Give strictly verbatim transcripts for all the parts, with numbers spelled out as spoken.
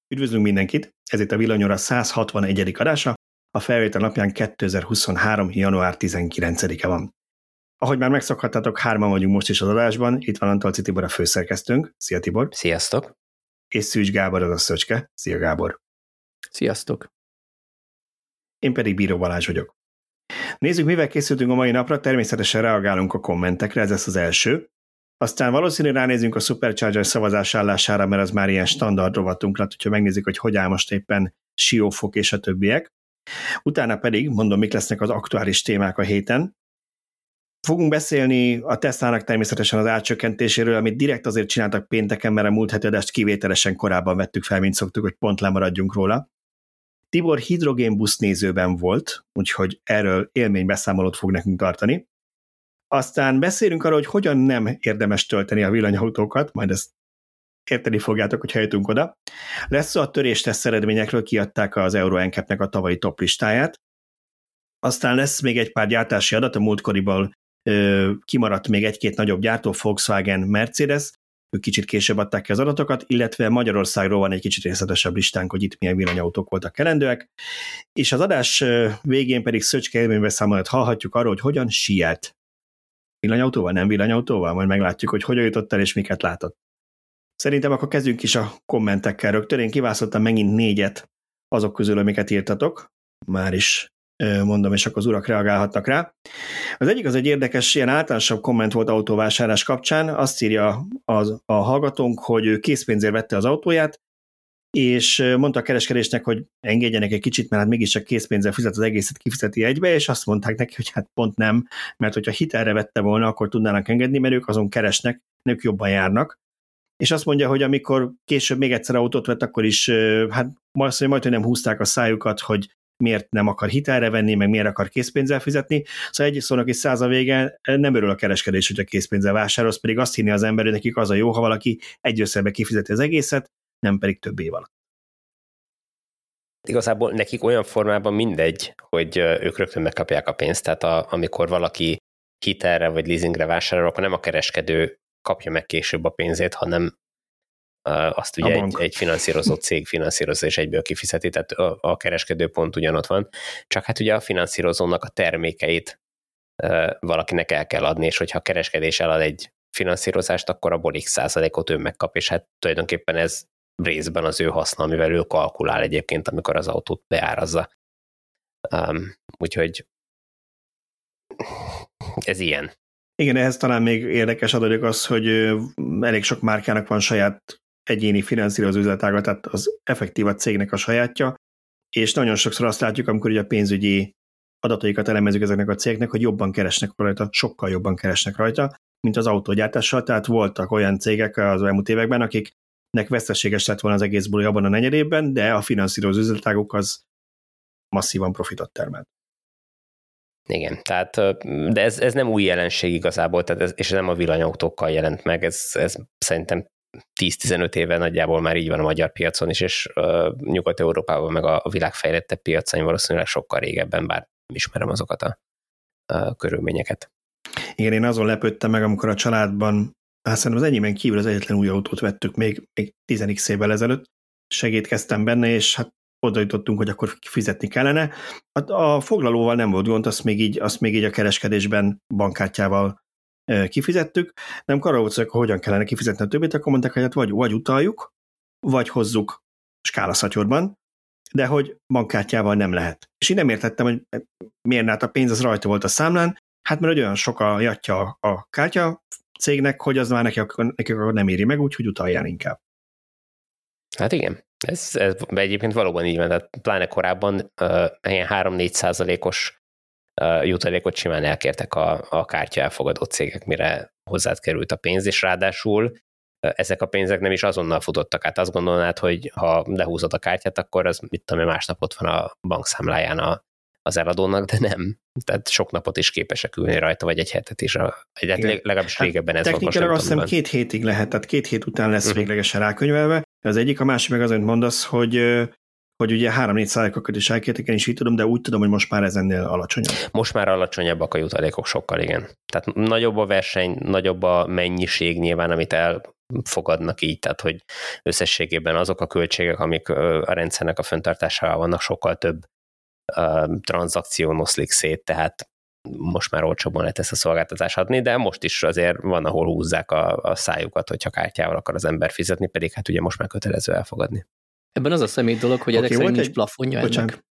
Üdvözlünk mindenkit, ez itt a Villanyóra száz hatvanegyedik adása, a felvétel napján kétezer-huszonhárom. január tizenkilencedike van. Ahogy már megszokhattatok, hárman vagyunk most is az adásban, itt van Antolczy Tibor, a főszerkesztőnk. Szia Tibor! Sziasztok! És Szűcs Gábor, az a Szöcske. Szia Gábor! Sziasztok! Én pedig Bíró Balázs vagyok. Nézzük, mivel készültünk a mai napra, természetesen reagálunk a kommentekre, ez lesz az első. Aztán valószínűleg ránézünk a Supercharger szavazás állására, mert az már ilyen standard rovatunk lett, hogyha megnézzük, hogy hogy áll most éppen Siófok és a többiek. Utána pedig, mondom, mik lesznek az aktuális témák a héten. Fogunk beszélni a Teslának természetesen az árcsökkentéséről, amit direkt azért csináltak pénteken, mert a múlt heti adást kivételesen korábban vettük fel, mint szoktuk, hogy pont lemaradjunk róla. Tibor hidrogénbusz nézőben volt, úgyhogy erről élménybeszámolót fog nekünk tartani. Aztán beszélünk arról, hogy hogyan nem érdemes tölteni a villanyautókat, majd ezt érteni fogjátok, hogy jutunk oda. Lesz szó a törésteszt eredményekről, kiadták az Euro en cap-nek a tavalyi top listáját. Aztán lesz még egy pár gyártási adat, a múltkoriból ö, kimaradt még egy-két nagyobb gyártó, Volkswagen, Mercedes, ők kicsit később adták ki az adatokat, illetve Magyarországról van egy kicsit részletesebb listánk, hogy itt milyen villanyautók voltak kelendőek, és az adás végén pedig Szöcske élménybeszámolat hallhatjuk arról, hogy hogyan sielt. Villanyautóval, nem villanyautóval? Majd meglátjuk, hogy hogyan jutott el és miket látott. Szerintem akkor kezdjünk is a kommentekkel rögtön. Én kiválasztottam megint négyet azok közül, amiket írtatok. Már is mondom, és akkor az urak reagálhatnak rá. Az egyik az egy érdekes, ilyen általánosabb komment volt autóvásárlás kapcsán. Azt írja az, a hallgatónk, hogy ő készpénzért vette az autóját, és mondta a kereskedésnek, hogy engedjenek egy kicsit, mert hát mégiscsak készpénzzel fizet, az egészet kifizeti egybe, és azt mondták neki, hogy hát pont nem, mert hogyha hitelre vette volna, akkor tudnának engedni, mert ők azon keresnek, ők jobban járnak. És azt mondja, hogy amikor később még egyszer autót vett, akkor is, hát majd, majd nem húzták a szájukat, hogy miért nem akar hitelre venni, meg miért akar készpénzzel fizetni. Szóval egy szónak is száz a vége, nem örül a kereskedés, hogyha készpénzzel vásárolsz, pedig azt hinni az ember, hogy nekik az a jó, ha valaki egy összegbe kifizeti az egészet, nem pedig több év alatt. Igazából nekik olyan formában mindegy, hogy ők rögtön megkapják a pénzt, tehát a, amikor valaki hitelre vagy leasingre vásárol, akkor nem a kereskedő kapja meg később a pénzét, hanem azt ugye egy, egy finanszírozó cég finanszírozza és egyből kifizeti, tehát a, a kereskedő pont ugyanott van, csak hát ugye a finanszírozónak a termékeit valakinek el kell adni, és hogyha a kereskedés elad egy finanszírozást, akkor abból x százalékot ő megkap, és hát tulajdonképpen ez részben az ő haszna, amivel ő kalkulál egyébként, amikor az autót beárazza. Um, úgyhogy ez ilyen. Igen, ehhez talán még érdekes adatok az, hogy elég sok márkának van saját egyéni finanszírozó üzletága, tehát az effektív a cégnek a sajátja, és nagyon sokszor azt látjuk, amikor ugye a pénzügyi adataikat elemezzük ezeknek a cégnek, hogy jobban keresnek rajta, sokkal jobban keresnek rajta, mint az autógyártással, tehát voltak olyan cégek az elmúlt években, akiknek veszteséges lett volna az egész buli abban a negyedében, de a finanszírozó üzletáguk az masszívan profitot termelt. Igen, tehát, de ez, ez nem új jelenség igazából, tehát ez, és nem a villanyautókkal jelent meg, ez, ez szerintem tíz-tizenöt éve nagyjából már így van a magyar piacon is, és uh, Nyugat-Európában meg a, a világ fejlettebb piacain valószínűleg sokkal régebben, bár nem ismerem azokat a, a körülményeket. Igen, én azon lepődtem meg, amikor a családban, hát szerintem az enyémen kívül az egyetlen új autót vettük még, még tíz évvel ezelőtt, segítkeztem benne, és hát oda jutottunk, hogy akkor fizetni kellene. A, a foglalóval nem volt gond, azt még így, azt még így a kereskedésben bankkártyával e, kifizettük, nem arra volt szó, hogy hogyan kellene kifizetni a többit, akkor mondták, hogy hát vagy, vagy utaljuk, vagy hozzuk skálaszatyorban, de hogy bankkártyával nem lehet. És én nem értettem, hogy miért, hát a pénz az rajta volt a számlán, hát mert olyan sok a jatja a kártya cégnek, hogy az már neki, neki akkor nem éri meg, úgyhogy utaljál inkább. Hát igen. Ez, ez egyébként valóban így van, tehát pláne korábban uh, ilyen három-négy százalékos uh, jutalékot simán elkértek a, a kártya elfogadó cégek, mire hozzád került a pénz, és ráadásul uh, ezek a pénzek nem is azonnal futottak át. Azt gondolnád, hogy ha lehúzod a kártyát, akkor az mit tudom, másnap ott van a bankszámláján a, az eladónak, de nem. Tehát sok napot is képesek ülni rajta, vagy egy hetet is. A, egy, legalábbis hát régebben ez volt. Technikailag azt hiszem két hétig lehet, tehát két hét után lesz uh-huh. véglegesen rákönyvelve. Az egyik, a másik meg az, amit mondasz, hogy, hogy ugye három-négy százalékokat is elkérték, én is így tudom, de úgy tudom, hogy most már ez ennél alacsonyabb. Most már alacsonyabbak a jutalékok sokkal, igen. Tehát nagyobb a verseny, nagyobb a mennyiség nyilván, amit fogadnak így, tehát hogy összességében azok a költségek, amik a rendszernek a fenntartásával vannak, sokkal több tranzakción oszlik szét, tehát most már olcsóbban lehet ezt a szolgáltatást adni, de most is azért van, ahol húzzák a, a szájukat, hogyha kártyával akar az ember fizetni, pedig hát ugye most már kötelező elfogadni. Ebben az a személy dolog, hogy okay, ezek szerint nincs egy... plafonja Bocsánat. ennek.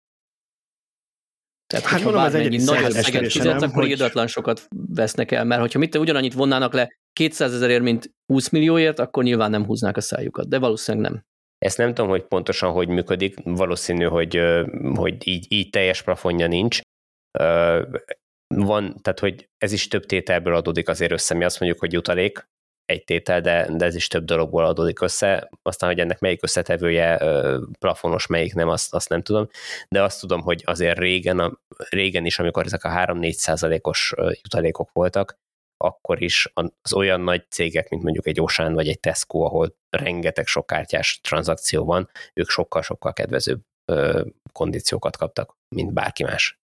Tehát, hát hogyha bármennyi nagy összeget fizetsz, akkor hogy... irdatlan sokat vesznek el, mert hogyha mit ugyanannyit vonnának le kétszázezerért, mint húsz millióért, akkor nyilván nem húznák a szájukat, de valószínűleg nem. Ezt nem tudom, hogy pontosan hogy működik, valószínű, hogy, hogy így, így teljes plafonja nincs. Van, tehát hogy ez is több tételből adódik azért össze, mi azt mondjuk, hogy jutalék, egy tétel, de, de ez is több dologból adódik össze. Aztán, hogy ennek melyik összetevője plafonos, melyik nem, azt, azt nem tudom. De azt tudom, hogy azért régen, a, régen is, amikor ezek a három-négy százalékos jutalékok voltak, akkor is az olyan nagy cégek, mint mondjuk egy Ocean vagy egy Tesco, ahol rengeteg sok kártyás tranzakció van, ők sokkal-sokkal kedvezőbb ö, kondíciókat kaptak, mint bárki más.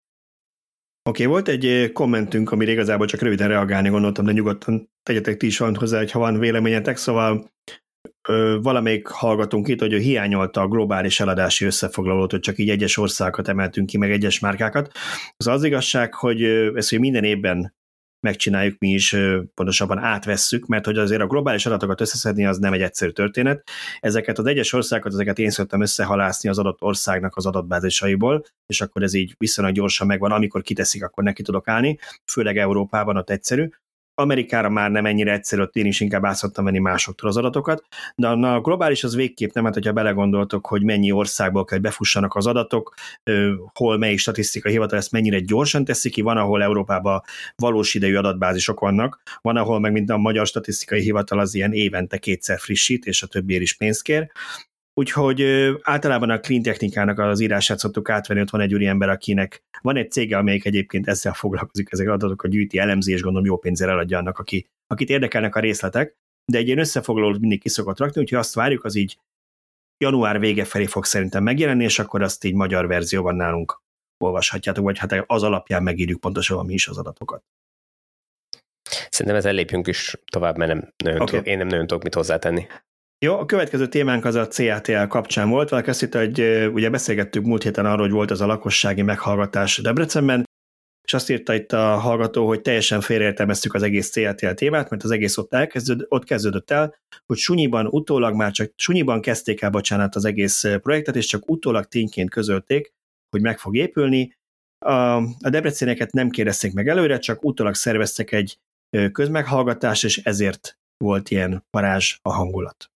Oké, okay, volt egy kommentünk, amire igazából csak röviden reagálni gondoltam, de nyugodtan tegyetek ti is valamit hozzá, ha van véleményetek, szóval ö, valamelyik hallgatunk itt, hogy ő hiányolta a globális eladási összefoglalót, hogy csak így egyes országokat emeltünk ki, meg egyes márkákat. Az az igazság, hogy ezt hogy minden évben megcsináljuk mi is, pontosabban átvesszük, mert hogy azért a globális adatokat összeszedni az nem egy egyszerű történet. Ezeket az egyes országokat, ezeket én szoktam összehalászni az adott országnak az adatbázisaiból, és akkor ez így viszonylag gyorsan megvan, amikor kiteszik, akkor neki tudok állni, főleg Európában ott egyszerű. Amerikára már nem ennyire egyszerű, ott én is inkább át szoktam venni másoktól az adatokat, de a globális az végképp nem, hát hogyha belegondoltok, hogy mennyi országból kell, hogy befussanak az adatok, hol melyik statisztikai hivatal ezt mennyire gyorsan teszi ki, van, ahol Európában valós idejű adatbázisok vannak, van, ahol meg mint a magyar statisztikai hivatal az ilyen évente kétszer frissít, és a többiért is pénzt kér. Úgyhogy általában a clean technikának az írását szoktuk átvenni, ott van egy úriember, akinek van egy cége, amelyik egyébként ezzel foglalkozik, ezek adatokat gyűjti, elemzi, és gondolom jó pénzzel eladja annak, aki, akit érdekelnek a részletek, de egy ilyen összefoglalót mindig ki szokott rakni, úgyhogy azt várjuk, az így január vége felé fog szerintem megjelenni, és akkor azt így magyar verzióban nálunk olvashatjátok, vagy hát az alapján megírjuk pontosan mi is az adatokat. Szerintem ezzel lépjünk is tovább, mert nem nagyon okay. tudok, én nem nagyon tudok mit hozzátenni. Jó, a következő témánk az a cé á té el kapcsán volt. Valaki azt hitte, hogy ugye beszélgettük múlt héten arról, hogy volt az a lakossági meghallgatás Debrecenben, és azt írta itt a hallgató, hogy teljesen félreértelmeztük az egész cé á té el témát, mert az egész ott, elkezdődött, ott kezdődött el, hogy sunyiban utólag már csak sunyiban kezdték el, bocsánat, az egész projektet, és csak utólag tényként közölték, hogy meg fog épülni. A, a debreceneket nem kérdezték meg előre, csak utólag szerveztek egy közmeghallgatást, és ezért volt ilyen varázs a hangulat.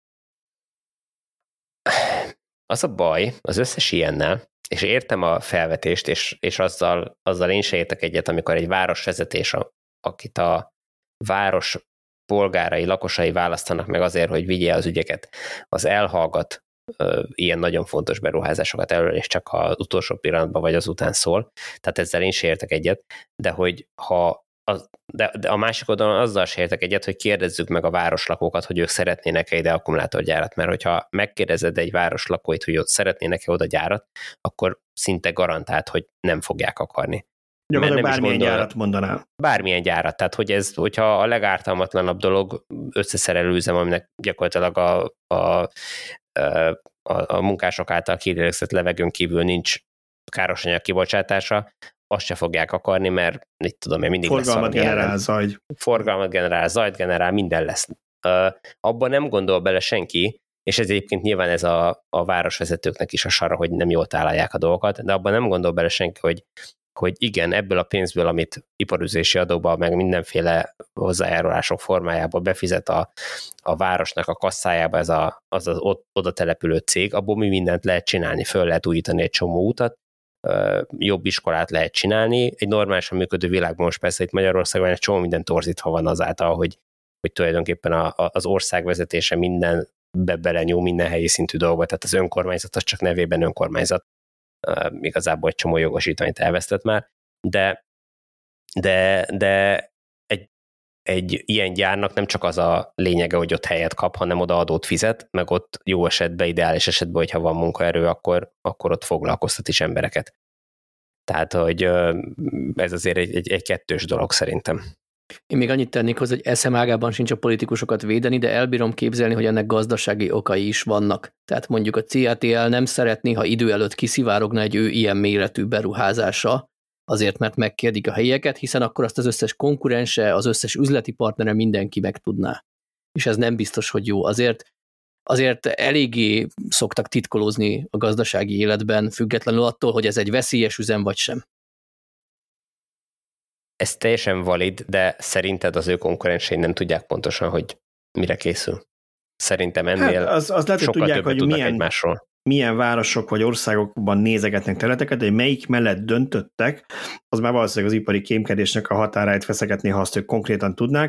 Az a baj az összes ilyennel, és értem a felvetést, és, és azzal, azzal én se értek egyet, amikor egy városvezetés, akit a város polgárai, lakosai választanak meg azért, hogy vigye az ügyeket, az elhallgat ö, ilyen nagyon fontos beruházásokat előre, és csak az utolsó pillanatban vagy azután szól. Tehát ezzel én se értek egyet, de hogy ha Az, de, de a másik oldalon azzal se értek egyet, hogy kérdezzük meg a városlakókat, hogy ők szeretnének-e ide akkumulátorgyárat, mert hogyha megkérdezed egy város lakóit, hogy ott szeretnének-e oda gyárat, akkor szinte garantált, hogy nem fogják akarni. Gyakorlatilag bármilyen gondol, gyárat mondanál. Bármilyen gyárat, tehát hogy ez, hogyha a legártalmatlanabb dolog összeszerelő üzem, aminek gyakorlatilag a, a, a, a munkások által kilélegzett levegőn kívül nincs károsanyag kibocsátása, azt se fogják akarni, mert mit tudom én, mindig forgalmat lesz generál zajt. Forgalmat generál, zajt generál, minden lesz. Uh, abban nem gondol bele senki, és ez egyébként nyilván ez a, a városvezetőknek is a sara, hogy nem jól tálalják a dolgokat, de abban nem gondol bele senki, hogy, hogy igen, ebből a pénzből, amit iparüzési adóba, meg mindenféle hozzájárulások formájába befizet a, a városnak a kasszájába ez a, az, az ott, oda települő cég, abból mi mindent lehet csinálni, föl lehet újítani egy csomó utat, jobb iskolát lehet csinálni. Egy normálisan működő világban most persze itt Magyarországon egy csomó minden torzítva van azáltal, hogy, hogy tulajdonképpen a, a, az ország vezetése mindenbe belenyúl, minden helyi szintű dolgot, tehát az önkormányzat az csak nevében önkormányzat. Uh, igazából egy csomó jogosítványt elvesztett már, de, de, de egy, egy ilyen gyárnak nem csak az a lényege, hogy ott helyet kap, hanem oda adót fizet, meg ott jó esetben, ideális esetben, hogyha van munkaerő, akkor, akkor ott foglalkoztat is embereket. Tehát, hogy ez azért egy, egy, egy kettős dolog szerintem. Én még annyit tennék hozzá, hogy eszem ágában sincs a politikusokat védeni, de elbírom képzelni, hogy ennek gazdasági okai is vannak. Tehát mondjuk a cé á té el nem szeretné, ha idő előtt kiszivárogna egy ő ilyen méretű beruházása, azért, mert megkérdik a helyieket, hiszen akkor azt az összes konkurense, az összes üzleti partnere mindenki megtudná. És ez nem biztos, hogy jó. Azért, azért eléggé szoktak titkolózni a gazdasági életben, függetlenül attól, hogy ez egy veszélyes üzem vagy sem. Ez teljesen valid, de szerinted az ő konkurensei nem tudják pontosan, hogy mire készül? Szerintem ennél hát az, az lehet, sokkal tudják, többet hogy tudnak milyen, egymásról. Milyen városok vagy országokban nézegetnek területeket, de melyik mellett döntöttek, az már valószínűleg az ipari kémkedésnek a határáit feszegetné, ha azt ők konkrétan tudnák.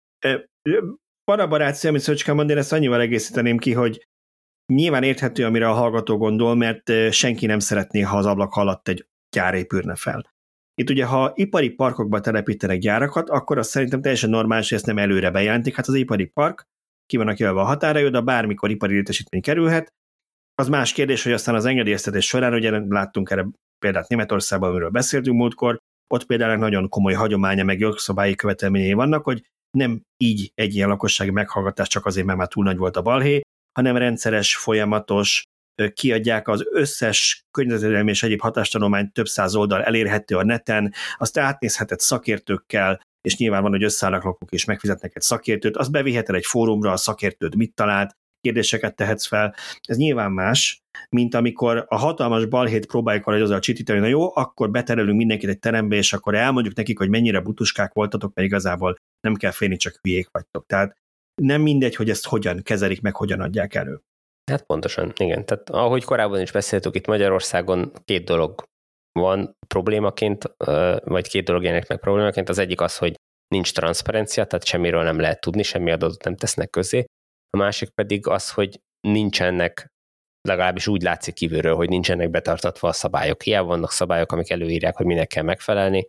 Van a barátszia, amit Szöcskán mond, én ezt annyival egészíteném ki, hogy nyilván érthető, amire a hallgató gondol, mert senki nem szeretné, ha az ablak alatt egy gyár épülne fel. Itt ugye, ha ipari parkokba telepítenek gyárakat, akkor az szerintem teljesen normális, hogy ezt nem előre bejelentik. Hát az ipari park, ki vannak jelölve a határai, de bármikor ipari létesítmény kerülhet. Az más kérdés, hogy aztán az engedélyeztetés során, ugye láttunk erre példát Németországban, amiről beszéltünk múltkor, ott például nagyon komoly hagyománya, meg jogszabályi követelményei vannak, hogy nem így egy ilyen lakossági meghallgatás csak azért, mert már túl nagy volt a balhé, hanem rendszeres, folyamatos, kiadják az összes környezetvédelmi és egyéb hatástanulmányt, több száz oldal elérhető a neten, azt átnézheted szakértőkkel, és nyilván van, hogy összeállnak lakók és megfizetnek egy szakértőt, azt beviheted egy fórumra, a szakértőd mit talált, kérdéseket tehetsz fel. Ez nyilván más, mint amikor a hatalmas balhét próbáljuk valahogy azzal csitítani, na jó, akkor beterelünk mindenkit egy terembe, és akkor elmondjuk nekik, hogy mennyire butuskák voltatok, mert igazából nem kell félni, csak hülyék vagytok. Tehát nem mindegy, hogy ezt hogyan kezelik, meg hogyan adják elő. Hát pontosan, igen. Tehát ahogy korábban is beszéltük, itt Magyarországon két dolog van problémaként, vagy két dolog jelenik meg problémaként. Az egyik az, hogy nincs transzparencia, tehát semmiről nem lehet tudni, semmi adatot nem tesznek közzé. A másik pedig az, hogy nincsenek, legalábbis úgy látszik kívülről, hogy nincsenek betartatva a szabályok. Hiába vannak szabályok, amik előírják, hogy minek kell megfelelni.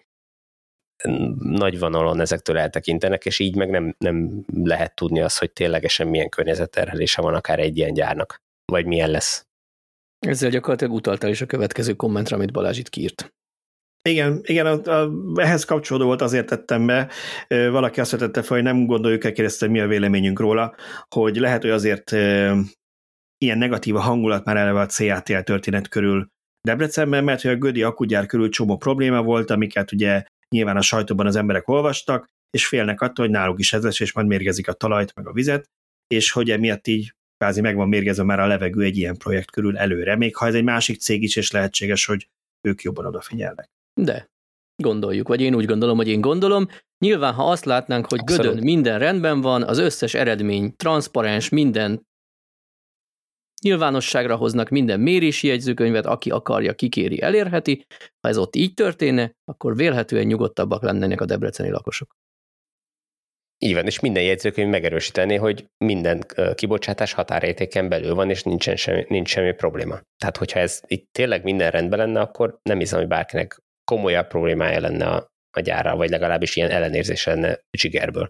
Nagy vonalon ezektől eltekintenek, és így meg nem, nem lehet tudni azt, hogy ténylegesen milyen környezetterhelése van akár egy ilyen gyárnak, vagy milyen lesz. Ezzel gyakorlatilag utaltál is a következő kommentre, amit Balázs itt kiírt. Igen, igen a, a, ehhez kapcsolódó volt, azért tettem be. Valaki azt vetette fel, hogy nem gondoljuk el, kérdezte, mi a véleményünk róla, hogy lehet, hogy azért e, ilyen negatív a hangulat már eleve a cé á té el történet körül Debrecenben, mert hogy a Gödi akkugyár körül csomó probléma volt, amiket ugye nyilván a sajtóban az emberek olvastak, és félnek attól, hogy náluk is ez lesz, és majd mérgezik a talajt, meg a vizet, és hogy emiatt így kvázi meg van mérgezve már a levegő egy ilyen projekt körül előre, még ha ez egy másik cég is, és lehetséges, hogy ők jobban odafigyelnek. De gondoljuk, vagy én úgy gondolom, hogy én gondolom. Nyilván, ha azt látnánk, hogy Abszolút. Gödön minden rendben van, az összes eredmény transzparens, minden nyilvánosságra hoznak, minden mérési jegyzőkönyvet, aki akarja, kikéri, elérheti. Ha ez ott így történne, akkor vélhetően nyugodtabbak lennének a debreceni lakosok. Így van, és minden jegyzőkönyv megerősítené, hogy minden kibocsátás határértéken belül van, és nincsen semmi, nincs semmi probléma. Tehát, hogyha ez itt tényleg minden rendben lenne, akkor nem hiszem, hogy bárkinek komolyabb problémája lenne a, a gyárral, vagy legalábbis ilyen ellenérzése lenne zsigerből.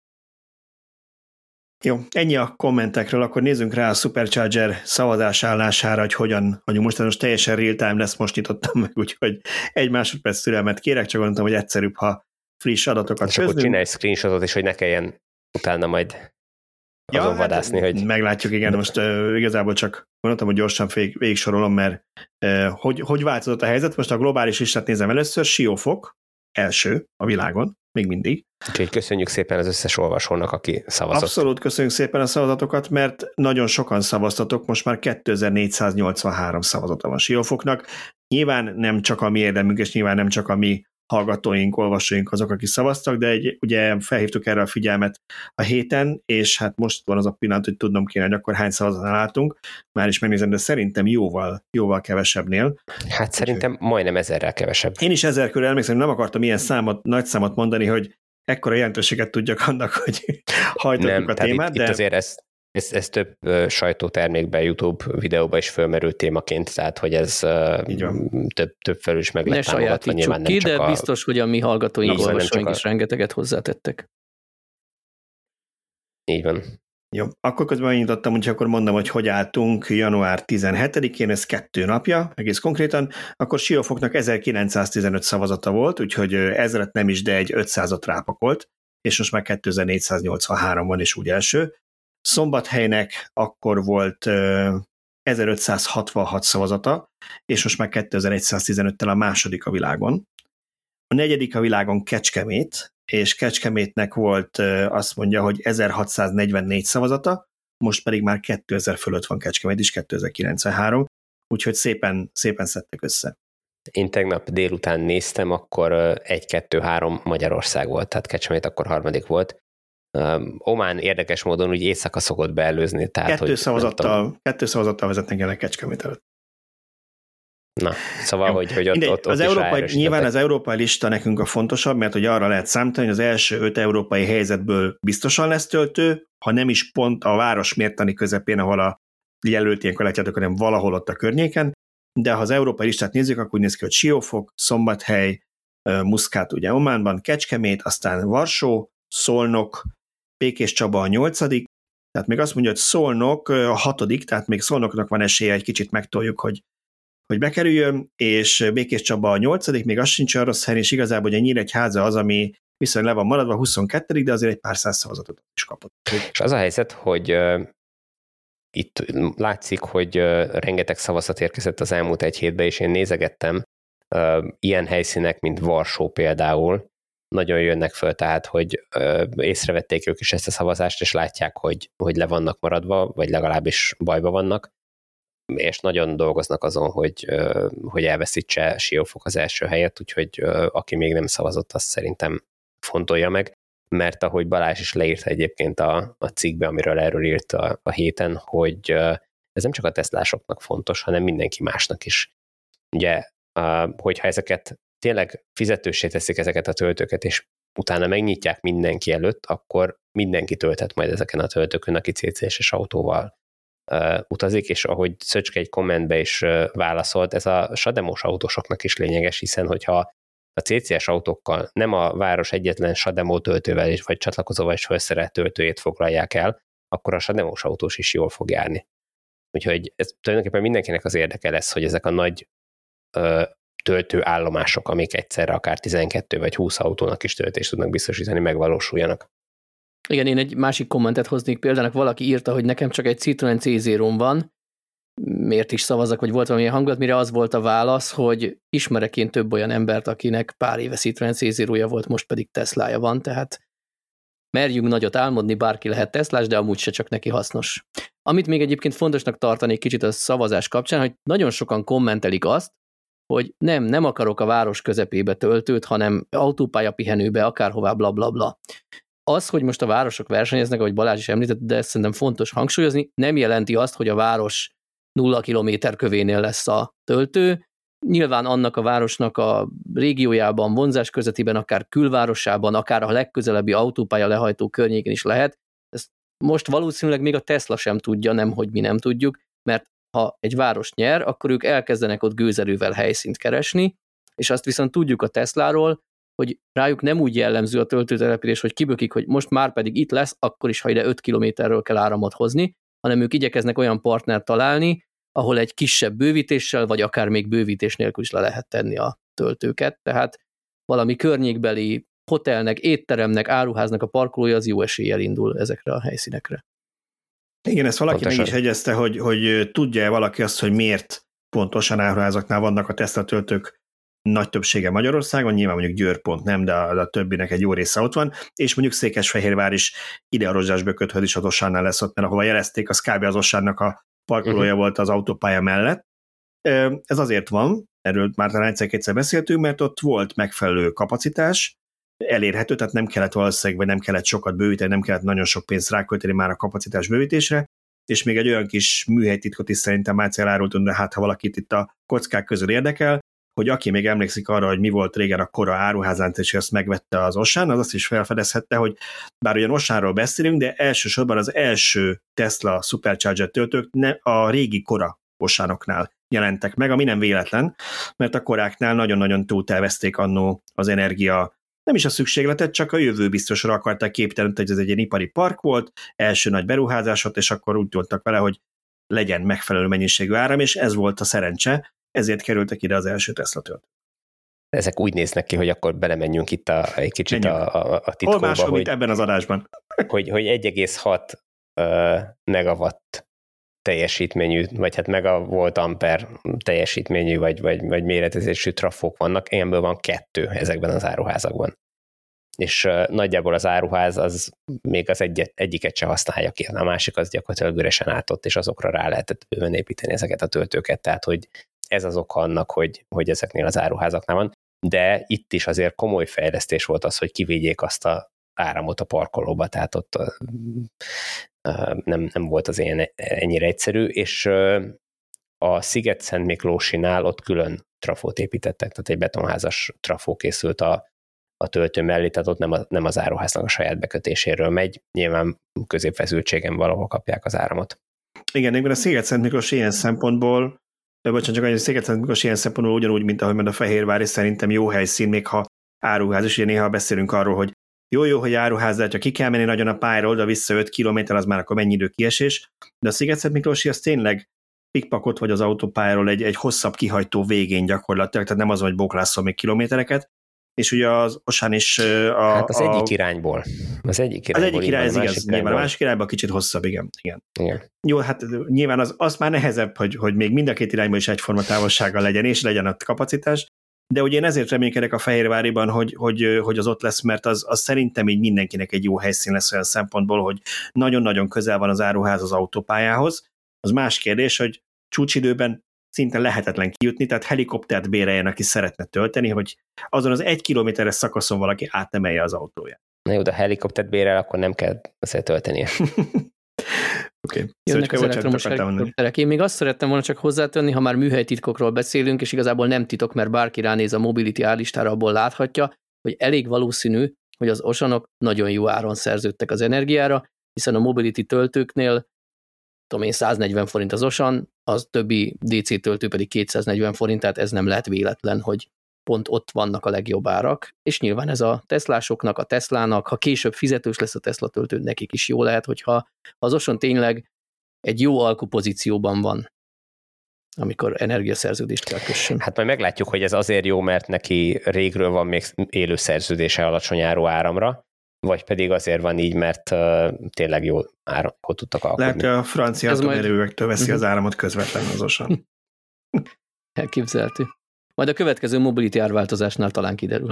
Jó, ennyi a kommentekről, akkor nézzünk rá a Supercharger szavazás állására, hogy hogyan, hogy most, most teljesen real-time lesz, most nyitottam meg, úgyhogy egy másodperc türelmet kérek, csak gondoltam, hogy egyszerűbb, ha friss adatokat és akkor csinálj screenshotot is, hogy ne kelljen utána majd azon ja, vadászni, hát hogy... Meglátjuk, igen, most uh, igazából csak mondtam, hogy gyorsan végig, végig sorolom, mert uh, hogy, hogy változott a helyzet, most a globális listát nézem először, Siófok első a világon, még mindig. Úgyhogy köszönjük szépen az összes olvasónak, aki szavazott. Abszolút köszönjük szépen a szavazatokat, mert nagyon sokan szavaztatok, most már kétezer-négyszáznyolcvanhárom szavazata van Siófoknak. Nyilván nem csak a mi érdemünk, és nyilván nem csak a mi hallgatóink, olvasóink azok, akik szavaztak, de egy, ugye felhívtuk erre a figyelmet a héten, és hát most van az a pillanat, hogy tudnom kéne, hogy akkor hány szavazatnál látunk. Már is megnézem, de szerintem jóval, jóval kevesebbnél. Hát szerintem Úgyhogy... majdnem ezerrel kevesebb. Én is ezer körül emlékszem, nem akartam ilyen számot, nagy számot mondani, hogy ekkora jelentőséget tudjak annak, hogy hajtottuk a témát. Itt, de... itt azért ez, ez, ez több uh, sajtótermékben, YouTube videóban is fölmerült témaként, tehát hogy ez uh, több, több felül is meg lett támogatva. Ne sajátítsuk ki, de a... biztos, hogy a mi hallgatóink, olvasóink is a... rengeteget hozzátettek. Így van. Jó, akkor közben megnyitottam, úgyhogy akkor mondom, hogy hogy álltunk január tizenhetedikén, ez kettő napja, egész konkrétan, akkor Siófoknak ezerkilencszáztizenöt szavazata volt, úgyhogy ezret nem is, de egy ötszázat rápakolt, és most már kétezer-négyszáznyolcvanhárom van, és úgy első. Szombathelynek akkor volt ezerötszázhatvanhat szavazata, és most már kétezer-száztizenöttel a második a világon. A negyedik a világon Kecskemét, és Kecskemétnek volt, azt mondja, hogy ezerhatszáznegyvennégy szavazata, most pedig már kétezer fölött van Kecskemét is, kétezer-kilencvenhárom, úgyhogy szépen, szépen szedtek össze. Én tegnap délután néztem, akkor egy kettő három Magyarország volt, tehát Kecskemét akkor harmadik volt. Omán érdekes módon úgy éjszaka szokott beelőzni. Tehát, kettő, hogy szavazattal, kettő szavazattal vezetnek el a Kecskemét előtt. Na, szóval, hogy, hogy ott, Mindegy, ott, ott az európai, nyilván az európai lista nekünk a fontosabb, mert hogy arra lehet számítani, hogy az első öt európai helyzetből biztosan lesz töltő, ha nem is pont a város mértani közepén, ahol a jelölt ilyenkor látjátok, hanem valahol ott a környéken, de ha az európai listát nézzük, akkor úgy néz ki, hogy Siófok, Szombathely, Muszkát ugye Ománban, Kecskemét, aztán Varsó, Szolnok, Békéscsaba a nyolcadik, tehát még azt mondja, hogy Szolnok a hatodik, tehát még Szolnoknak van esélye, egy kicsit megtoljuk, hogy, hogy bekerüljön, és Békéscsaba a nyolcadik, még az sincs olyan rossz helyen, és igazából hogy a Nyíregyháza az, ami viszont le van maradva, huszonkettő, de azért egy pár száz szavazatot is kapott. És az a helyzet, hogy uh, itt látszik, hogy uh, rengeteg szavazat érkezett az elmúlt egy hétben, és én nézegettem uh, ilyen helyszínek, mint Varsó például, nagyon jönnek föl, tehát, hogy ö, észrevették ők is ezt a szavazást, és látják, hogy, hogy le vannak maradva, vagy legalábbis bajba vannak, és nagyon dolgoznak azon, hogy, ö, hogy elveszítse Siófok az első helyet, úgyhogy ö, aki még nem szavazott, azt szerintem fontolja meg, mert ahogy Balázs is leírta egyébként a, a cikkbe, amiről erről írt a, a héten, hogy ö, ez nem csak a teszlásoknak fontos, hanem mindenki másnak is. Ugye, ö, hogyha ezeket tényleg fizetőssé teszik ezeket a töltőket, és utána megnyitják mindenki előtt, akkor mindenki tölthet majd ezeken a töltőkön, aki cé cé es-es autóval uh, utazik, és ahogy Szöcske egy kommentbe is uh, válaszolt, ez a sademos autósoknak is lényeges, hiszen hogyha a cé cé es autókkal nem a város egyetlen sademo töltővel is, vagy csatlakozóval is felszerelt töltőjét foglalják el, akkor a sademos autós is jól fog járni. Úgyhogy ez tulajdonképpen mindenkinek az érdeke lesz, hogy ezek a nagy uh, töltőállomások, amik egyszerre akár tizenkettő vagy húsz autónak is töltést tudnak biztosítani, megvalósuljanak. Igen, én egy másik kommentet hoznék példának, valaki írta, hogy nekem csak egy Citroen cé zérom van, miért is szavazak, vagy volt valamilyen hangulat, mire az volt a válasz, hogy ismerek én több olyan embert, akinek pár éve Citroen cé zérója volt, most pedig Teslája van, tehát merjünk nagyot álmodni, bárki lehet Teslás, de amúgy se csak neki hasznos. Amit még egyébként fontosnak tartanék kicsit a szavazás kapcsán, hogy nagyon sokan kommentelik azt, hogy nem, nem akarok a város közepébe töltőt, hanem autópályapihenőbe, akárhová, bla, bla, bla. Az, hogy most a városok versenyeznek, ahogy Balázs is említett, de ezt szerintem fontos hangsúlyozni, nem jelenti azt, hogy a város nulla kilométer kövénél lesz a töltő. Nyilván annak a városnak a régiójában, vonzás közvetében, akár külvárosában, akár a legközelebbi autópálya lehajtó környéken is lehet. Ezt most valószínűleg még a Tesla sem tudja, nem, hogy mi nem tudjuk, mert ha egy város nyer, akkor ők elkezdenek ott gőzerővel helyszínt keresni, és azt viszont tudjuk a Tesláról, hogy rájuk nem úgy jellemző a töltőtelepülés, hogy kibökik, hogy most már pedig itt lesz, akkor is, ha ide öt kilométerről kell áramot hozni, hanem ők igyekeznek olyan partnert találni, ahol egy kisebb bővítéssel, vagy akár még bővítés nélkül is le lehet tenni a töltőket. Tehát valami környékbeli hotelnek, étteremnek, áruháznak a parkolója az jó eséllyel indul ezekre a helyszínekre. Igen, ezt valaki Pontosan. meg is hegyezte, hogy, hogy tudja-e valaki azt, hogy miért pontosan áruházaknál vannak a Tesla töltők nagy többsége Magyarországon, nyilván mondjuk Győr pont nem, de a, a többinek egy jó része ott van, és mondjuk Székesfehérvár is ide a Rozsdásbököthöz is az Ossánál lesz ott, mert ahova jelezték, az kb. Az Ossánnak a parkolója uh-huh. volt az autópálya mellett. Ez azért van, erről már talán egyszer-kétszer beszéltünk, mert ott volt megfelelő kapacitás, elérhető, tehát nem kellett valószínűleg, vagy nem kellett sokat bővíteni, nem kellett nagyon sok pénzt rákölteni már a kapacitás bővítésre, és még egy olyan kis műhelytitkot is szerintem már elárultunk, de hát ha valakit itt a kockák közül érdekel, hogy aki még emlékszik arra, hogy mi volt régen a kora áruházánc, és ezt megvette az Ossán, az azt is felfedezhette, hogy bár ugyan Ossánról beszélünk, de elsősorban az első Tesla Supercharger töltők a régi kora Ossánoknál jelentek meg, ami nem véletlen, mert a koráknál nagyon-nagyon túltelvezték annó az energia, nem is a szükségletet, csak a jövő biztosra akarták képíteni, hogy ez egy ilyen ipari park volt, első nagy beruházásot, és akkor úgy tudtak vele, hogy legyen megfelelő mennyiségű áram, és ez volt a szerencse, ezért kerültek ide az első Tesla töltők. ezek úgy néznek ki, hogy akkor belemenjünk itt a, egy kicsit a, a, a titkolba, Hol máshol, hogy, mint ebben az adásban. hogy, hogy egy egész hat uh, megawatt teljesítményű, vagy hát megavolt amper teljesítményű, vagy, vagy, vagy méretezésű trafók vannak, ilyenből van kettő ezekben az áruházakban. És uh, nagyjából az áruház az még az egyet, egyiket se használja ki, a másik az gyakorlatilag üresen álltott, és azokra rá lehetett bőven építeni ezeket a töltőket, tehát hogy ez az oka annak, hogy, hogy ezeknél az áruházaknál van, de itt is azért komoly fejlesztés volt az, hogy kivédjék azt a áramot a parkolóba, tehát ott uh, nem, nem volt az ilyen ennyire egyszerű, és uh, a Sziget-Szent Miklósinál ott külön trafót építettek, tehát egy betonházas trafó készült a a töltő mellé, tehát ott nem, a, nem az áruháznak a saját bekötéséről megy, nyilván középfeszültségen valahol kapják az áramot. Igen, igen, a Sziget-Szent Miklós ilyen szempontból, bocsánat, csak annyi, a Sziget-Szent Miklós ilyen szempontból ugyanúgy, mint ahogy a Fehérvár, és szerintem jó helyszín, még ha áruház, és ugye néha beszélünk arról, hogy jó-jó, hogy áruház, de ha ki kell menni nagyon a pályáról, de vissza öt kilométer, az már akkor mennyi idő kiesés, de a Sziget-Szent Miklósi az tényleg pikpakot vagy az autópályáról egy, egy hosszabb kihajtó végén gyakorlatilag, tehát nem az, hogy bóklászol még kilométereket, és ugye az Osán is... A, hát az a, egyik irányból. Az egyik irányból. Az egyik irány, ez igaz, nyilván a másik irányban kicsit hosszabb, igen. igen. igen. Jó, hát nyilván az, az már nehezebb, hogy, hogy még mind a két irányban is egyforma távolsággal legyen, és legyen a kapacitás, de ugye én ezért reménykedek a Fehérváriban, hogy, hogy, hogy az ott lesz, mert az, az szerintem így mindenkinek egy jó helyszín lesz olyan szempontból, hogy nagyon-nagyon közel van az áruház az autópályához. Az más kérdés, hogy csúcsidőben szinte lehetetlen kijutni, tehát helikoptert béreljen, aki szeretne tölteni, hogy azon az egy kilométeres szakaszon valaki átemelje az autóját. Na jó, de a helikoptert bérel, akkor nem kell azért töltenie. Oké. Okay. Jönnek az elektromos helikopterek. Én még azt szerettem volna csak hozzátenni, ha már műhelytitkokról beszélünk, és igazából nem titok, mert bárki ránéz a Mobility állistára, abból láthatja, hogy elég valószínű, hogy az Osanok nagyon jó áron szerződtek az energiára, hiszen a Mobility töltőknél tudom én, száznegyven forint az Osan, az többi dé cé töltő pedig kétszáznegyven forint, tehát ez nem lehet véletlen, hogy pont ott vannak a legjobb árak, és nyilván ez a Teslásoknak, a Teslának, ha később fizetős lesz a Tesla töltő, nekik is jó lehet, hogyha az Oson tényleg egy jó alkupozícióban van, amikor energiaszerződést kell kössön. Hát majd meglátjuk, hogy ez azért jó, mert neki régről van még élő szerződése alacsony áru áramra, vagy pedig azért van így, mert uh, tényleg jó áramot tudtak alkotni. Lehet, hogy a francia atomerőművektől veszi az áramot közvetlenül az Osan. Elképzelhető. Majd a következő Mobility árváltozásnál talán kiderül.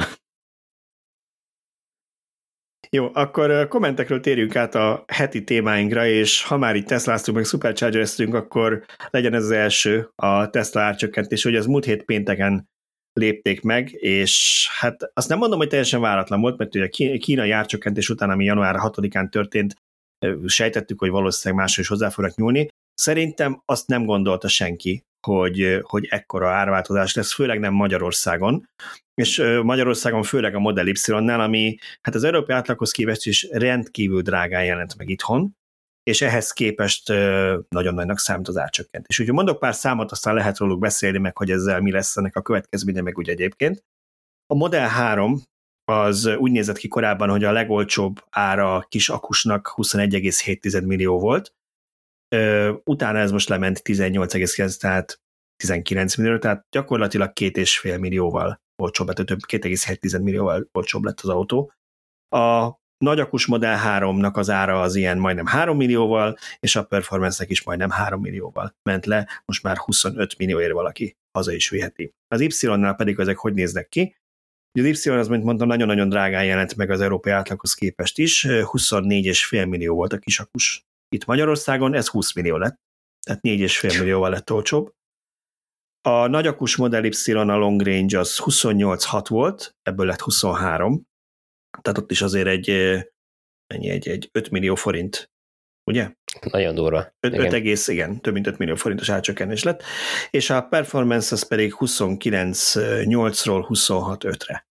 Jó, akkor kommentekről térjünk át a heti témáinkra, és ha már itt Tesláztunk, meg Superchargereztünk, akkor legyen ez az első, a Tesla árcsökkentés, hogy az múlt hét pénteken lépték meg, és hát azt nem mondom, hogy teljesen váratlan volt, mert ugye a kínai árcsökkentés után, ami január hatodikán történt, sejtettük, hogy valószínűleg másról is hozzá fognak nyúlni. Szerintem azt nem gondolta senki, hogy, hogy ekkora árváltozás lesz, főleg nem Magyarországon, és Magyarországon főleg a Model Y-nál, ami hát az európai átlaghoz képest is rendkívül drágán jelent meg itthon, és ehhez képest nagyon nagynak számít az árcsökkentés. Úgyhogy mondok pár számot, aztán lehet róluk beszélni, meg hogy ezzel mi lesz ennek a következménye, meg úgy egyébként. A Model három az úgy nézett ki korábban, hogy a legolcsóbb ára kis akusnak huszonegy egész hét millió volt, utána ez most lement tizennyolc egész kilenc, tehát tizenkilenc millió, tehát gyakorlatilag két és fél millióval olcsóbb lett, több két egész hét millióval olcsóbb lett az autó. A nagyakus Model háromnak az ára az ilyen majdnem három millióval, és a Performance-nek is majdnem három millióval ment le, most már huszonöt millióért valaki haza is viheti. Az Y-nál pedig ezek hogy néznek ki? Az Y az, mint mondtam, nagyon-nagyon drágán jelent meg az európai átlaghoz képest is, huszonnégy egész öt millió volt a kisakus. Itt Magyarországon ez húsz millió lett, tehát négy egész öt millióval lett olcsóbb. A nagyakus Model Y, a long range az huszonnyolc egész hat volt, ebből lett huszonhárom, tehát ott is azért egy, ennyi, egy, egy öt millió forint, ugye? Nagyon durva. öt egész, igen, több mint öt millió forintos árcsökkenés lett, és a Performance az pedig huszonkilenc egész nyolcról huszonhat egész ötre.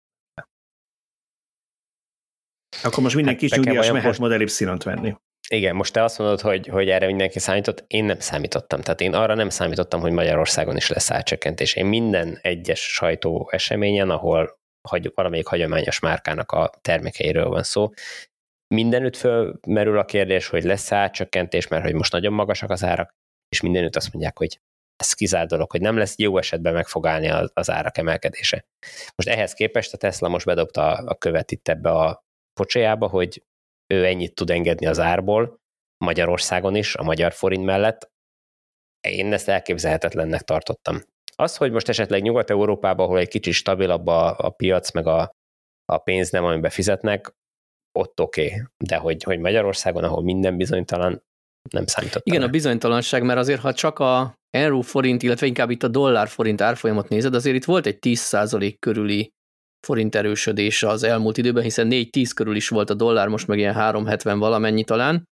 Akkor most minden hát kis nyugdíjas mehet most... Model Y-t venni. Igen, most te azt mondod, hogy, hogy erre mindenki számított, én nem számítottam. Tehát én arra nem számítottam, hogy Magyarországon is lesz árcsökkentés. Én minden egyes sajtó eseményen, ahol hagy, valamelyik hagyományos márkának a termékeiről van szó, mindenütt fölmerül a kérdés, hogy lesz árcsökkentés, mert hogy most nagyon magasak az árak, és mindenütt azt mondják, hogy ez kizárt dolog, hogy nem lesz, jó esetben meg fog állni az, az árak emelkedése. Most ehhez képest a Tesla most bedobta a követ itt ebbe a pocséjába, hogy ő ennyit tud engedni az árból, Magyarországon is, a magyar forint mellett. Én ezt elképzelhetetlennek tartottam. Az, hogy most esetleg Nyugat-Európában, ahol egy kicsit stabilabb a, a piac, meg a, a pénz nem, amiben fizetnek, ott oké. Okay. De hogy, hogy Magyarországon, ahol minden bizonytalan, nem számítottam. Igen, el. a bizonytalanság, mert azért, ha csak a euró forint, illetve inkább itt a dollár forint árfolyamot nézed, azért itt volt egy tíz százalék körüli forint erősödés az elmúlt időben, hiszen négy-tíz körül is volt a dollár, most meg ilyen három hetven valamennyi talán.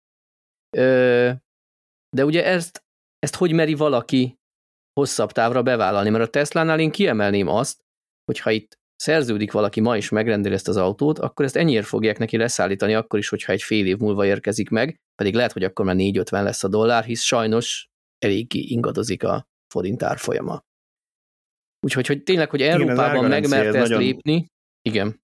De ugye ezt, ezt hogy meri valaki hosszabb távra bevállalni? Mert a Teslánál én kiemelném azt, hogy ha itt szerződik valaki ma is megrendeli ezt az autót, akkor ezt ennyiért fogják neki leszállítani, akkor is, hogyha egy fél év múlva érkezik meg, pedig lehet, hogy akkor már négy ötven lesz a dollár, hisz sajnos eléggé ingadozik a forint árfolyama. Úgyhogy hogy tényleg, hogy Európában megmerte ezt nagyon... lépni, igen.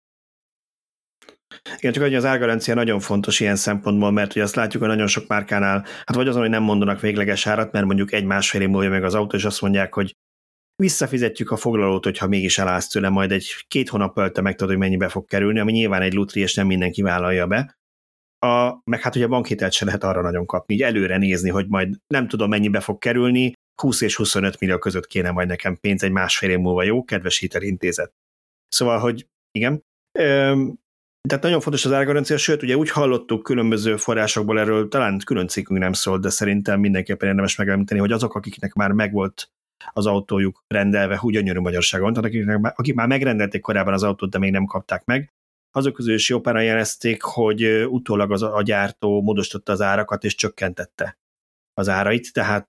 Igen, csak az árgarancia nagyon fontos ilyen szempontból, mert ugye azt látjuk, hogy nagyon sok márkánál, hát vagy azon, hogy nem mondanak végleges árat, mert mondjuk egy-másfél év múlva meg az autó, és azt mondják, hogy visszafizetjük a foglalót, hogyha mégis elállsz tőle, majd egy két hónap ölte meg tudod, hogy mennyibe fog kerülni, ami nyilván egy lutri, és nem mindenki vállalja be. A, meg hát ugye a bankhitelt se lehet arra nagyon kapni, így előre nézni, hogy majd nem tudom mennyibe fog kerülni, húsz és huszonöt millió között kéne majd nekem pénz egy másfél év múlva, jó, kedves hitelintézet. Szóval, hogy igen. Üm, tehát nagyon fontos az árgarancia, sőt, ugye úgy hallottuk különböző forrásokból erről, talán külön cikkünk nem szólt, de szerintem mindenképpen érdemes megemlíteni, hogy azok, akiknek már megvolt az autójuk rendelve, úgy gyönyörű Magyarságon, tehát akik, akik már megrendelték korábban az autót, de még nem kapták meg, azok közül is jó páran jelezték, hogy utólag az a gyártó módosította az árakat és csökkentette az árait, tehát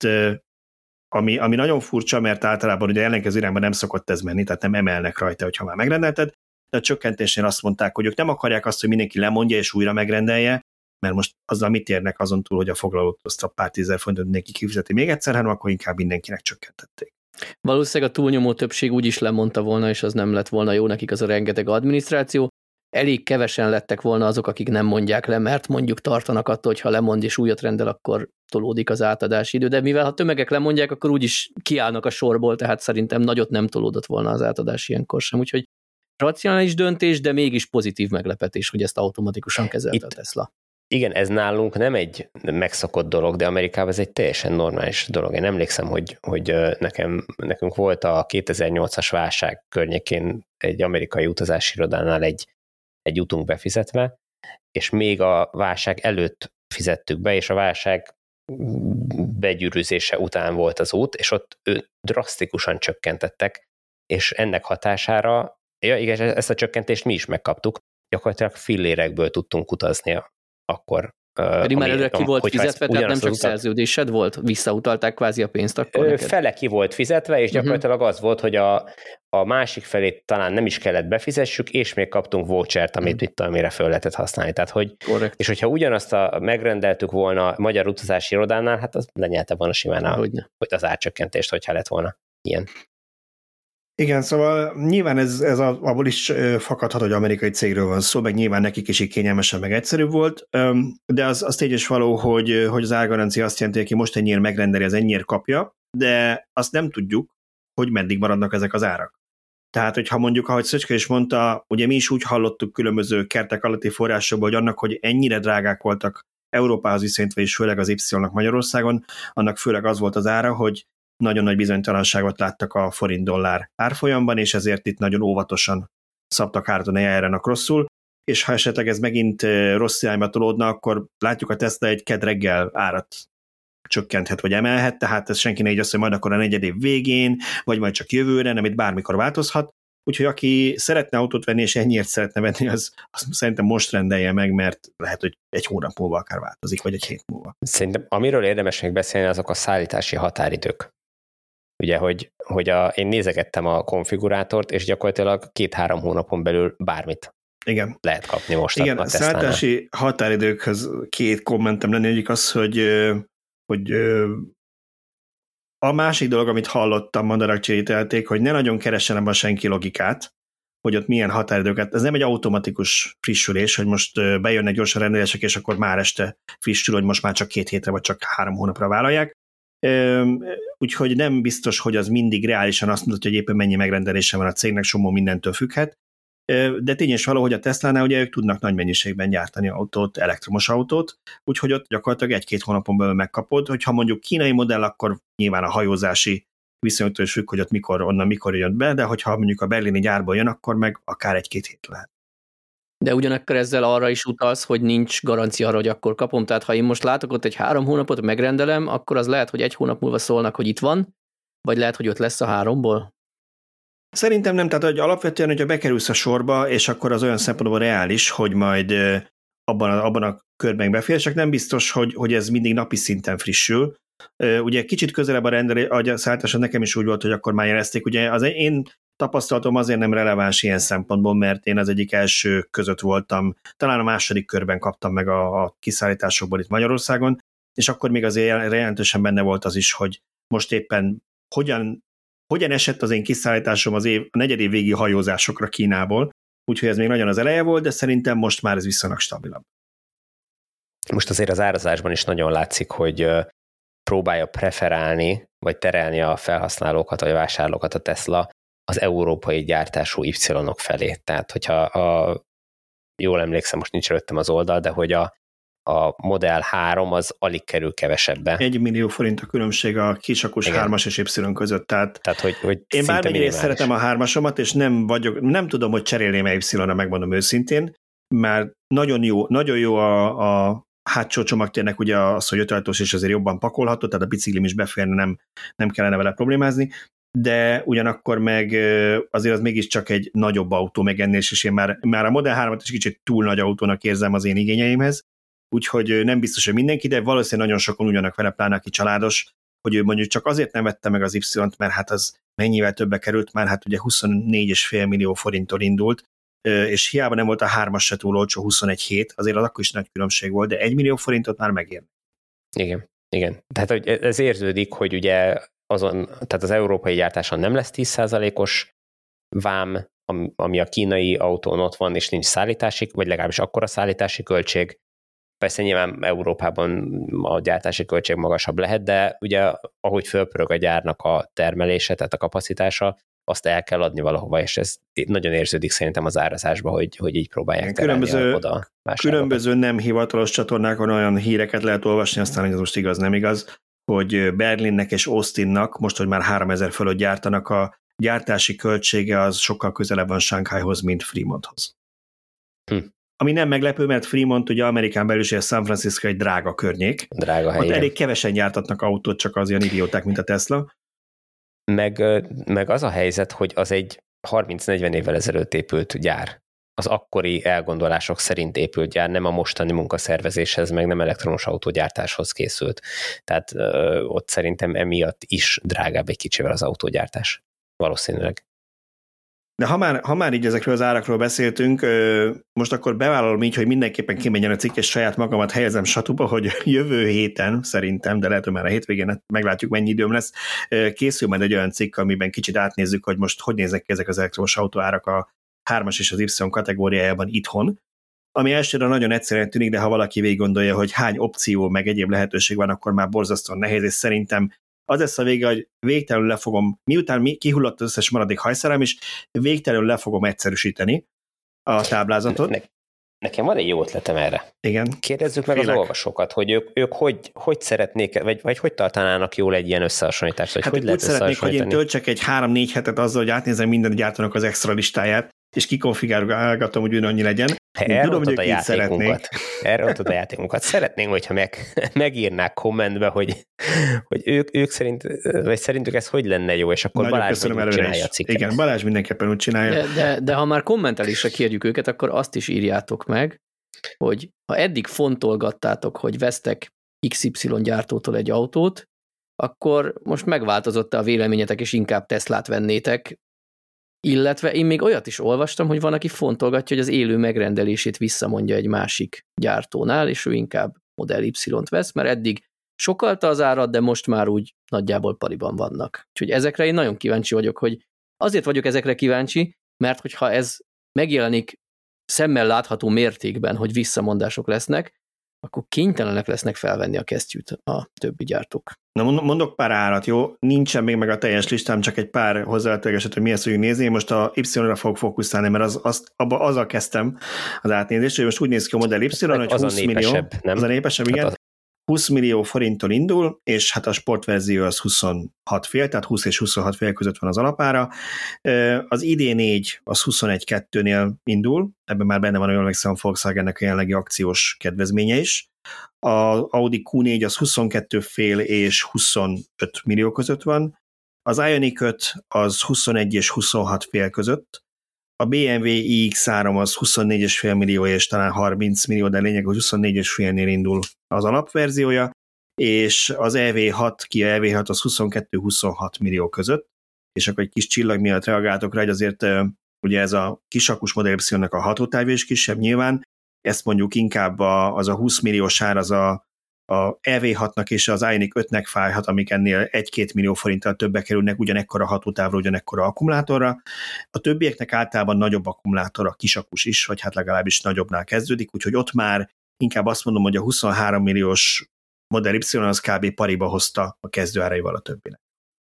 ami, ami nagyon furcsa, mert általában ugye ellenkező irányban nem szokott ez menni, tehát nem emelnek rajta, hogyha már megrendelted, de a csökkentésnél azt mondták, hogy ők nem akarják azt, hogy mindenki lemondja és újra megrendelje, mert most azzal mit érnek azon túl, hogy a foglalót azt a pár tízezer forintot mindenki kifizeti még egyszer, hanem akkor inkább mindenkinek csökkentették. Valószínűleg a túlnyomó többség úgy is lemondta volna, és az nem lett volna jó nekik az a rengeteg adminisztráció. Elég kevesen lettek volna azok, akik nem mondják le, mert mondjuk tartanak attól, hogy ha lemond és újat rendel, akkor tolódik az átadási idő. De mivel ha tömegek lemondják, akkor úgyis kiállnak a sorból, tehát szerintem nagyot nem tolódott volna az átadás ilyenkor sem. Úgyhogy racionális döntés, de mégis pozitív meglepetés, hogy ezt automatikusan kezelte Itt, a Tesla. Igen, ez nálunk nem egy megszokott dolog, de Amerikában ez egy teljesen normális dolog. Én emlékszem, hogy, hogy nekem, nekünk volt a kétezer-nyolcas válság környékén egy amerikai utazási irodánál egy, egy utunk befizetve, és még a válság előtt fizettük be, és a válság begyűrűzése után volt az út, és ott ő drasztikusan csökkentettek, és ennek hatására, ja, igen, ezt a csökkentést mi is megkaptuk, gyakorlatilag fillérekből tudtunk utazni akkor. Pedig már előre ki volt fizetve, tehát nem csak utat... szerződésed volt, visszautalták kvázi a pénzt akkor neked? Fele ki volt fizetve, és gyakorlatilag uh-huh. az volt, hogy a, a másik felét talán nem is kellett befizessük, és még kaptunk vouchert, amit uh-huh. itt amire föl lehetett használni. Tehát, hogy, és hogyha ugyanazt a, megrendeltük volna a magyar utazási irodánál, hát az lenyelte volna simán a, hogy az árcsökkentést, hogyha lett volna ilyen. Igen, szóval nyilván ez, ez abból is fakadhat, hogy amerikai cégről van szó, meg nyilván nekik is így kényelmesen, meg egyszerűbb volt, de az, az tény is való, hogy, hogy az árgarancia azt jelenti, hogy aki most ennyire megrendeli, az ennyire kapja, de azt nem tudjuk, hogy meddig maradnak ezek az árak. Tehát, hogyha mondjuk, ahogy Szöcske is mondta, ugye mi is úgy hallottuk különböző kertek alatti forrásokból, hogy annak, hogy ennyire drágák voltak Európához viszonyítva, és főleg az Y-nak Magyarországon, annak főleg az volt az ára, hogy nagyon nagy bizonytalanságot láttak a forint-dollár árfolyamban, és ezért itt nagyon óvatosan szabtak árat, ne járjanak rosszul, és ha esetleg ez megint rossz irányba tolódna, akkor látjuk a Tesla egy kedd reggel árat csökkenthet, vagy emelhet, tehát ez senki ne így azt, hogy majd akkor a negyed év végén, vagy majd csak jövőre, nem itt bármikor változhat. Úgyhogy aki szeretne autót venni, és ennyiért szeretne venni, az, az szerintem most rendelje meg, mert lehet, hogy egy hónap múlva akár változik, vagy egy hét múlva. Szerintem amiről érdemes még beszélni, azok a szállítási határidők. Ugye, hogy, hogy a, én nézegettem a konfigurátort, és gyakorlatilag két-három hónapon belül bármit Igen. lehet kapni most. Igen, a, a szállítási határidőkhöz két kommentem lenne, egyik az, hogy, hogy a másik dolog, amit hallottam, mandarag csérítelték, hogy ne nagyon keressen ebben senki logikát, hogy ott milyen határidőket, ez nem egy automatikus frissülés, hogy most bejönnek gyorsan rendelések, és akkor már este frissül, hogy most már csak két hétre, vagy csak három hónapra vállalják. úgyhogy nem biztos, hogy az mindig reálisan azt mutatja, hogy éppen mennyi megrendelése van a cégnek, somó mindentől függhet. De tényes való, hogy a Tesla-nál ugye ők tudnak nagy mennyiségben gyártani autót, elektromos autót, úgyhogy ott gyakorlatilag egy-két hónapon belül megkapod, hogyha mondjuk kínai modell, akkor nyilván a hajózási viszonyoktól is függ, hogy ott mikor, onnan mikor jön be, de hogyha mondjuk a berlini gyárból jön, akkor meg akár egy-két hét lehet. De ugyanakkor ezzel arra is utalsz, hogy nincs garancia arra, hogy akkor kapom. Tehát ha én most látok ott egy három hónapot, megrendelem, akkor az lehet, hogy egy hónap múlva szólnak, hogy itt van, vagy lehet, hogy ott lesz a háromból? Szerintem nem, tehát hogy alapvetően, hogyha bekerülsz a sorba, és akkor az olyan szempontból reális, hogy majd abban a, abban a körben befér, csak nem biztos, hogy, hogy ez mindig napi szinten frissül. Ugye kicsit közelebb a rendelés, a szállításod nekem is úgy volt, hogy akkor már jelezték. Ugye az én tapasztalatom azért nem releváns ilyen szempontból, mert én az egyik első között voltam, talán a második körben kaptam meg a, a kiszállításokból itt Magyarországon, és akkor még azért jelentősen benne volt az is, hogy most éppen hogyan Hogyan esett az én kiszállításom az év, a negyedév végi hajózásokra Kínából, úgyhogy ez még nagyon az eleje volt, de szerintem most már ez viszonylag stabilabb. Most azért az árazásban is nagyon látszik, hogy próbálja preferálni, vagy terelni a felhasználókat, vagy a vásárlókat a Tesla az európai gyártású Y-ok felé. Tehát, hogyha a, jól emlékszem, most nincs előttem az oldal, de hogy a a Model három az alig kerül kevesebbe. Egy millió forint a különbség a kisakus hármas és Y között. Tehát, Tehát hogy, hogy én bármennyire szeretem a hármasomat, és nem vagyok, nem tudom, hogy cserélném Y-ra, megmondom őszintén, mert nagyon jó, nagyon jó a, a hátsó csomagtérnek ugye az, hogy ötajtós és azért jobban pakolható, tehát a biciklim is beférne, nem, nem kellene vele problémázni, de ugyanakkor meg azért az mégiscsak egy nagyobb autó meg ennél, és én már, már a Model hármat is kicsit túl nagy autónak érzem az én igényeimhez, úgyhogy nem biztos, hogy mindenki, de valószínűleg nagyon sokan ugyanak vele, pláne aki családos, hogy ő mondjuk csak azért nem vette meg az Y-t, mert hát az mennyivel többe került, már hát ugye huszonnégy egész öt millió forinttól indult, és hiába nem volt a hármas se túl olcsó, huszonegy hét, azért az akkor is nagy különbség volt, de egy millió forintot már megér. Igen, igen. Tehát hogy ez érződik, hogy ugye azon, tehát az európai gyártáson nem lesz tíz százalékos vám, ami a kínai autón ott van, és nincs szállítási, vagy legalábbis akkora szállítási költség. Persze nyilván Európában a gyártási költség magasabb lehet, de ugye ahogy fölpörög a gyárnak a termelése, tehát a kapacitása, azt el kell adni valahova, és ez nagyon érződik szerintem az árazásban, hogy, hogy így próbálják terelni oda a vásárlókat. Különböző nem hivatalos csatornákon olyan híreket lehet olvasni, aztán ez most igaz, nem igaz, hogy Berlinnek és Austinnak, most, hogy már háromezer fölött gyártanak, a gyártási költsége az sokkal közelebb van Shanghaihoz, mint Fremonthoz. Hm. Ami nem meglepő, mert Fremont ugye Amerikán belül és San Francisco egy drága környék. Drága hely. Ott elég kevesen gyártatnak autót, csak az ilyen idióták, mint a Tesla. Meg, meg az a helyzet, hogy az egy harminc-negyven évvel ezelőtt épült gyár. Az akkori elgondolások szerint épült gyár, nem a mostani munkaszervezéshez, meg nem elektromos autógyártáshoz készült. Tehát ö, ott szerintem emiatt is drágább egy kicsivel az autógyártás. Valószínűleg. De ha már, ha már így ezekről az árakról beszéltünk, most akkor bevállalom így, hogy mindenképpen kimenjen a cikk, és saját magamat helyezem satuba, hogy jövő héten szerintem, de lehet, hogy már a hétvégén meglátjuk, mennyi időm lesz, készül majd egy olyan cikk, amiben kicsit átnézzük, hogy most hogy néznek ki ezek az elektromos autóárak a hármas és az Y kategóriájában itthon, ami elsőre nagyon egyszerűen tűnik, de ha valaki végig gondolja, hogy hány opció, meg egyéb lehetőség van, akkor már borzasztóan nehéz, és szerintem az lesz a vége, hogy végtelenül le fogom, miután kihullott az összes maradék hajszálám is, végtelenül le fogom egyszerűsíteni a táblázatot. Ne, nekem van egy jó ötletem erre. Igen. Kérdezzük meg Félek. az olvasókat, hogy ők, ők hogy, hogy szeretnék, vagy, vagy hogy tartanának jól egy ilyen összehasonlítást, vagy hát hogy lehet úgy szeretnék, hogy én töltsek egy három-négy hetet azzal, hogy átnézem minden gyártónak az extra listáját, és kikonfigálgatom, hogy ugyanannyi legyen. Elrontod a játékunkat. Elrontod a játékunkat. Szeretnénk, hogyha meg, megírnák kommentbe, hogy, hogy ők, ők szerint, vagy szerintük ez hogy lenne jó, és akkor nagyon Balázs úgy csinálja a cikket. Igen, Balázs mindenképpen úgy csinálja. De, de, de ha már kommentelésre kérjük őket, akkor azt is írjátok meg, hogy ha eddig fontolgattátok, hogy vesztek iksz ipszilon gyártótól egy autót, akkor most megváltozott a véleményetek, és inkább Teslát vennétek, illetve én még olyat is olvastam, hogy van, aki fontolgatja, hogy az élő megrendelését visszamondja egy másik gyártónál, és ő inkább Model Y-t vesz, mert eddig sokalta az árat, de most már úgy nagyjából pariban vannak. Úgyhogy ezekre én nagyon kíváncsi vagyok, hogy azért vagyok ezekre kíváncsi, mert hogyha ez megjelenik szemmel látható mértékben, hogy visszamondások lesznek, akkor kénytelenek lesznek felvenni a kesztyűt a többi gyártók. Na mondok pár árat, jó? Nincsen még meg a teljes listám, csak egy pár hozzátegeset, hogy mi ezt fogjuk nézni. Én most a Y-ra fogok fókuszálni, mert az, az, abba, azzal kezdtem az átnézést, hogy most úgy néz ki a Model Y, hát hogy az húsz a millió. Nem? Az a népesebb, igen. Hát az... húsz millió forinttól indul, és hát a sportverzió az huszonhat fél, tehát húsz és huszonhat fél között van az alapára. Az I D négy az huszonegy kettőnél indul, ebben már benne van, olyan megszem a Volkswagennek a jelenlegi akciós kedvezménye is. A Audi Q négy az huszonkettő fél és huszonöt millió között van. Az Ioniq öt az huszonegy és huszonhat fél között. A bé em vé i X három az huszonnégy és fél millió és talán harminc millió, de lényeg, hogy huszonnégy és félnél indul az alapverziója, és az E V hat, Kia E V hat az huszonkettő-huszonhat millió között, és akkor egy kis csillag miatt reagáltok rá, hogy azért ugye ez a kisakus Model Y-nek a hatótávja is kisebb nyilván, ezt mondjuk inkább a, az a húsz milliós ár az a, a E V hatnak és az Ioniq ötnek fájhat, amik ennél egy-két millió forinttal többe kerülnek ugyanekkora hatótávra, ugyanekkora akkumulátorra. A többieknek általában nagyobb akkumulátor, a kisakus is, vagy hát legalábbis nagyobbnál kezdődik, úgyhogy ott már inkább azt mondom, hogy a huszonhárom milliós Model Y az kb. Pariba hozta a kezdőáraival a többinek.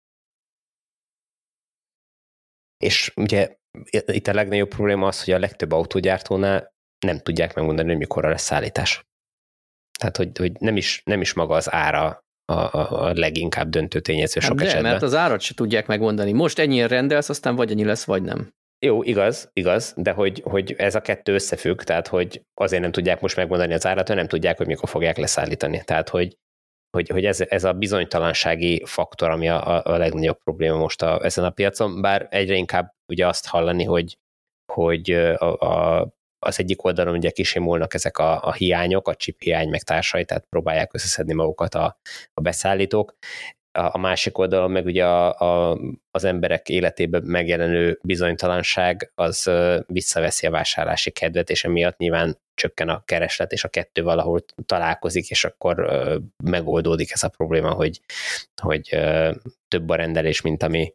És ugye itt a legnagyobb probléma az, hogy a legtöbb autógyártónál nem tudják megmondani, hogy mikorra lesz szállítás. Tehát, hogy, hogy nem, is, nem is maga az ára a, a, a leginkább döntő tényező hát sok de, esetben. mert az árat se tudják megmondani. Most ennyien rendelsz, aztán vagy ennyi lesz, vagy nem. Jó, igaz, igaz, de hogy, hogy ez a kettő összefügg, tehát hogy azért nem tudják most megmondani az árat, hogy nem tudják, hogy mikor fogják leszállítani. Tehát, hogy, hogy, hogy ez, ez a bizonytalansági faktor, ami a, a legnagyobb probléma most a, ezen a piacon, bár egyre inkább ugye azt hallani, hogy, hogy a, a az egyik oldalon ugye kisimulnak ezek a, a hiányok, a chip hiány meg társai, tehát próbálják összeszedni magukat a, a beszállítók. A, a másik oldalon meg ugye a, a, az emberek életében megjelenő bizonytalanság az visszaveszi a vásárlási kedvet, és emiatt nyilván csökken a kereslet, és a kettő valahol találkozik, és akkor megoldódik ez a probléma, hogy, hogy több a rendelés, mint ami,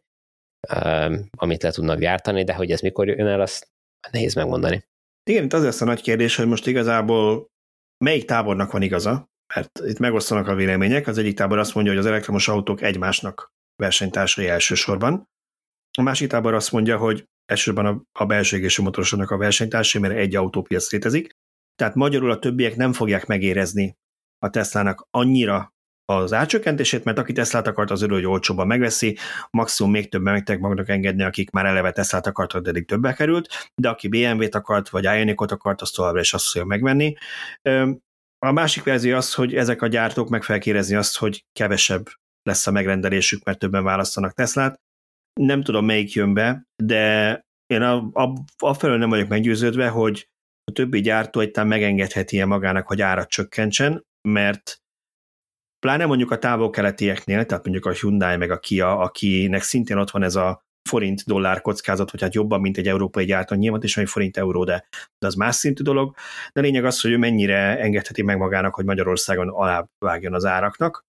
amit le tudnak gyártani, de hogy ez mikor jön el, azt nehéz megmondani. Igen, itt az lesz a nagy kérdés, hogy most igazából melyik tábornak van igaza, mert itt megosztanak a vélemények. Az egyik tábor azt mondja, hogy az elektromos autók egymásnak versenytársai elsősorban. A másik tábor azt mondja, hogy elsősorban a belső égésű motorosoknak a versenytársai, mert egy autópiac létezik. Tehát magyarul a többiek nem fogják megérezni a Teslának annyira az árcsökkentését, mert aki Teslát akart, az örül, hogy olcsóban megveszi, maximum még többen megtek magnak engedni, akik már eleve Teslát akartak, de eddig többbe került, de aki bé em vét akart, vagy Ioniqot akart, az továbbra is azt fogja megvenni. A másik verzió az, hogy ezek a gyártók meg fel kérezni azt, hogy kevesebb lesz a megrendelésük, mert többen választanak Teslát. Nem tudom, melyik jön be, de én afelől nem vagyok meggyőződve, hogy a többi gyártó egyáltalán megengedheti magának, hogy árat csökkentsen, mert pláne mondjuk a távol-keletieknél, tehát mondjuk a Hyundai meg a Kia, akinek szintén ott van ez a forint-dollár kockázat, hogy hát jobban, mint egy európai gyártó, nyilván is van egy forint-euró, de, de az más szintű dolog. De a lényeg az, hogy ő mennyire engedheti meg magának, hogy Magyarországon alávágjon az áraknak,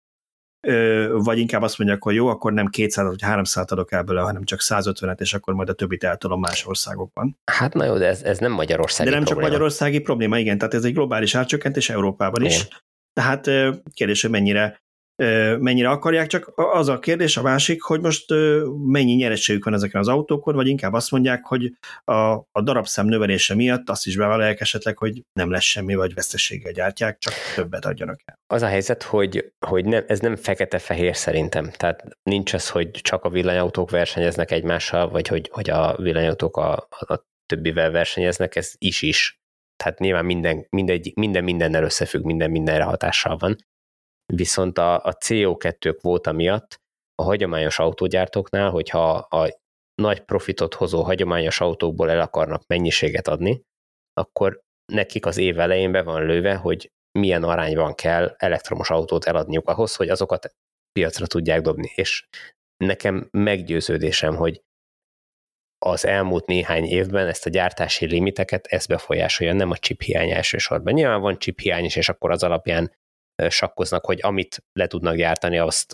Ö, vagy inkább azt mondják, hogy jó, akkor nem kétszázat vagy háromszázat adok el belőle, hanem csak százötvenet, és akkor majd a többit eltolom más országokban. Hát na jó, de ez, ez nem magyarországi De nem probléma. csak magyarországi probléma, igen, tehát ez egy globális árcsökkentés Európában is. Igen. Tehát kérdés, hogy mennyire, mennyire akarják, csak az a kérdés, a másik, hogy most mennyi nyereségük van ezeken az autókon, vagy inkább azt mondják, hogy a, a darabszám növelése miatt azt is bevállalják esetleg, hogy nem lesz semmi, vagy veszteséggel gyártják, csak többet adjanak el. Az a helyzet, hogy, hogy nem, ez nem fekete-fehér szerintem. Tehát nincs az, hogy csak a villanyautók versenyeznek egymással, vagy hogy, hogy a villanyautók a, a többivel versenyeznek, ez is-is. Tehát nyilván minden, mindegy, minden mindennel összefügg, minden mindenre hatással van. Viszont a, a cé o kettő kvóta miatt a hagyományos autógyártóknál, hogyha a nagy profitot hozó hagyományos autókból el akarnak mennyiséget adni, akkor nekik az év elején be van lőve, hogy milyen arányban kell elektromos autót eladniuk ahhoz, hogy azokat piacra tudják dobni. És nekem meggyőződésem, hogy az elmúlt néhány évben ezt a gyártási limiteket ezt befolyásolja, nem a chip hiány elsősorban. Nyilván van chip hiány is, és akkor az alapján sakkoznak, hogy amit le tudnak gyártani, azt,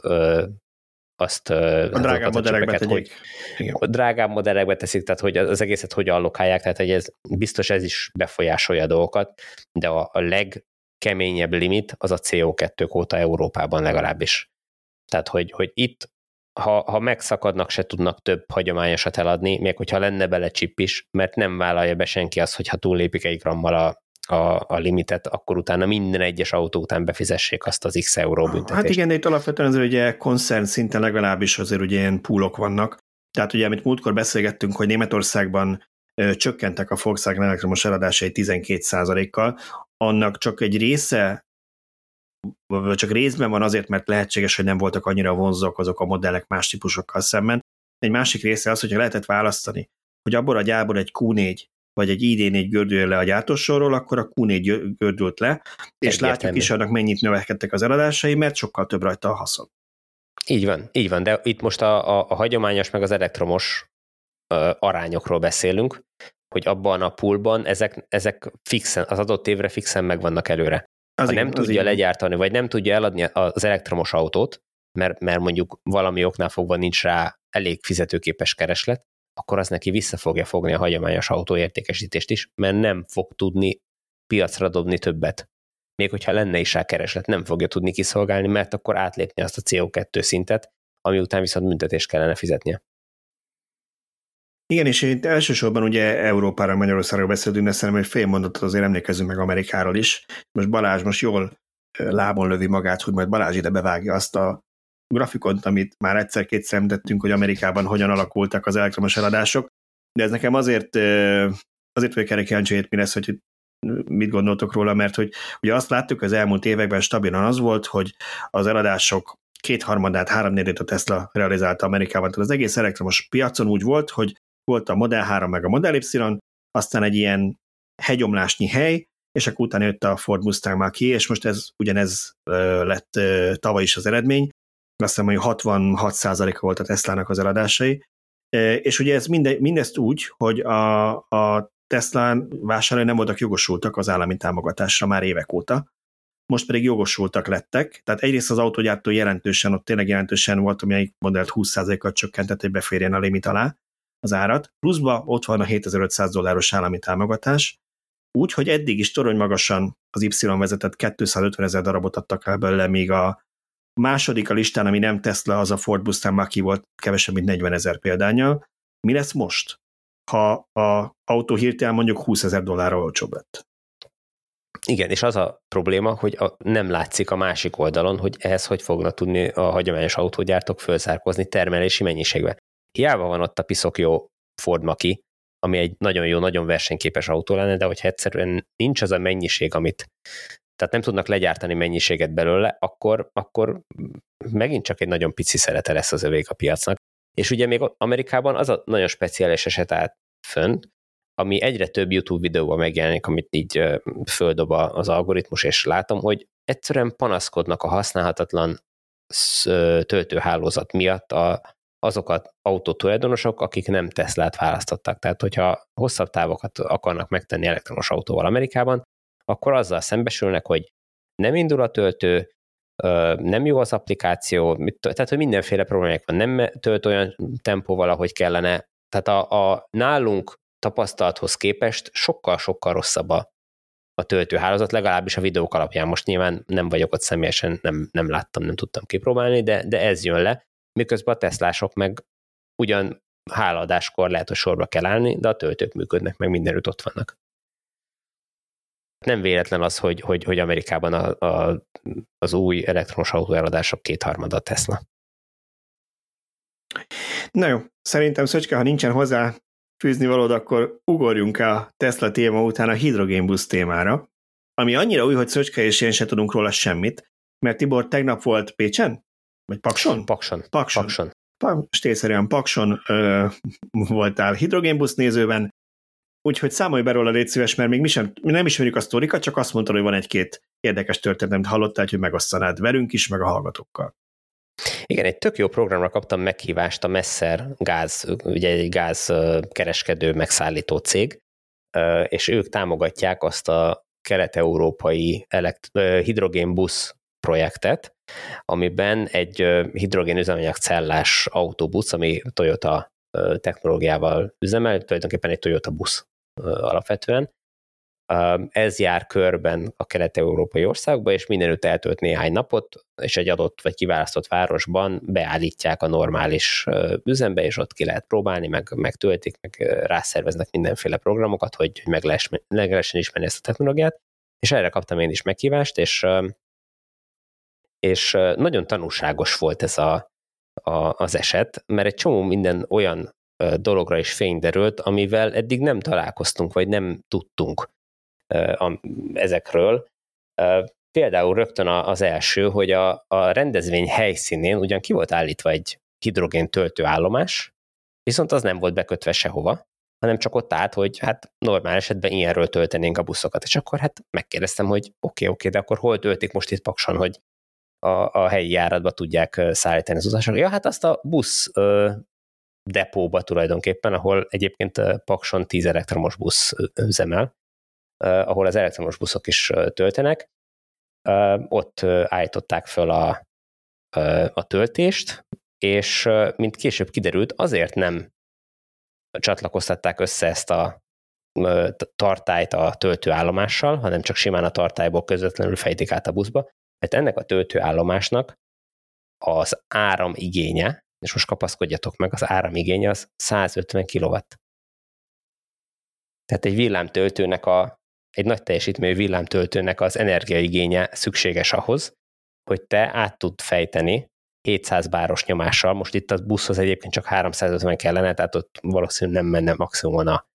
azt a drágább modellekbe hogy a drágább modellekbe teszik, tehát hogy az egészet hogy allokálják, tehát hogy ez biztos ez is befolyásolja a dolgokat, de a, a leg legkeményebb limit az a cé o kettő kvóta Európában legalábbis. Tehát, hogy, hogy itt, ha, ha megszakadnak, se tudnak több hagyományosat eladni, még hogyha lenne bele chip is, mert nem vállalja be senki azt, hogy ha túllépik egy grammal a, a, a limitet, akkor utána minden egyes autó után befizessék azt az x euró büntetést. Hát igen, de itt alapvetően azért ugye koncern szinten legalábbis azért ugye ilyen poolok vannak. Tehát ugye, amit múltkor beszélgettünk, hogy Németországban ö, csökkentek a Volkswagen elektromos eladásai tizenkét százalékkal, annak csak egy része, vagy csak részben van azért, mert lehetséges, hogy nem voltak annyira vonzók azok a modellek más típusokkal szemben. Egy másik része az, hogyha lehetett választani, hogy abból a gyárból egy kú négy vagy egy i dé négy gördüljön le a gyártósorról, akkor a kú négy gördült le, és Egyértelmű. Látjuk is annak mennyit növekedtek az eladásai, mert sokkal több rajta a haszon. Így van, így van, de itt most a, a, a hagyományos meg az elektromos uh, arányokról beszélünk, hogy abban a poolban ezek, ezek fixen, az adott évre fixen meg vannak előre. Az ha igen, nem tudja legyártani, vagy nem tudja eladni az elektromos autót, mert, mert mondjuk valami oknál fogva nincs rá elég fizetőképes kereslet, akkor az neki vissza fogja fogni a hagyományos autóértékesítést is, mert nem fog tudni piacra dobni többet. Még hogyha lenne is rá kereslet, nem fogja tudni kiszolgálni, mert akkor átlépni azt a cé o kettő szintet, ami után viszont büntetést kellene fizetnie. Igen, és itt elsősorban ugye Európára, Magyarországról beszélünk, de szerintem egy fél mondatot azért emlékezzünk meg Amerikáról is. Most Balázs most jól lábon lövi magát, hogy majd Balázs ide bevágja azt a grafikont, amit már egyszer-kétszer említettünk, hogy Amerikában hogyan alakultak az elektromos eladások, de ez nekem azért, azért vagyok erre kíváncsi, hogy mi lesz, hogy mit gondoltok róla, mert hogy ugye azt láttuk, az elmúlt években stabilan az volt, hogy az eladások kétharmadát, háromnegyedét a Tesla realizálta Amerikában, tehát az egész elektromos piacon úgy volt, hogy volt a Model három meg a Model Y, aztán egy ilyen hegyomlásnyi hely, és akkor utána jött a Ford Mustang Mach-E, és most ez ugyanez lett tavaly is az eredmény. Azt hiszem, hogy hatvanhat százaléka volt a Teslának az eladásai. És ugye ez minde, mindezt úgy, hogy a, a Tesla vásárlói nem voltak jogosultak az állami támogatásra már évek óta, most pedig jogosultak lettek, tehát egyrészt az autógyártó jelentősen, ott tényleg jelentősen volt, amelyik modellt húsz százalékkal csökkentett, hogy beférjen a limit alá az árat, pluszba ott van a hétezer-ötszáz dolláros állami támogatás, úgy, hogy eddig is torony magasan az Y vezetett kétszázötven ezer darabot adtak el belőle, míg a második a listán, ami nem Tesla, az a Ford Mustang Mach-E volt kevesebb, mint negyven ezer példánnyal. Mi lesz most, ha a autó hirtelen mondjuk húszezer dollárra olcsóbb lett? Igen, és az a probléma, hogy a, nem látszik a másik oldalon, hogy ehhez hogy fognak tudni a hagyományos autógyártók felzárkózni termelési mennyiségbe. Hiába van ott a piszok jó Ford Mach-E, ami egy nagyon jó, nagyon versenyképes autó lenne, de hogyha egyszerűen nincs az a mennyiség, amit, tehát nem tudnak legyártani mennyiséget belőle, akkor, akkor megint csak egy nagyon pici szerete lesz az övék a piacnak. És ugye még Amerikában az a nagyon speciális eset állt fönt, ami egyre több YouTube videóban megjelenik, amit így földob az algoritmus, és látom, hogy egyszerűen panaszkodnak a használhatatlan töltőhálózat miatt a, azok az autótulajdonosok, akik nem Teslát választottak. Tehát, hogyha hosszabb távokat akarnak megtenni elektromos autóval Amerikában, akkor azzal szembesülnek, hogy nem indul a töltő, nem jó az applikáció, tehát, hogy mindenféle problémák van, nem tölt olyan tempóval, ahogy kellene. Tehát a, a nálunk tapasztalathoz képest sokkal-sokkal rosszabb a, a töltőhálózat, legalábbis a videók alapján. Most nyilván nem vagyok ott személyesen, nem, nem láttam, nem tudtam kipróbálni, de, de ez jön le, miközben a Teslások meg ugyan hálaadáskor lehet, hogy sorba kell állni, de a töltők működnek, meg mindenütt ott vannak. Nem véletlen az, hogy, hogy, hogy Amerikában a, a, az új elektromos autóeladások kétharmada a Tesla. Na jó, szerintem Szöcske, ha nincsen hozzá fűzni valód, akkor ugorjunk a Tesla téma után a hidrogénbusz témára, ami annyira új, hogy Szöcske és én se tudunk róla semmit, mert Tibor tegnap volt Pécsen? Vagy Pakson? Pakson. Pakson. Pakson. Most észszerűen Pakson ö, voltál hidrogénbusz nézőben, úgyhogy számolj be róla, légy szíves, mert még mi, sem, mi nem ismerjük a sztorikat, csak azt mondtad, hogy van egy-két érdekes történet, amit hallottál, hogy megosztanád velünk is, meg a hallgatókkal. Igen, egy tök jó programra kaptam meghívást, a Messer gáz, ugye egy gázkereskedő megszállító cég, és ők támogatják azt a kelet-európai elekt- hidrogénbusz projektet, amiben egy hidrogén üzemanyag cellás autóbusz, ami Toyota technológiával üzemel, tulajdonképpen egy Toyota busz alapvetően, Ez jár körben a kelet-európai országban, és mindenütt eltölt néhány napot, és egy adott vagy kiválasztott városban beállítják a normális üzembe, és ott ki lehet próbálni, meg, meg töltik, meg rászerveznek mindenféle programokat, hogy meg lehessen ismerni ezt a technológiát, és erre kaptam én is meghívást, és, és nagyon tanulságos volt ez a, a, az eset, mert egy csomó minden olyan dologra is fény derült, amivel eddig nem találkoztunk, vagy nem tudtunk ezekről. Például rögtön az első, hogy a, a rendezvény helyszínén ugyan ki volt állítva egy hidrogén töltőállomás, viszont az nem volt bekötve sehova, hanem csak ott állt, hogy hát normál esetben ilyenről töltenénk a buszokat. És akkor hát megkérdeztem, hogy oké, okay, oké, okay, de akkor hol töltik most itt Pakson, hogy a, a helyi járatba tudják szállítani az utasokat? Ja, hát azt a busz ö, depóba tulajdonképpen, ahol egyébként Pakson tíz elektromos busz üzemel, Uh, ahol az elektromos buszok is uh, töltenek, uh, ott uh, állították föl a, uh, a töltést, és uh, mint később kiderült, azért nem csatlakoztatták össze ezt a uh, tartályt a töltőállomással, hanem csak simán a tartályból közvetlenül fejtik át a buszba, mert ennek a töltőállomásnak az áramigénye, és most kapaszkodjatok meg, az áramigénye az százötven kilowatt. Tehát egy villámtöltőnek a egy nagy teljesítményű villámtöltőnek az energiaigénye szükséges ahhoz, hogy te át tud fejteni hétszáz báros nyomással. Most itt a buszhoz egyébként csak háromszázötven kellene, tehát ott valószínűleg nem menne maximumon a,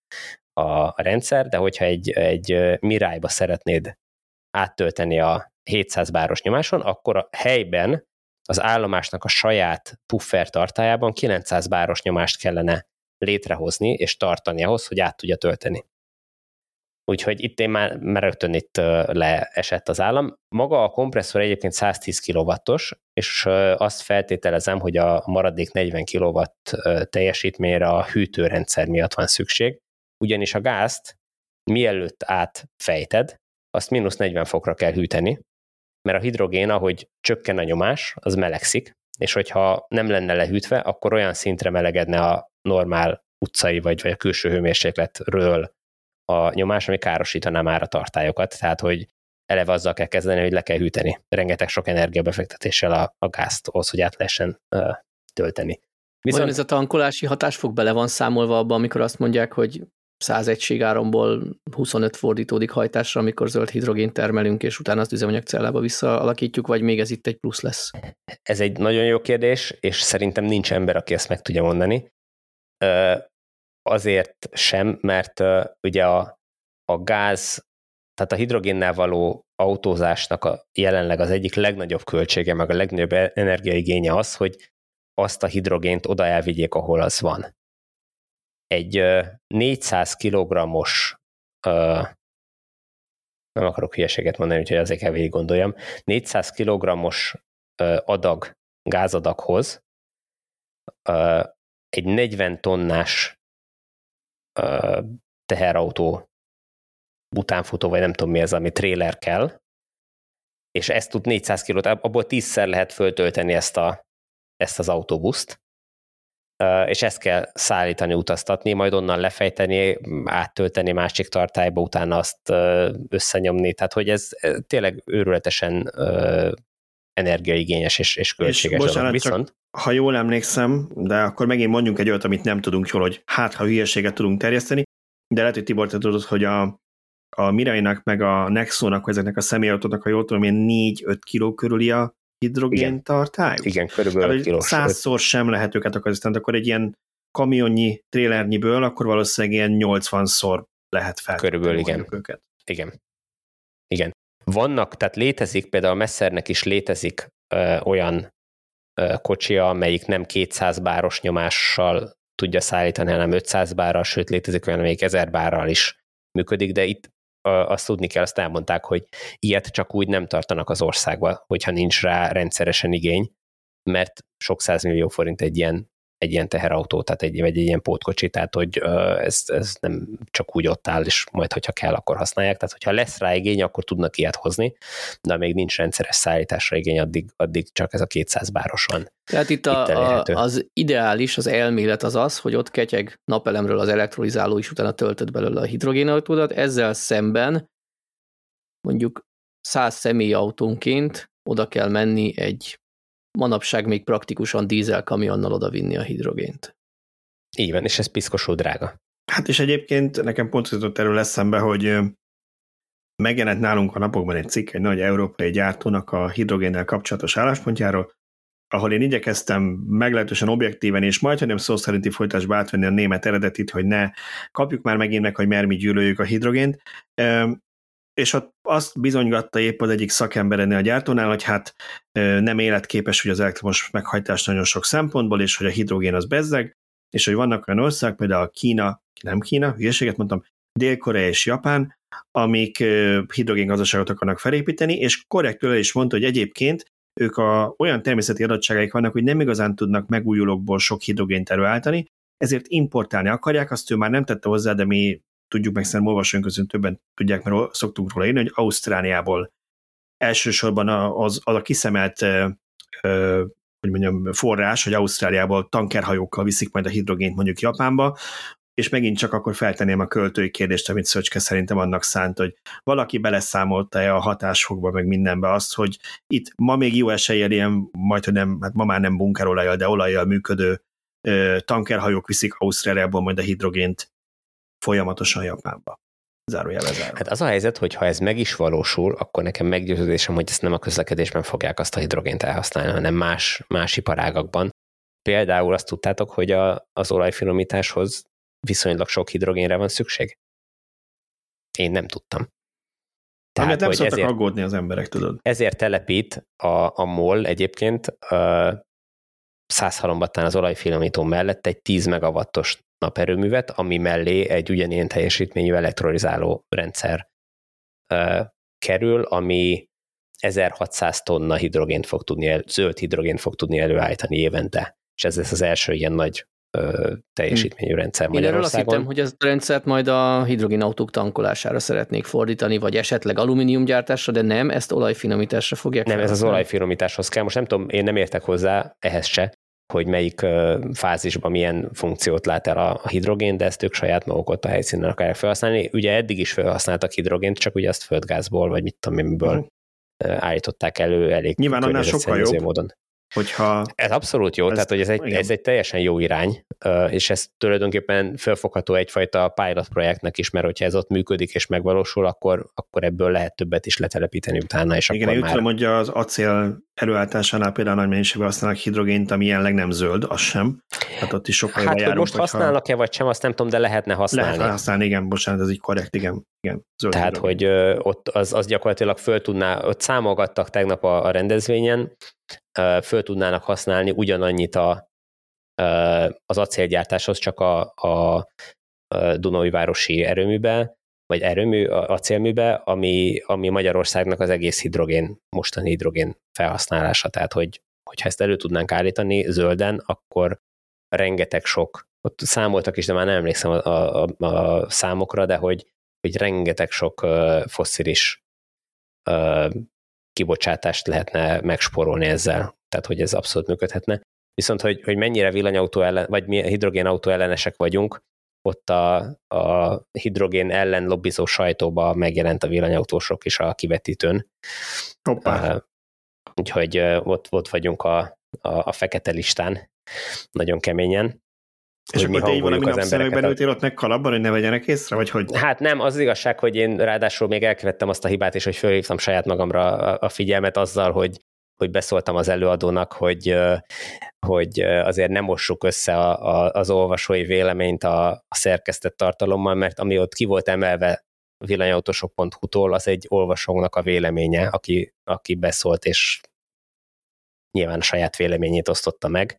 a rendszer, de hogyha egy, egy Mirályba szeretnéd áttölteni a hétszáz báros nyomáson, akkor a helyben az állomásnak a saját puffer tartályában kilencszáz báros nyomást kellene létrehozni és tartani ahhoz, hogy át tudja tölteni. Úgyhogy itt én már, már rögtön itt leesett az állam. Maga a kompresszor egyébként száztíz kilowattos, és azt feltételezem, hogy a maradék negyven kilowatt teljesítményre a hűtőrendszer miatt van szükség, ugyanis a gázt mielőtt átfejted, azt mínusz negyven fokra kell hűteni, mert a hidrogén, ahogy csökken a nyomás, az melegszik, és hogyha nem lenne lehűtve, akkor olyan szintre melegedne a normál utcai vagy, vagy a külső hőmérsékletről a nyomás, ami károsítaná már a tartályokat, tehát hogy eleve azzal kell kezdeni, hogy le kell hűteni. Rengeteg sok energiabefektetéssel a, a gázt ahhoz, hogy át lehessen uh, tölteni. Viszont ez a tankolási hatásfok bele van számolva abban, amikor azt mondják, hogy száz egység áramból huszonöt fordítódik hajtásra, amikor zöld hidrogént termelünk, és utána azt üzemanyagcellába visszaalakítjuk, vagy még ez itt egy plusz lesz? Ez egy nagyon jó kérdés, és szerintem nincs ember, aki ezt meg tudja mondani. Uh, Azért sem, mert uh, ugye a, a gáz, tehát a hidrogénnel való autózásnak a, jelenleg az egyik legnagyobb költsége, meg a legnagyobb energiaigénye az, hogy azt a hidrogént oda elvigyék, ahol az van. Egy uh, négyszáz kilogrammos, uh, nem akarok hülyeséget mondani, úgyhogy azért kell végig gondoljam, négyszáz kilogrammos uh, adag, gázadaghoz uh, egy negyven tonnás teherautó, utánfutó, vagy nem tudom mi ez, ami trailer kell, és ezt tud négyszáz kilót, abból tízszer lehet föltölteni ezt, a, ezt az autóbuszt, és ezt kell szállítani, utaztatni, majd onnan lefejteni, áttölteni másik tartályba, utána azt összenyomni, tehát hogy ez tényleg őrületesen energiaigényes és, és költséges. És bocsánat, viszont csak, ha jól emlékszem, de akkor megint mondjunk egy olyat, amit nem tudunk jól, hogy hát, ha hülyeséget tudunk terjeszteni, de lehet, hogy Tibor, te tudod, hogy a, a Mirainak meg a Nexónak, ezeknek a személyautónak, ha jól tudom, ilyen négy-öt kiló körüli a hidrogén tartály. Igen, körülbelül öt kilós. Százszor sem lehet őket akasztani, akkor egy ilyen kamionnyi, trélernnyiből, akkor valószínűleg ilyen nyolcvanszor lehet fel. Körülbelül igen. Őket. Igen. Igen. Vannak, tehát létezik, például a Messernek is létezik ö, olyan ö, kocsia, amelyik nem kétszáz báros nyomással tudja szállítani, hanem ötszáz bárral, sőt létezik olyan, amelyik ezer bárral is működik, de itt ö, azt tudni kell, azt elmondták, hogy ilyet csak úgy nem tartanak az országba, hogyha nincs rá rendszeresen igény, mert sok százmillió forint egy ilyen egy ilyen teherautó, tehát egy, egy ilyen pótkocsi, tehát hogy ez, ez nem csak úgy ott áll, és majd, hogyha kell, akkor használják. Tehát, hogyha lesz rá igény, akkor tudnak ilyet hozni, de még nincs rendszeres szállításra igény, addig, addig csak ez a kétszáz báros van. Tehát itt, itt a, a, az ideális, az elmélet az az, hogy ott ketyeg napelemről az elektrolizáló, és utána töltött belőle a hidrogénautódat, ezzel szemben mondjuk száz személyautónként oda kell menni egy manapság még praktikusan dízelkamionnal odavinni a hidrogént. Így van, és ez piszkosul drága. Hát és egyébként nekem pont jutott erről eszembe, hogy megjelent nálunk a napokban egy cikk egy nagy európai gyártónak a hidrogénnel kapcsolatos álláspontjáról, ahol én igyekeztem meglehetősen objektíven és majdnem szó szerinti folytásba átvenni a német eredetit, hogy ne kapjuk már megint meg, hogy mert mi gyűlöljük a hidrogént, és ott azt bizonygatta épp az egyik szakember ennél a gyártónál, hogy hát nem életképes, hogy az elektromos meghajtás nagyon sok szempontból, és hogy a hidrogén az bezzeg, és hogy vannak olyan országok, például Kína, nem Kína, hülyeséget mondtam, Dél-Korea és Japán, amik hidrogéngazdaságot akarnak felépíteni, és korrektül is mondta, hogy egyébként ők a, olyan természeti adottságaik vannak, hogy nem igazán tudnak megújulókból sok hidrogént előállítani, ezért importálni akarják, azt ő már nem tette hozzá, de mi tudjuk meg, szerintem olvasóink között többen tudják, mert szoktunk róla írni, hogy Ausztráliából elsősorban az, az a kiszemelt hogy mondjam, forrás, hogy Ausztráliából tankerhajókkal viszik majd a hidrogént mondjuk Japánba, és megint csak akkor feltenném a költői kérdést, amit Szöcske szerintem annak szánt, hogy valaki beleszámolta-e a hatásfokba, meg mindenbe azt, hogy itt ma még jó eséllyel ilyen, majd, hogy nem, hát ma már nem bunkerolajjal, de olajjal működő ö, tankerhajók viszik Ausztráliából majd a hidrogént folyamatosan Japánba. Zárójelbe zárva. Hát az a helyzet, hogy ha ez meg is valósul, akkor nekem meggyőződésem, hogy ezt nem a közlekedésben fogják azt a hidrogént elhasználni, hanem más, más iparágakban. Például azt tudtátok, hogy a, az olajfinomításhoz viszonylag sok hidrogénre van szükség? Én nem tudtam. Tehát, Amit nem szoktak ezért, aggódni az emberek, tudod. Ezért telepít a, a MOL egyébként a Szászhalombattán az olajfinomító mellett egy tíz megawattos naperőművet, ami mellé egy ugyanilyen teljesítményű elektrolizáló rendszer uh, kerül, ami ezerhatszáz tonna hidrogént fog tudni, el, zöld hidrogént fog tudni előállítani évente. És ez lesz az első ilyen nagy uh, teljesítményű rendszer Én erről azt Magyarországon. hittem, hogy ezt a rendszert majd a hidrogénautók tankolására szeretnék fordítani, vagy esetleg alumíniumgyártásra, de nem, ezt olajfinomításra fogják Nem, ez az olajfinomításhoz kell. Most nem tudom, én nem értek hozzá ehhez se, hogy melyik fázisban milyen funkciót lát el a hidrogén, de ezt ők saját maguk ott a helyszínen akarják felhasználni. Ugye eddig is felhasználtak hidrogént, csak ugye azt földgázból, vagy mit tudom én, miből uh-huh. állították elő elég nyilván annál sokkal jobb, módon. Hogyha ez abszolút jó, ez, tehát hogy ez egy, ez egy teljesen jó irány, és ez tulajdonképpen felfogható egyfajta pilot projektnek is, mert hogyha ez ott működik és megvalósul, akkor, akkor ebből lehet többet is letelepíteni utána. És igen, akkor én már... tudom, hogy az acél előállításánál például nagy mennyiségben használnak hidrogént, ami jelenleg nem zöld, az sem. Hát ott is sokkal hát, járunk, most használnak-e vagy sem, azt nem tudom, de lehetne használni. Lehet használni, igen, bocsánat, ez így korrekt, igen. igen zöld Tehát, hidrogén. Hogy ö, ott az, az gyakorlatilag föl tudná, ott számolgattak tegnap a, a rendezvényen, ö, föl tudnának használni ugyanannyit a, ö, az acélgyártáshoz, csak a, a, a Dunaújvárosi erőműbe, vagy erőmű, acélműbe, ami, ami Magyarországnak az egész hidrogén, mostani hidrogén felhasználása. Tehát, hogy, hogyha ezt elő tudnánk állítani zölden, akkor rengeteg sok, ott számoltak is, de már nem emlékszem a, a, a számokra, de hogy, hogy rengeteg sok uh, fosszilis uh, kibocsátást lehetne megspórolni ezzel. Tehát, hogy ez abszolút működhetne. Viszont, hogy, hogy mennyire villanyautó ellen, vagy mi hidrogénautó ellenesek vagyunk, ott a, a hidrogén ellen lobbizó sajtóban megjelent a villanyautósok is a kivetítőn. Hoppá. Uh, úgyhogy uh, ott, ott vagyunk a, a, a fekete listán, nagyon keményen. És akkor te így valami napszemekben ültél ott meg kalapban, hogy ne vegyenek észre, vagy hogy? Hát nem, az igazság, hogy én ráadásul még elkövettem azt a hibát is, hogy fölhívtam saját magamra a, a figyelmet azzal, hogy hogy beszóltam az előadónak, hogy, hogy azért nem mossuk össze a, a, az olvasói véleményt a, a szerkesztett tartalommal, mert ami ott ki volt emelve villanyautósok pont hu-tól, az egy olvasónak a véleménye, aki, aki beszólt, és nyilván a saját véleményét osztotta meg.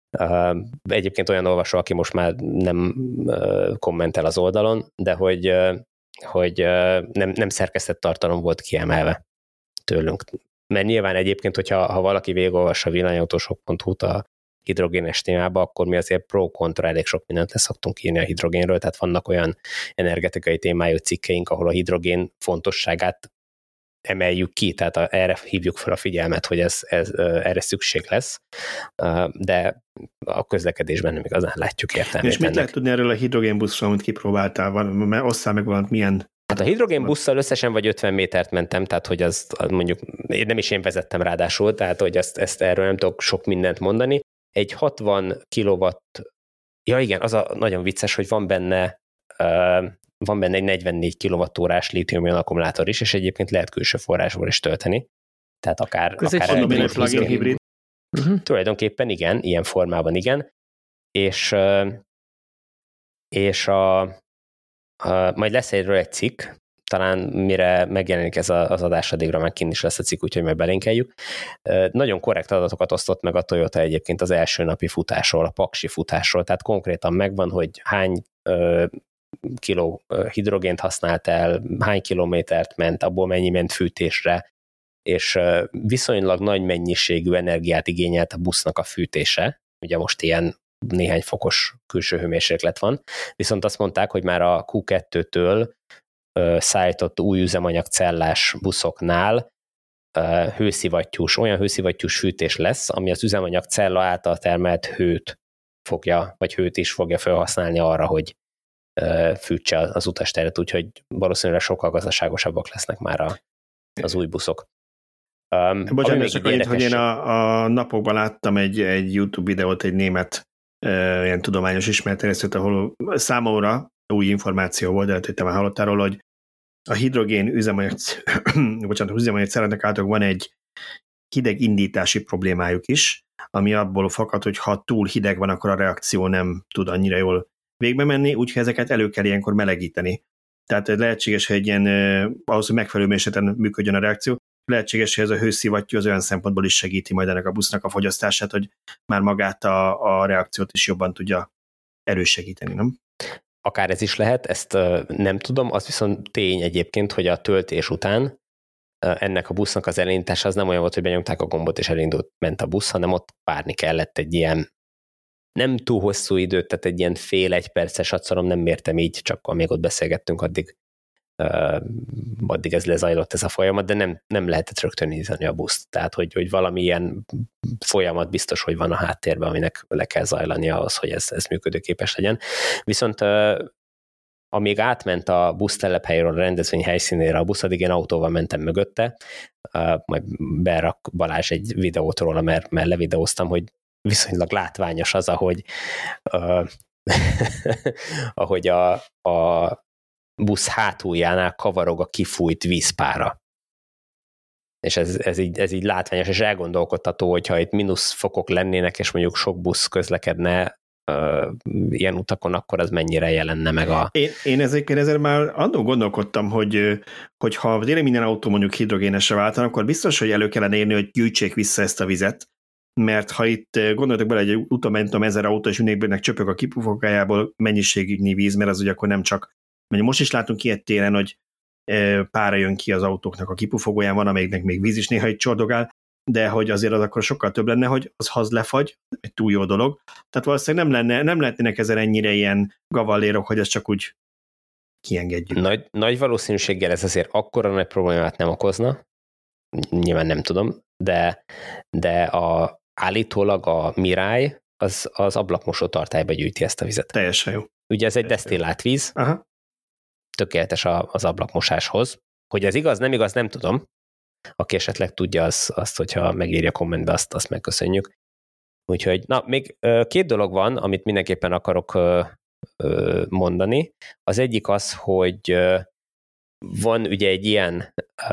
Egyébként olyan olvasó, aki most már nem kommentel az oldalon, de hogy, hogy nem, nem szerkesztett tartalom volt kiemelve tőlünk. Mert nyilván egyébként, hogyha ha valaki végigolvassa villanyautósok pont hu-t a hidrogénes témába, akkor mi azért pro-kontra elég sok mindent leszoktunk írni a hidrogénről, tehát vannak olyan energetikai témájú cikkeink, ahol a hidrogén fontosságát emeljük ki, tehát a, erre hívjuk fel a figyelmet, hogy ez, ez, erre szükség lesz, de a közlekedésben nem igazán látjuk értelmét. És mit lehet tudni erről a hidrogénbuszról, amit kipróbáltál? Mert osszál meg valamit, milyen... Hát a hidrogénbusszal összesen vagy ötven métert mentem, tehát hogy az, az mondjuk, nem is én vezettem ráadásul, tehát hogy ezt, ezt erről nem tudok sok mindent mondani. Egy hatvan kilowatt, ja igen, az a nagyon vicces, hogy van benne uh, van benne egy negyvennégy kilowattórás lítium-ion akkumulátor is, és egyébként lehet külső forrásból is tölteni. Tehát akár... Ez akár egy egy plug-in hibrid. Uh-huh. Tulajdonképpen igen, ilyen formában igen. És, és a, a, majd lesz egyről egy cikk, talán mire megjelenik ez az adás, addigra már kint is lesz a cikk, úgyhogy majd belinkeljük. Nagyon korrekt adatokat osztott meg a Toyota egyébként az első napi futásról, a paksi futásról, tehát konkrétan megvan, hogy hány kiló hidrogént használt el, hány kilométert ment, abból mennyi ment fűtésre, és viszonylag nagy mennyiségű energiát igényelt a busznak a fűtése, ugye most ilyen néhány fokos külső hőmérséklet van, viszont azt mondták, hogy már a kú kettőtől szállított új üzemanyagcellás buszoknál hőszivattyús, olyan hőszivattyús fűtés lesz, ami az üzemanyagcella által termelt hőt fogja, vagy hőt is fogja felhasználni arra, hogy fűtse az utasteret, úgyhogy valószínűleg sokkal gazdaságosabbak lesznek már a, az új buszok. Um, Bocsánat, csak annyit, hogy én a, a napokban láttam egy, egy YouTube videót, egy német uh, ilyen tudományos ismeretterjesztőt, ahol számomra új információ volt, de hogy te már hallottál róla, hogy a hidrogén üzemanyag, bocsánat, üzemanyag celláknak által van egy hideg indítási problémájuk is, ami abból fakad, hogy ha túl hideg van, akkor a reakció nem tud annyira jól végbe menni, úgyhogy ezeket elő kell ilyenkor melegíteni. Tehát lehetséges, hogy egy ilyen, ahhoz, hogy megfelelő mérsékleten működjön a reakció, lehetséges, hogy ez a hőszivattyú az olyan szempontból is segíti majd ennek a busznak a fogyasztását, hogy már magát a, a reakciót is jobban tudja erősegíteni, nem? Akár ez is lehet, ezt nem tudom, az viszont tény egyébként, hogy a töltés után ennek a busznak az elindítása az nem olyan volt, hogy benyomták a gombot és elindult, ment a busz, hanem ott várni kellett egy ilyen nem túl hosszú időt, tehát egy ilyen fél-egy perces adszorom, nem mértem így, csak amíg ott beszélgettünk, addig, uh, addig ez lezajlott ez a folyamat, de nem, nem lehetett rögtön indítani a buszt. Tehát, hogy, hogy valamilyen folyamat biztos, hogy van a háttérben, aminek le kell zajlani ahhoz, hogy ez, ez működőképes legyen. Viszont uh, amíg átment a busztelephelyről a rendezvény helyszínére a busz, addig én autóval mentem mögötte, uh, majd berak Balázs egy videót róla, mert, mert levideóztam, hogy viszonylag látványos az, ahogy, uh, ahogy a, a busz hátuljánál kavarog a kifújt vízpára. És ez, ez, így, ez így látványos, és elgondolkodtató, hogyha itt mínusz fokok lennének, és mondjuk sok busz közlekedne uh, ilyen utakon, akkor az mennyire jelenne meg a... Én, én ezekkel ezzel már annól gondolkodtam, hogy, hogy ha tényleg minden autó mondjuk hidrogénesre váltan, akkor biztos, hogy elő kellene érni, hogy gyűjtsék vissza ezt a vizet, mert ha itt gondoltok bele, egy úton mentem ezer autó, és mindenkinek csöpög a kipufogájából mennyiségnyi víz, mert az ugye akkor nem csak, mondjuk most is látunk ilyet télen, hogy pára jön ki az autóknak a kipufogóján, van, amelyiknek még víz is néha itt csordogál, de hogy azért az akkor sokkal több lenne, hogy az haz lefagy, egy túl jó dolog. Tehát valószínűleg nem, lenne, nem lehetnének ezer ennyire ilyen gavallérok, hogy ezt csak úgy kiengedjük. Nagy, nagy valószínűséggel ez azért akkora nagy problémát nem okozna, nyilván nem tudom, de, de a, állítólag a Mirai az, az ablakmosó tartályba gyűjti ezt a vizet. Teljesen jó. Ugye ez egy desztillált víz, aha, tökéletes az ablakmosáshoz. Hogy ez igaz, nem igaz, nem tudom. Aki esetleg tudja, az, azt, hogyha megírja kommentbe, azt, azt megköszönjük. Úgyhogy, na, még két dolog van, amit mindenképpen akarok mondani. Az egyik az, hogy van ugye egy ilyen,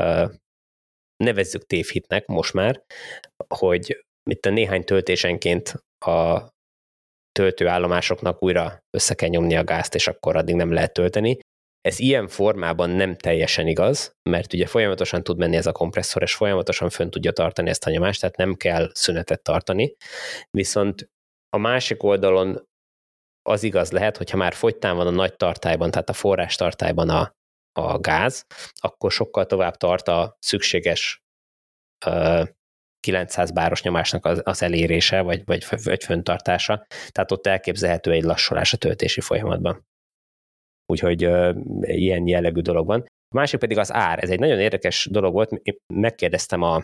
nevezzük tévhitnek most már, hogy itt a néhány töltésenként a töltőállomásoknak újra össze kell nyomni a gázt, és akkor addig nem lehet tölteni. Ez ilyen formában nem teljesen igaz, mert ugye folyamatosan tud menni ez a kompresszor, és folyamatosan fönn tudja tartani ezt a nyomást, tehát nem kell szünetet tartani. Viszont a másik oldalon az igaz lehet, hogyha már fogytán van a nagy tartályban, tehát a forrás tartályban a, a gáz, akkor sokkal tovább tart a szükséges uh, kilencszáz báros nyomásnak az, az elérése, vagy, vagy, vagy föntartása, tehát ott elképzelhető egy lassulás a töltési folyamatban. Úgyhogy uh, ilyen jellegű dolog van. A másik pedig az ár. Ez egy nagyon érdekes dolog volt. Én megkérdeztem a,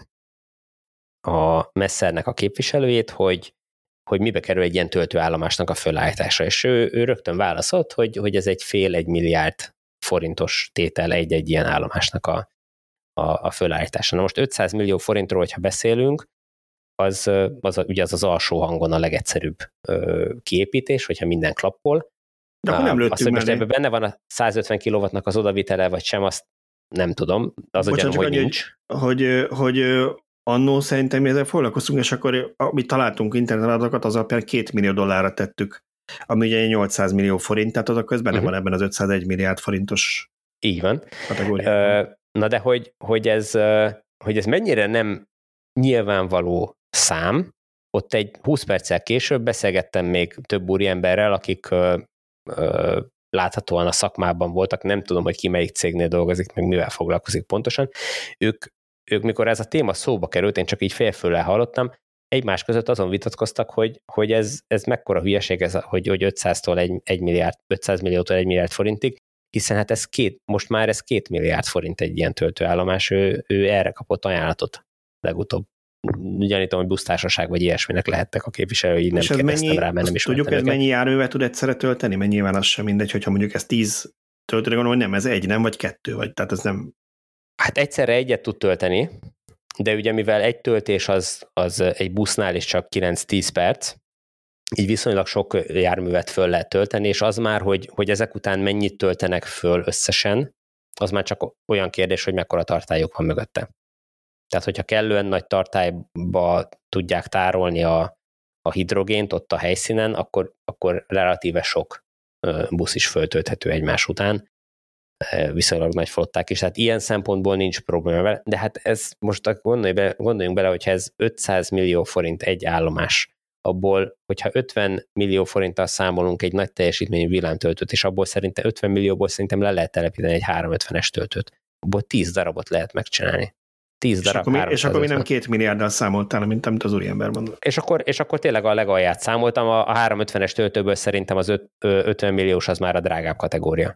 a Messernek a képviselőjét, hogy, hogy mibe kerül egy ilyen töltőállomásnak a fölállítása, és ő, ő rögtön válaszolt, hogy, hogy ez egy fél egy milliárd forintos tétel egy-egy ilyen állomásnak a, a, a fölállítása. Na most ötszáz millió forintról, hogyha beszélünk, az, az ugye az az alsó hangon a legegyszerűbb ö, kiépítés, hogyha minden klappol. De akkor nem lőttünk azt, hogy most mellé. ebben benne van a százötven kilowattnak az odavitele, vagy sem, azt nem tudom. Az a gyanú, hogy annyi, nincs. Hogy, hogy, hogy annó szerintem mi ezzel foglalkoztunk, és akkor amit találtunk interneten adatokat, az alapján két millió dollárra tettük, ami ugye nyolcszáz millió forint, tehát az a közben uh-huh. van ebben az ötszázegy milliárd forintos így van. kategóriában. Uh, na de hogy, hogy, ez, hogy ez mennyire nem nyilvánvaló szám, ott egy húsz perccel később beszélgettem még több úriemberrel, akik uh, uh, láthatóan a szakmában voltak, nem tudom, hogy ki melyik cégnél dolgozik, meg mivel foglalkozik pontosan. Ők, ők mikor ez a téma szóba került, én csak így félfüllel hallottam, egymás között azon vitatkoztak, hogy, hogy ez, ez mekkora hülyeség, ez, hogy, hogy ötszáztól egy, egy milliárd, ötszáz milliótól egy milliárd forintig, hiszen hát ez két, most már ez két milliárd forint egy ilyen töltőállomás, ő, ő erre kapott ajánlatot legutóbb. Gyanítom, hogy busztársaság vagy ilyesminek lehettek a képviselői, nem kérdeztem mennyi, rá, mert nem ismertem tudjuk, ez mennyi járművet tud egyszerre tölteni? Mert nyilván az sem mindegy, hogyha mondjuk ez tíz töltőre gondolom, hogy nem, ez egy, nem, vagy kettő, vagy tehát ez nem... Hát egyszerre egyet tud tölteni, de ugye mivel egy töltés az, az egy busznál is csak kilenc-tíz perc, így viszonylag sok járművet föl lehet tölteni, és az már, hogy, hogy ezek után mennyit töltenek föl összesen, az már csak olyan kérdés, hogy mekkora tartályuk van mögötte. Tehát, hogyha kellően nagy tartályba tudják tárolni a, a hidrogént ott a helyszínen, akkor, akkor relatíve sok busz is föltölthető egymás után, viszonylag nagy flották is, tehát ilyen szempontból nincs probléma vele, de hát ez most gondolj be, gondoljunk bele, hogyha ez ötszáz millió forint egy állomás, abból, hogyha ötven millió forinttal számolunk egy nagy teljesítményű villámtöltőt, és abból szerintem ötven millióból szerintem le lehet telepíteni egy háromszázötvenes töltőt, abból tíz darabot lehet megcsinálni. tíz darab, és, akkor, és akkor mi nem két milliárddal számoltál, mint amit az úriember mondott. És akkor, és akkor tényleg a legalját számoltam, a, a háromszázötvenes töltőből szerintem az öt, ötven milliós az már a drágább kategória.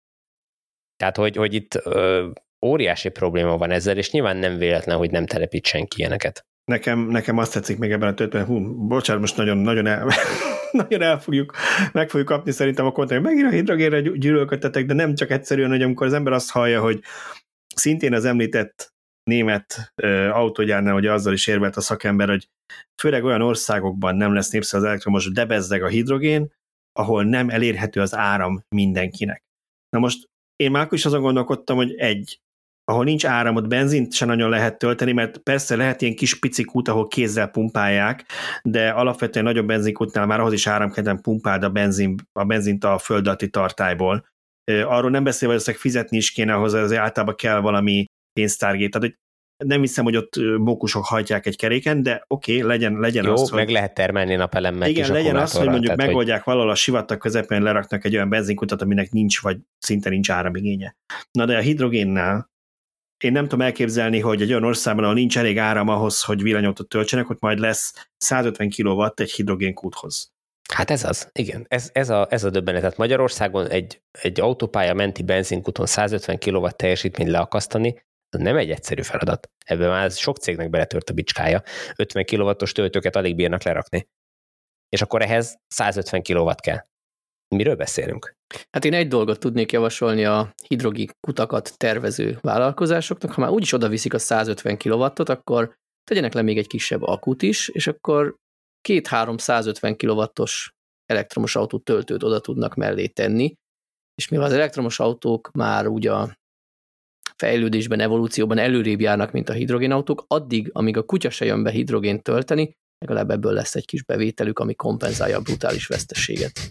Tehát, hogy, hogy itt ö, óriási probléma van ezzel, és nyilván nem véletlen, hogy nem telepít senki ilyeneket. Nekem, nekem azt tetszik még ebben a töltőben, hú, bocsánat, most nagyon, nagyon, el, nagyon el fogjuk, meg fogjuk kapni szerintem a kontent, hogy megint a hidrogénre gyűlölködtetek, de nem csak egyszerűen, hogy amikor az ember azt hallja, hogy szintén az említett német ö, autógyárnál, hogy azzal is érvelt a szakember, hogy főleg olyan országokban nem lesz népszerű az elektromos, de bezzeg a hidrogén, ahol nem elérhető az áram mindenkinek. Na most én már akkor is azon gondolkodtam, hogy egy, ahol nincs áramot, benzint sem nagyon lehet tölteni, mert persze lehet ilyen kis pici kút, ahol kézzel pumpálják, de alapvetően nagyobb benzinkútnál már ahhoz is áramkedven pumpáld a, benzin, a benzint a föld alatti tartályból. Arról nem beszélve, hogy ezt fizetni is kéne, ahhoz azért általában kell valami pénztárgép. Tehát nem hiszem, hogy ott mókusok hajtják egy keréken, de oké, okay, legyen, legyen jó, az, meg hogy... lehet termelni napelemmel. Igen, legyen az, hogy mondjuk tehát, megoldják hogy... valahol a sivatag közepén, leraknak egy olyan benzinkutat, aminek nincs, vagy szinte nincs áramigénye. Na de a hidrogénnál én nem tudom elképzelni, hogy egy olyan országban, ahol nincs elég áram ahhoz, hogy villanyautót töltsenek, ott majd lesz százötven kilowatt egy hidrogénkúthoz. Hát ez az, igen. Ez, ez, a, ez a döbbenet. Tehát Magyarországon egy, egy autópálya menti benzinkúton százötven kilowatt teljesítményt leakasztani, az nem egy egyszerű feladat. Ebben már sok cégnek beletört a bicskája. ötven kilowattos töltőket alig bírnak lerakni. És akkor ehhez százötven kilowatt kell. Miről beszélünk? Hát én egy dolgot tudnék javasolni a hidrogén kutakat tervező vállalkozásoknak. Ha már úgyis oda viszik a százötven kilowattot, akkor tegyenek le még egy kisebb akut is, és akkor két-három százötven kilowattos elektromos autó töltőt oda tudnak mellé tenni, és mivel az elektromos autók már úgy a fejlődésben, evolúcióban előrébb járnak, mint a hidrogénautók, addig, amíg a kutya se jön be hidrogént tölteni, legalább ebből lesz egy kis bevételük, ami kompenzálja a brutális veszteséget.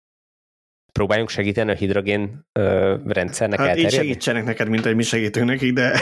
Próbáljunk segíteni a hidrogén ö, rendszernek hát elterjedni? így segítsenek neked, mint hogy mi segítünk nekik, de,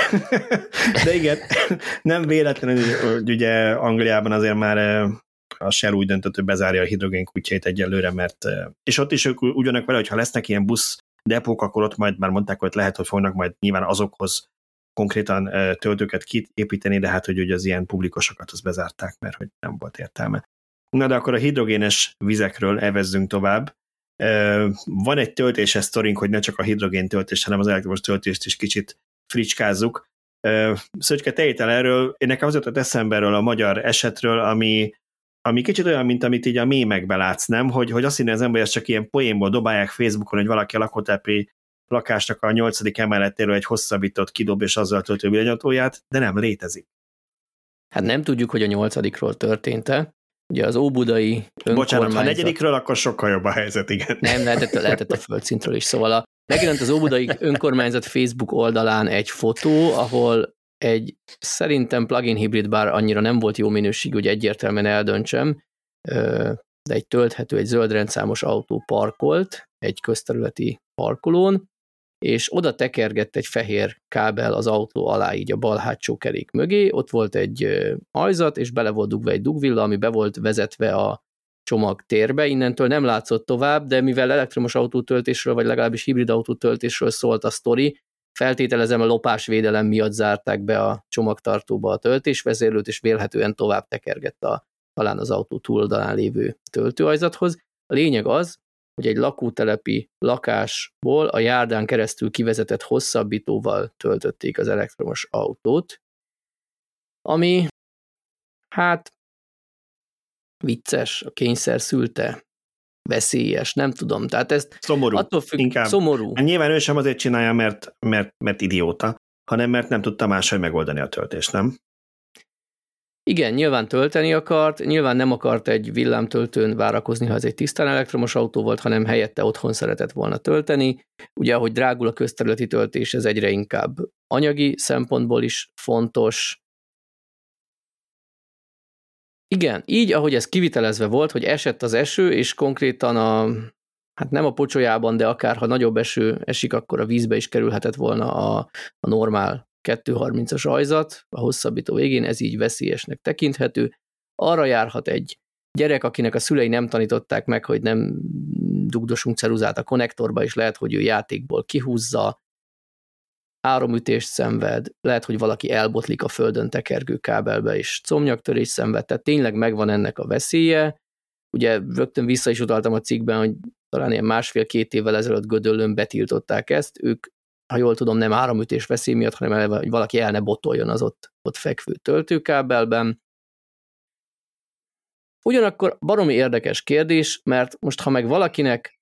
de igen, nem véletlenül, hogy ugye Angliában azért már a Shell úgy döntött, hogy bezárja a hidrogén kutyait egyelőre, mert és ott is ők ugyanak vele, hogy ha lesznek ilyen busz depók, akkor ott majd már mondták, hogy lehet, hogy fognak majd nyilván azokhoz konkrétan töltőket kiépíteni, de hát, hogy ugye az ilyen publikusokat azt bezárták, mert hogy nem volt értelme. Na de akkor a hidrogénes vizekről evezzünk tovább. Van egy töltéses sztorink, hogy ne csak a hidrogén töltést, hanem az elektromos töltést is kicsit fricskázzuk. Szöcske, te értel erről, én nekem az jutott eszembe erről a magyar esetről, ami, ami kicsit olyan, mint amit így a mémekben látsz, nem? Hogy, hogy azt hinni az ember, hogy csak ilyen poénból dobálják Facebookon, hogy valaki a lakótelepi lakásnak a nyolcadik emeletéről egy hosszabbított kidob, és azzal töltő villanyautóját, de nem létezik. Hát nem tudjuk, hogy a nyolcadikról történt-e. Ugye az óbudai önkormányzat... Bocsánat, ha negyedikről, akkor sokkal jobb a helyzet, igen. Nem, lehetett, lehetett a földszintről is. Szóval a, megjelent az óbudai önkormányzat Facebook oldalán egy fotó, ahol egy szerintem plug-in hibrid, bár annyira nem volt jó minőség, hogy egyértelműen eldöntsem, de egy tölthető, egy zöld rendszámos autó parkolt egy közterületi parkolón, és oda tekergett egy fehér kábel az autó alá, így a bal hátsó kerék mögé, ott volt egy ajzat, és bele volt dugva egy dugvilla, ami be volt vezetve a csomagtérbe, innentől nem látszott tovább, de mivel elektromos autótöltésről, vagy legalábbis hibrid autótöltésről szólt a sztori, feltételezem a lopásvédelem miatt zárták be a csomagtartóba a töltésvezérlőt, és vélhetően tovább tekergett a, talán az autó túloldalán lévő töltőajzathoz. A lényeg az, hogy egy lakótelepi lakásból a járdán keresztül kivezetett hosszabbítóval töltötték az elektromos autót, ami hát vicces, a kényszer szülte, veszélyes, nem tudom. Tehát ezt szomorú, attól függ, inkább. Szomorú. Nyilván ő sem azért csinálja, mert, mert, mert idióta, hanem mert nem tudta máshogy megoldani a töltést, nem? Igen, nyilván tölteni akart, nyilván nem akart egy villámtöltőn várakozni, ha ez egy tisztán elektromos autó volt, hanem helyette otthon szeretett volna tölteni. Ugye, ahogy drágul a közterületi töltés, ez egyre inkább anyagi szempontból is fontos. Igen, így, ahogy ez kivitelezve volt, hogy esett az eső, és konkrétan a, hát nem a pocsolyában, de akár ha nagyobb eső esik, akkor a vízbe is kerülhetett volna a, a normál kettőszázharmincas ajzat a hosszabbító végén, ez így veszélyesnek tekinthető. Arra járhat egy gyerek, akinek a szülei nem tanították meg, hogy nem dugdosunk ceruzát a konnektorba, és lehet, hogy ő játékból kihúzza, áramütést szenved, lehet, hogy valaki elbotlik a földön tekergő kábelbe, és combnyaktörés szenved, tehát tényleg megvan ennek a veszélye. Ugye rögtön vissza is utaltam a cikkben, hogy talán ilyen másfél-két évvel ezelőtt Gödöllőn betiltották ezt, ők, ha jól tudom, nem áramütés veszély miatt, hanem eleve, hogy valaki el ne botoljon az ott, ott fekvő töltőkábelben. Ugyanakkor baromi érdekes kérdés, mert most ha meg valakinek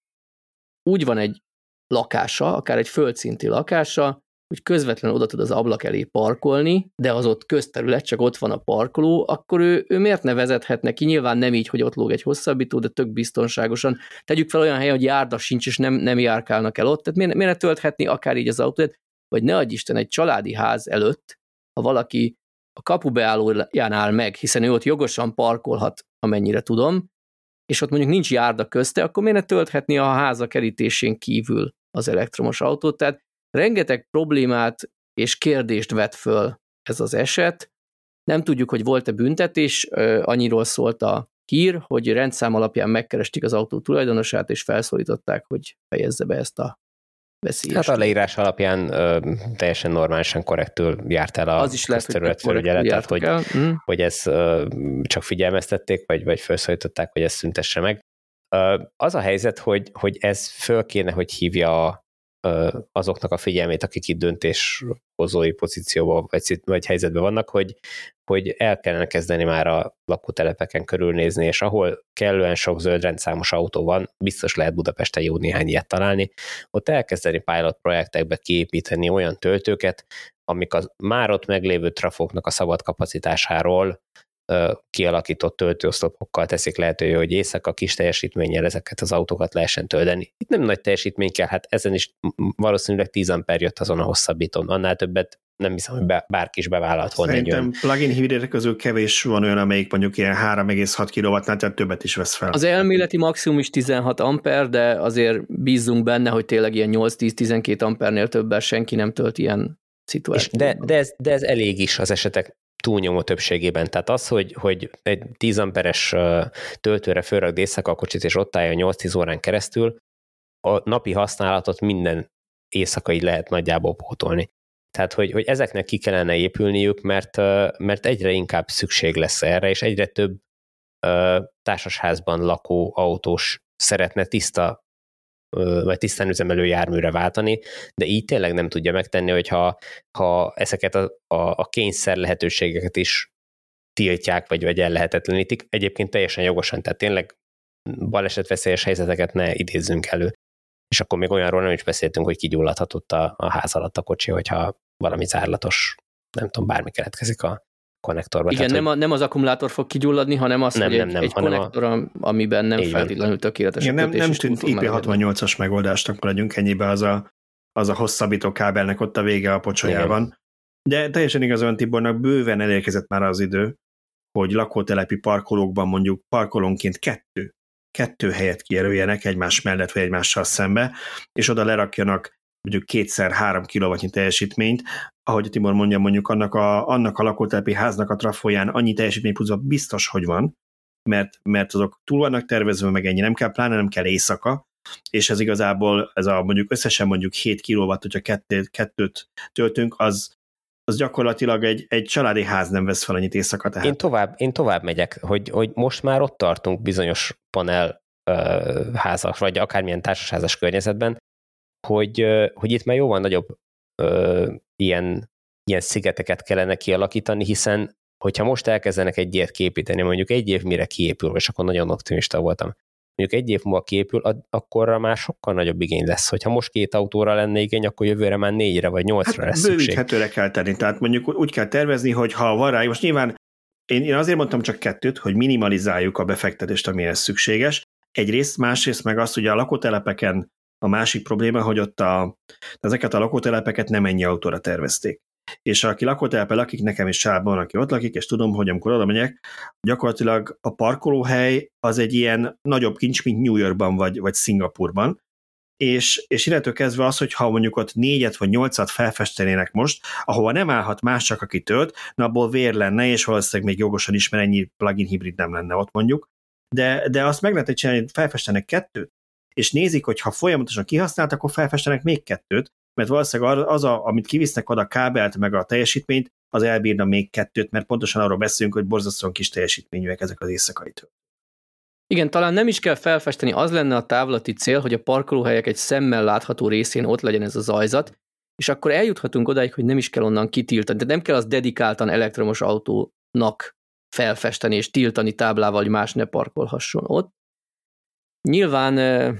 úgy van egy lakása, akár egy földszinti lakása, hogy közvetlenül oda tud az ablak elé parkolni, de az ott közterület, csak ott van a parkoló, akkor ő, ő miért ne vezethetne ki? Nyilván nem így, hogy ott lóg egy hosszabbító, de tök biztonságosan. Tegyük fel olyan helyen, hogy járda sincs, és nem, nem járkálnak el ott, tehát miért, miért ne tölthetni akár így az autót, vagy ne adj Isten egy családi ház előtt, ha valaki a kapubeállóján áll meg, hiszen ő ott jogosan parkolhat, amennyire tudom, és ott mondjuk nincs járda közte, akkor miért ne tölthetni a háza kerítésén kívül az elektromos autót? Tehát rengeteg problémát és kérdést vet föl ez az eset. Nem tudjuk, hogy volt-e büntetés, annyiról szólt a hír, hogy rendszám alapján megkeresték az autó tulajdonosát, és felszólították, hogy fejezze be ezt a veszélyes. Hát a leírás alapján ö, teljesen normálisan, korrektül járt el a közterület felügyeletet, hogy, mm. hogy ezt ö, csak figyelmeztették, vagy, vagy felszólították, hogy ezt szüntesse meg. Ö, az a helyzet, hogy, hogy ez föl kéne, hogy hívja azoknak a figyelmét, akik itt döntéshozói pozícióban vagy, vagy helyzetben vannak, hogy, hogy el kellene kezdeni már a lakótelepeken körülnézni, és ahol kellően sok zöld rendszámos autó van, biztos lehet Budapesten jó néhány ilyet találni, ott elkezdeni pilot projektekbe kiépíteni olyan töltőket, amik a már ott meglévő trafóknak a szabad kapacitásáról kialakított töltőoszlopokkal teszik lehetővé, hogy éjszaka kis teljesítménnyel ezeket az autókat lehessen tölteni. Itt nem nagy teljesítmény kell, hát ezen is valószínűleg tíz amper jött azon a hosszabbítón. Annál többet nem hiszem, hogy bárki is bevállalt volna. Szerintem plug-in hibridek közül kevés van olyan, amelyik mondjuk ilyen három egész hat kilowattnál, tehát többet is vesz fel. Az elméleti maximum is tizenhat amper, de azért bízzunk benne, hogy tényleg ilyen nyolc-tíz-tizenkét ampernél többel senki nem tölt ilyen szituációban. De, de, ez, de ez elég is az esetek túlnyomó többségében. Tehát az, hogy, hogy egy tíz amperes töltőre fölrakd éjszaka a kocsit, és ott állja nyolc-tíz órán keresztül, a napi használatot minden éjszaka így lehet nagyjából pótolni. Tehát, hogy, hogy ezeknek ki kellene épülniük, mert, mert egyre inkább szükség lesz erre, és egyre több társasházban lakó autós szeretne tiszta, vagy tisztán üzemelő járműre váltani, de így tényleg nem tudja megtenni, hogyha ha ezeket a, a, a kényszer lehetőségeket is tiltják, vagy, vagy ellehetetlenítik. Egyébként teljesen jogosan, tehát tényleg balesetveszélyes helyzeteket ne idézzünk elő. És akkor még olyanról nem is beszéltünk, hogy kigyulladhatott a, a ház alatt a kocsi, hogyha valami zárlatos, nem tudom, bármi keletkezik a konnektorba. Igen, tehát, nem, hogy... a, nem az akkumulátor fog kigyulladni, hanem az, nem, hogy nem, egy, nem, egy konnektor, a... amiben nem feltétlenül tökéletes a kötés. Nem, nem tűnt I P hatvannyolcas megoldásnak maradjunk ennyibe, az a, az a hosszabbító kábelnek ott a vége a pocsolyában. De teljesen igazán Tibornak bőven elérkezett már az idő, hogy lakótelepi parkolókban mondjuk parkolónként kettő, kettő helyet kijelöljenek egymás mellett vagy egymással szembe, és oda lerakjanak mondjuk kétszer három kilowattnyi teljesítményt, ahogy a Tibor mondja, mondjuk annak a, annak a lakótelepi háznak a trafóján annyi teljesítmény pluszba biztos, hogy van, mert, mert azok túl vannak tervezve, meg ennyi nem kell, pláne nem kell éjszaka, és ez igazából, ez a mondjuk összesen mondjuk hét kilowatt, hogyha kettőt, kettőt töltünk, az, az gyakorlatilag egy, egy családi ház nem vesz fel annyit éjszaka. Tehát. Én, tovább, én tovább megyek, hogy, hogy most már ott tartunk bizonyos panel uh, házak, vagy akármilyen társasházas környezetben, hogy, uh, hogy itt már jóval nagyobb uh, ilyen, ilyen szigeteket kellene kialakítani, hiszen hogyha most elkezdenek egy ilyet kiépíteni, mondjuk egy év mire kiépül, és akkor nagyon optimista voltam, mondjuk egy év múlva kiépül, akkorra már sokkal nagyobb igény lesz. Hogyha most két autóra lenne igény, akkor jövőre már négyre vagy nyolcra hát lesz szükség. Bővíthetőre kell tenni, tehát mondjuk úgy kell tervezni, hogy ha van rá, most nyilván én, én azért mondtam csak kettőt, hogy minimalizáljuk a befektetést, amihez szükséges. Egyrészt, másrészt meg azt, hogy a lakótelepeken a másik probléma, hogy ott a, ezeket a lakótelepeket nem ennyi autóra tervezték. És aki lakótelepen lakik, nekem is családban van, aki ott lakik, és tudom, hogy amikor oda megyek, gyakorlatilag a parkolóhely az egy ilyen nagyobb kincs, mint New Yorkban vagy, vagy Szingapurban, és, és innentől kezdve az, hogy ha mondjuk ott négyet vagy nyolcat felfestenének most, ahova nem állhat más, csak aki tölt, na abból vér lenne, és valószínűleg még jogosan is, mert ennyi plug-in hibrid nem lenne ott mondjuk, de, de azt meg lehet csinálni, hogy felfestenek kettőt, és nézik, hogy ha folyamatosan kihasznált, akkor felfestenek még kettőt, mert valószínűleg az, a, amit kivisznek oda a kábelt, meg a teljesítményt, az elbírna még kettőt, mert pontosan arról beszélünk, hogy borzasztóan kis teljesítményűek ezek az éjszakai töltők. Igen, talán nem is kell felfesteni, az lenne a távlati cél, hogy a parkolóhelyek egy szemmel látható részén ott legyen ez a zajzat, és akkor eljuthatunk odáig, hogy nem is kell onnan kitiltani, de nem kell az dedikáltan elektromos autónak felfesteni és tiltani táblával, hogy más ne parkolhasson ott. Nyilván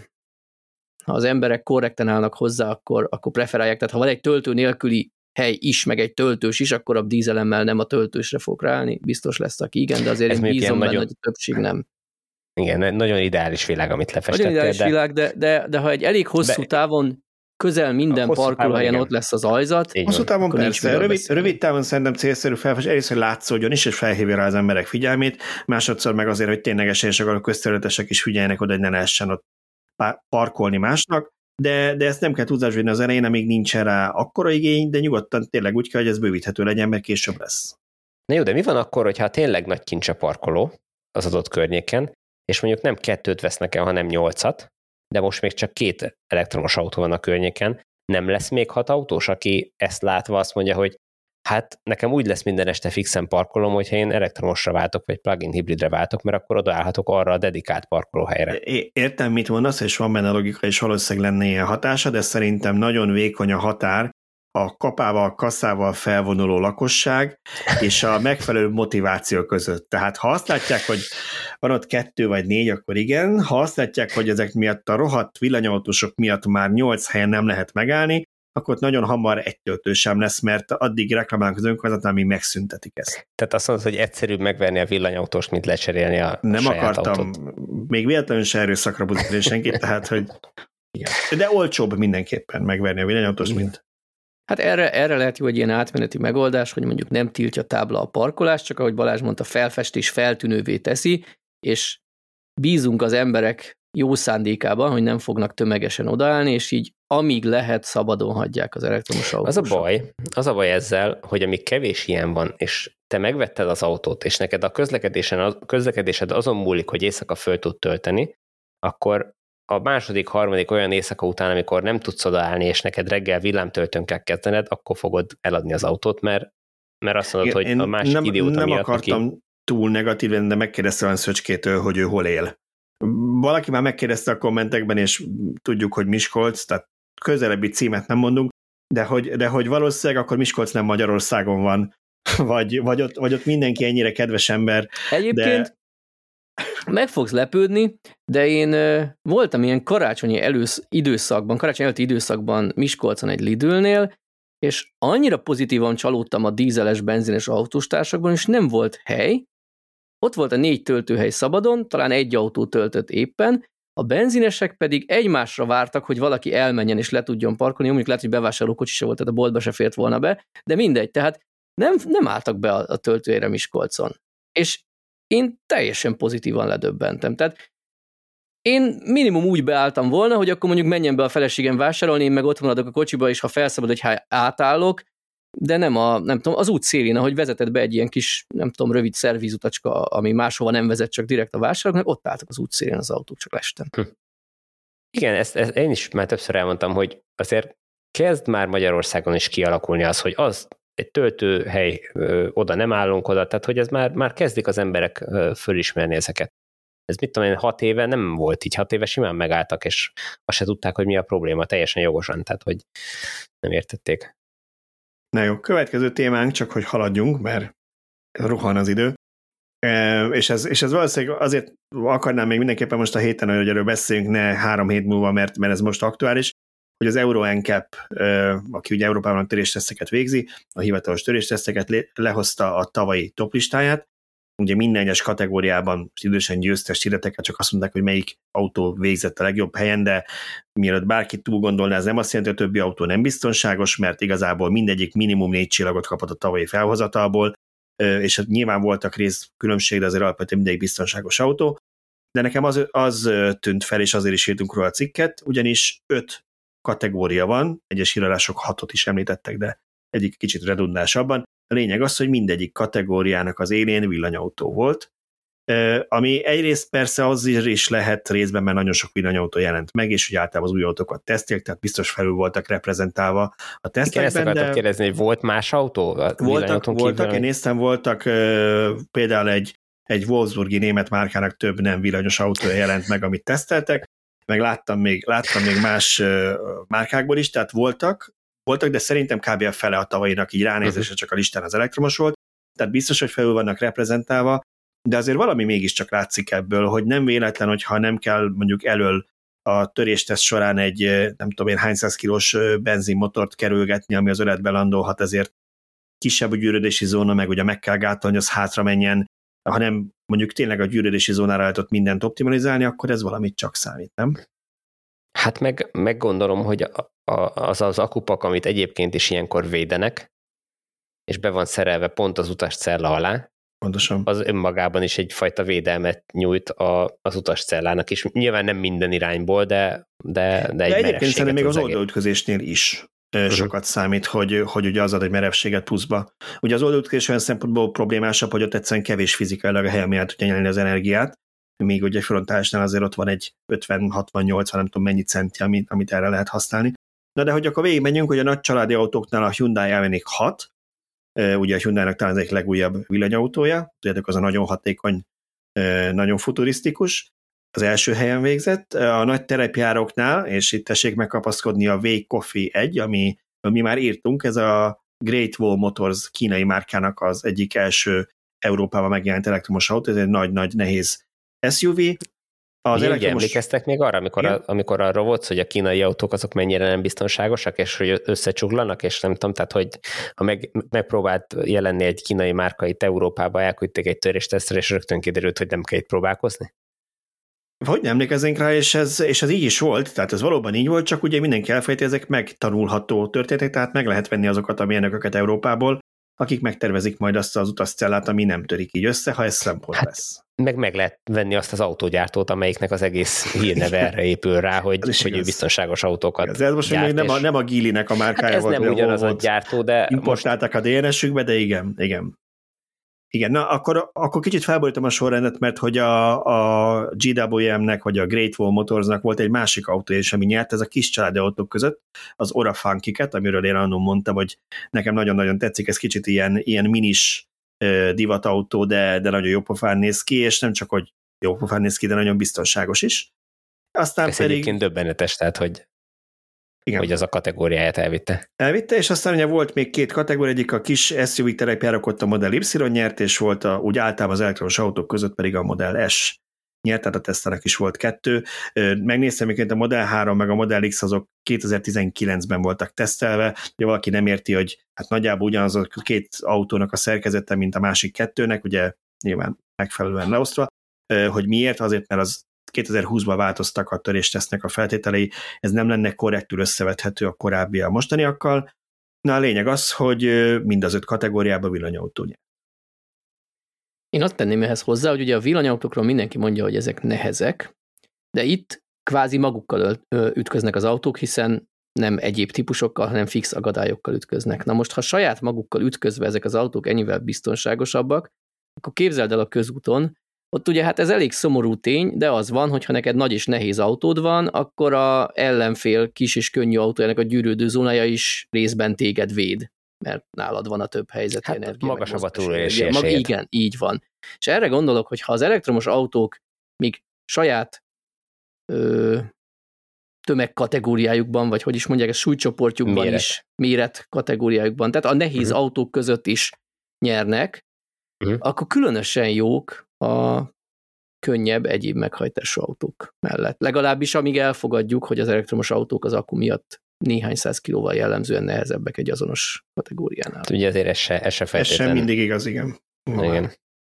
ha az emberek korrekten állnak hozzá, akkor, akkor preferálják. Tehát ha van egy töltő nélküli hely is, meg egy töltős is, akkor a dízelemmel nem a töltősre fog ráállni. Biztos lesz, aki igen, de azért én bízom benne, hogy a többség nem. Igen, nagyon ideális világ, amit lefestettél. Nagyon ideális de... világ, de, de, de ha egy elég hosszú de... távon közel minden parkolóhelyen ott lesz az ajzat. Hosszú távon persze, rövid, rövid távon szerintem célszerű felfesteni, egyrészt, hogy látszódjon is, és felhívja rá az emberek figyelmét, másodszor meg azért, hogy ténylegesen és akkor a közterületesek is figyeljenek oda, hogy ne lehessen ott parkolni másnak, de, de ezt nem kell tudásvédni az elején, amíg nincsen rá akkora igény, de nyugodtan tényleg úgy kell, hogy ez bővíthető legyen, mert később lesz. Na jó, de mi van akkor, hogyha tényleg nagy kincs a parkoló az adott környéken, és mondjuk nem kettőt vesznek el, hanem nyolcat, de most még csak két elektromos autó van a környéken, nem lesz még hat autós, aki ezt látva azt mondja, hogy hát nekem úgy lesz minden este fixen parkolom, hogyha én elektromosra váltok, vagy plug-in hibridre váltok, mert akkor odaállhatok arra a dedikált parkolóhelyre. Értem, mit mondasz, és van benne logika, és valószínűleg lenne ilyen hatása, de szerintem nagyon vékony a határ a kapával, kasszával felvonuló lakosság és a megfelelő motiváció között. Tehát ha azt látják, hogy van ott kettő vagy négy, akkor igen, ha azt látják, hogy ezek miatt a rohadt villanyautósok miatt már nyolc helyen nem lehet megállni, akkor ott nagyon hamar egy töltő sem lesz, mert addig reklamálnak az önkormányzatnál, amíg megszüntetik ezt. Tehát azt mondod, hogy egyszerűbb megverni a villanyautóst, mint lecserélni a Nem saját akartam, autót. Még véletlenül se erőszakra buzdítani senkit, tehát, hogy igen. De olcsóbb mindenképpen megverni a villanyautóst, mint... Hát erre, erre lehet jó egy ilyen átmeneti megoldás, hogy mondjuk nem tiltja tábla a parkolást, csak ahogy Balázs mondta, felfestés feltűnővé teszi, és bízunk az emberek jó szándékában, hogy nem fognak tömegesen odaállni, és így amíg lehet, szabadon hagyják az elektromos autót. Az a baj, az a baj ezzel, hogy amíg kevés ilyen van, és te megvetted az autót, és neked a közlekedésen, a közlekedésed azon múlik, hogy éjszaka föl tud tölteni, akkor a második, harmadik olyan éjszaka után, amikor nem tudsz odaállni, és neked reggel villámtöltőn kell kezdened, akkor fogod eladni az autót, mert, mert azt mondod, hogy Én a másik nem, idióta nem miatt akartam neki... túl negatív, de megkérdezte olyan Szöcskétől, hogy ő hol él. Valaki már megkérdezte a kommentekben, és tudjuk, hogy Miskolc, tehát közelebbi címet nem mondunk, de hogy, de hogy valószínűleg akkor Miskolc nem Magyarországon van, vagy, vagy, ott, vagy ott mindenki ennyire kedves ember. Egyébként de... meg fogsz lepődni, de én uh, voltam ilyen karácsonyi elősz, időszakban, karácsony előtti időszakban Miskolcon egy Lidlnél, és annyira pozitívan csalódtam a dízeles, benzines autóstársakban, és nem volt hely. Ott volt a négy töltőhely szabadon, talán egy autó töltött éppen, a benzinesek pedig egymásra vártak, hogy valaki elmenjen és le tudjon parkolni, mondjuk lehet, hogy bevásárlókocsi se volt, tehát a boltba se fért volna be, de mindegy, tehát nem, nem álltak be a, a töltőhelyre Miskolcon. És én teljesen pozitívan ledöbbentem. Tehát én minimum úgy beálltam volna, hogy akkor mondjuk menjen be a feleségem vásárolni, én meg ott maradok a kocsiba, és ha felszabad, hogy átállok, de nem, a, nem tudom, az út szélén, ahogy vezetett be egy ilyen kis, nem tudom, rövid szervízutacska, ami máshova nem vezet, csak direkt a vásárolóknak, ott álltak az út szélén az autók, csak lestem. Hm. Igen, ezt, ezt én is már többször elmondtam, hogy azért kezd már Magyarországon is kialakulni az, hogy az egy töltőhely, ö, oda nem állunk oda, tehát hogy ez már, már kezdik az emberek ö, fölismerni ezeket. Ez mit tudom én, hat éve nem volt így, hat éve simán megálltak, és azt se tudták, hogy mi a probléma, teljesen jogosan, tehát hogy nem értették. Na jó, következő témánk, csak hogy haladjunk, mert rohan az idő, e, és, ez, és ez valószínűleg azért akarnám még mindenképpen most a héten, hogy erről beszéljünk, ne három hét múlva, mert, mert ez most aktuális, hogy az Euro N C A P, e, aki ugye Európában a törésteszteket végzi, a hivatalos törésteszteket le, lehozta a tavalyi toplistáját, ugye minden egyes kategóriában idősen győztes hirdeteket, csak azt mondták, hogy melyik autó végzett a legjobb helyen, de mielőtt bárki túl gondolná, ez nem azt jelenti, hogy a többi autó nem biztonságos, mert igazából mindegyik minimum négy csillagot kapott a tavalyi felhozatalból, és nyilván voltak rész különbség, de azért alapvetően mindegyik biztonságos autó. De nekem az, az tűnt fel, és azért is írtunk róla a cikket, ugyanis öt kategória van, egyes hírások hatot is említettek, de egyik kicsit redundásabban. A lényeg az, hogy mindegyik kategóriának az élén villanyautó volt, ami egyrészt persze az is lehet részben, mert nagyon sok villanyautó jelent meg, és hogy általában az új autókat tesztelik, tehát biztos felül voltak reprezentálva a tesztekben. Igen, ezt akartam de... kérdezni, hogy volt más autó? Voltak, voltak én néztem, voltak például egy, egy Wolfsburgi német márkának több nem villanyos autója jelent meg, amit teszteltek, meg láttam még, láttam még más márkákból is, tehát voltak, voltak, de szerintem kb. A fele a tavalyinak így ránézésre uh-huh. csak a listán az elektromos volt, tehát biztos, hogy felül vannak reprezentálva, de azért valami mégiscsak látszik ebből, hogy nem véletlen, hogyha nem kell mondjuk elől a törésteszt során egy nem tudom én hány száz kilós benzinmotort kerülgetni, ami az öletbe landolhat, ezért kisebb a gyűrődési zóna, meg ugye meg kell gátolni, az hátra menjen, hanem mondjuk tényleg a gyűrődési zónára lehet ott mindent optimalizálni, akkor ez valamit csak számít, nem? Hát meg, meg gondolom, hogy a, a, az az akupak, amit egyébként is ilyenkor védenek, és be van szerelve pont az utascella alá, pontosan. Az önmagában is egyfajta védelmet nyújt a, az utascellának is. Nyilván nem minden irányból, de, de, de, de egy egyébként szerintem még az, az oldalütközésnél is uh-huh. sokat számít, hogy, hogy ugye az ad egy merevséget pluszba. Ugye az oldalütközés olyan szempontból problémásabb, hogy ott egyszerűen kevés fizikailag a helyen miatt tudja nyelni az energiát, míg ugye frontálisnál azért ott van egy ötven hatvan nyolcvan, nem tudom mennyi centi, amit, amit erre lehet használni. Na de hogy akkor végigmenjünk, hogy a nagy családi autóknál a Hyundai Ioniq hat, ugye a Hyundai-nak talán az egyik legújabb villanyautója, tudjátok, az a nagyon hatékony, nagyon futurisztikus, az első helyen végzett. A nagy terepjáróknál, és itt tessék megkapaszkodni a Wei Coffee egy, ami mi már írtunk, ez a Great Wall Motors kínai márkának az egyik első Európában megjelent elektromos autó, ez egy nagy-nagy nehéz es u vé. Az elektromos... Emlékeztek még arra, amikor, a, amikor arra volt, hogy a kínai autók azok mennyire nem biztonságosak, és hogy összecsuglanak, és nem tudom, tehát hogy ha meg, megpróbált jelenni egy kínai márka itt Európába, elküldték egy töréstesztre, és rögtön kiderült, hogy nem kell itt próbálkozni? Hogy nem emlékeznénk rá, és ez, és ez így is volt, tehát ez valóban így volt, csak ugye mindenki elfejti, ezek megtanulható történetek, tehát meg lehet venni azokat a mérnököket Európából, akik megtervezik majd azt az utascellát, ami nem törik így össze, ha ez szempont hát, lesz. Meg meg lehet venni azt az autógyártót, amelyiknek az egész hírneve erre épül rá, hogy, hogy ő biztonságos autókat ez, ez most még nem a, nem a Geely-nek a márkája hát ez volt. nem ugyanaz a gyártó, de importáltak most... a dé en es-ükbe, de igen, igen. Igen, na akkor, akkor kicsit felborítom a sorrendet, mert hogy a, a gé dupla vé em-nek vagy a Great Wall Motorsnak volt egy másik autó is, ami nyert, ez a kis családi autók között, az Ora Funky-ket, amiről én annól mondtam, hogy nekem nagyon-nagyon tetszik, ez kicsit ilyen, ilyen minis uh, divatautó, de, de nagyon jó pofán néz ki, és nem csak, hogy jó pofán néz ki, de nagyon biztonságos is. Aztán ez pedig... egyébként döbbenetes, tehát hogy Igen. hogy az a kategóriáját elvitte. Elvitte, és aztán ugye volt még két kategória, egyik a kis es u vé terepjárok, ott a Model Y nyert, és volt a, úgy általában az elektromos autók között pedig a Model S nyert, tehát a Teslának is volt kettő. Megnéztem, miként a Model három meg a Model X azok kétezer-tizenkilencben voltak tesztelve, ugye valaki nem érti, hogy hát nagyjából ugyanaz a két autónak a szerkezete, mint a másik kettőnek, ugye nyilván megfelelően leosztva, hogy miért, azért, mert az kétezer-húszban változtak a töréstesztnek a feltételei, ez nem lenne korrektül összevethető a korábbi a mostaniakkal. Na a lényeg az, hogy mind az öt kategóriában villanyautó nyert. Én azt tenném ehhez hozzá, hogy ugye a villanyautókról mindenki mondja, hogy ezek nehezek, de itt kvázi magukkal ütköznek az autók, hiszen nem egyéb típusokkal, hanem fix akadályokkal ütköznek. Na most, ha saját magukkal ütközve ezek az autók ennyivel biztonságosabbak, akkor képzeld el a közúton, ott ugye hát ez elég szomorú tény, de az van, hogyha neked nagy és nehéz autód van, akkor a ellenfél kis és könnyű autójának a gyűrődő zónája is részben téged véd, mert nálad van a több helyzeti hát energia. Magasabb a túlélési Mag, esélyed. Igen, így van. És erre gondolok, hogy ha az elektromos autók még saját ö, tömegkategóriájukban, vagy hogy is mondják, ez súlycsoportjukban Méret. is, méret kategóriájukban, tehát a nehéz uh-huh. autók között is nyernek, uh-huh. akkor különösen jók a könnyebb egyéb meghajtású autók mellett. Legalábbis amíg elfogadjuk, hogy az elektromos autók az akku miatt néhány száz kilóval jellemzően nehezebbek egy azonos kategóriánál. Hát ugye azért ez se, ez se Ez feltétlen. sem mindig igaz, igen. Igen.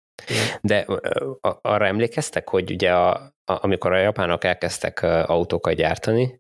De a, arra emlékeztek, hogy ugye a, a, amikor a japánok elkezdtek autókat gyártani,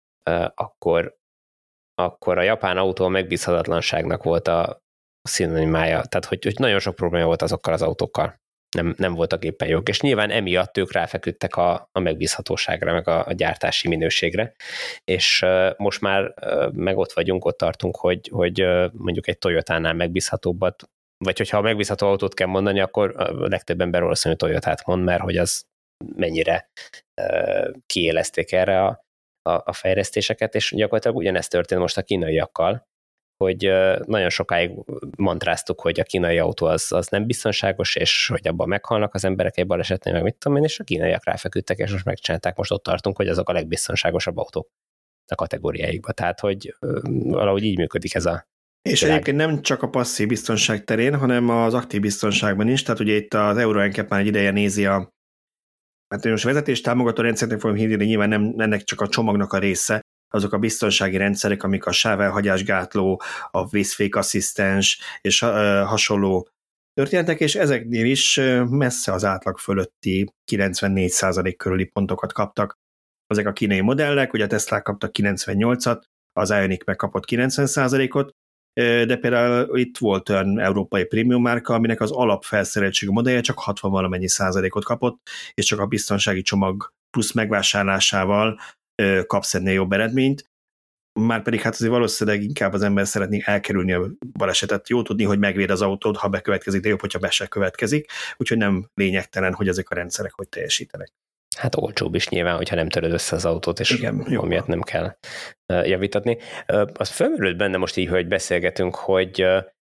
akkor, akkor a japán autó megbízhatatlanságnak volt a szinonimája. Tehát, hogy, hogy nagyon sok probléma volt azokkal az autókkal. Nem, nem voltak éppen jók, és nyilván emiatt ők ráfeküdtek a, a megbízhatóságra, meg a, a gyártási minőségre, és uh, most már uh, meg ott vagyunk, ott tartunk, hogy, hogy uh, mondjuk egy Toyotánál megbízhatóbbat, vagy hogyha a megbízható autót kell mondani, akkor a legtöbb ember valószínűleg Toyotát mond, mert hogy az mennyire uh, kiélezték erre a, a, a fejlesztéseket, és gyakorlatilag ugyanezt történt most a kínaiakkal, hogy nagyon sokáig mantráztuk, hogy a kínai autó az, az nem biztonságos, és hogy abban meghalnak az emberek egy balesetnél, meg mit tudom én, és a kínaiak ráfeküdtek, és most megcsinálták, most ott tartunk, hogy azok a legbiztonságosabb autók a kategóriáikban. Tehát, hogy valahogy így működik ez a És világ. Egyébként nem csak a passzív biztonság terén, hanem az aktív biztonságban is, tehát ugye itt az Euro en cáp már egy ideje nézi a hát most vezetés támogató rendszernek fogom hívni, de nyilván nem ennek csak a csomagnak a része, azok a biztonsági rendszerek, amik a sávelhagyásgátló, a vészfékasszisztens és hasonló történetek, és ezeknél is messze az átlag fölötti kilencvennégy százalék körüli pontokat kaptak ezek a kínai modellek, ugye a Tesla kaptak kilencvennyolcat, az Ioniq megkapott kilencven százalékot, de például itt volt olyan európai prémium márka, aminek az alapfelszereltségű modellje csak hatvan valamennyi százalékot kapott, és csak a biztonsági csomag plusz megvásárlásával kapsz ennél jobb eredményt, márpedig hát azért valószínűleg inkább az ember szeretné elkerülni a balesetet. Jó tudni, hogy megvéd az autód, ha bekövetkezik, de jobb, hogyha be se következik, úgyhogy nem lényegtelen, hogy ezek a rendszerek hogy teljesítenek. Hát olcsóbb is nyilván, hogyha nem töröd össze az autót, és igen, amiatt nem kell javítatni. Az felmerült benne most így, hogy beszélgetünk, hogy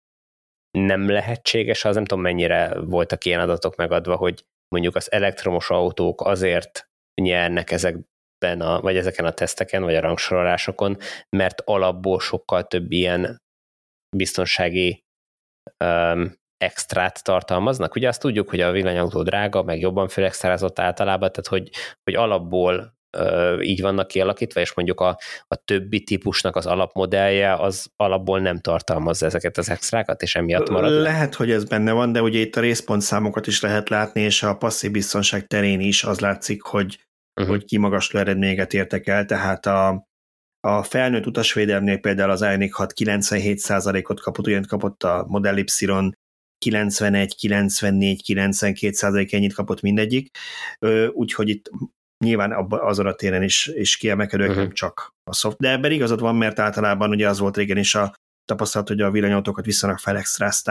nem lehetséges, az nem tudom mennyire voltak ilyen adatok megadva, hogy mondjuk az elektromos autók azért nyernek ezekben a, vagy ezeken a teszteken, vagy a rangsorolásokon, mert alapból sokkal több ilyen biztonsági um, extrát tartalmaznak. Ugye azt tudjuk, hogy a villanyautó drága, meg jobban fölextrázott általában, tehát hogy, hogy alapból uh, így vannak kialakítva, és mondjuk a, a többi típusnak az alapmodellje az alapból nem tartalmazza ezeket az extrákat, és emiatt marad. Lehet, hogy ez benne van, de ugye itt a részpontszámokat is lehet látni, és a passzív biztonság terén is az látszik, hogy, uh-huh. hogy kimagasló eredményeket értek el, tehát a A felnőtt utasvédelmnél például az Ioniq hat kilencvenhét százalékot kapott, ugyan kapott a Model Y kilencvenegy, kilencvennégy, kilencvenkét százalék ennyit kapott mindegyik, úgyhogy itt nyilván azon a téren is, is kiemelkedőek, uh-huh. nem csak a szoft. De ebben igazad van, mert általában ugye az volt régen is a tapasztalat, hogy a villanyautókat viszonylag felextrázták,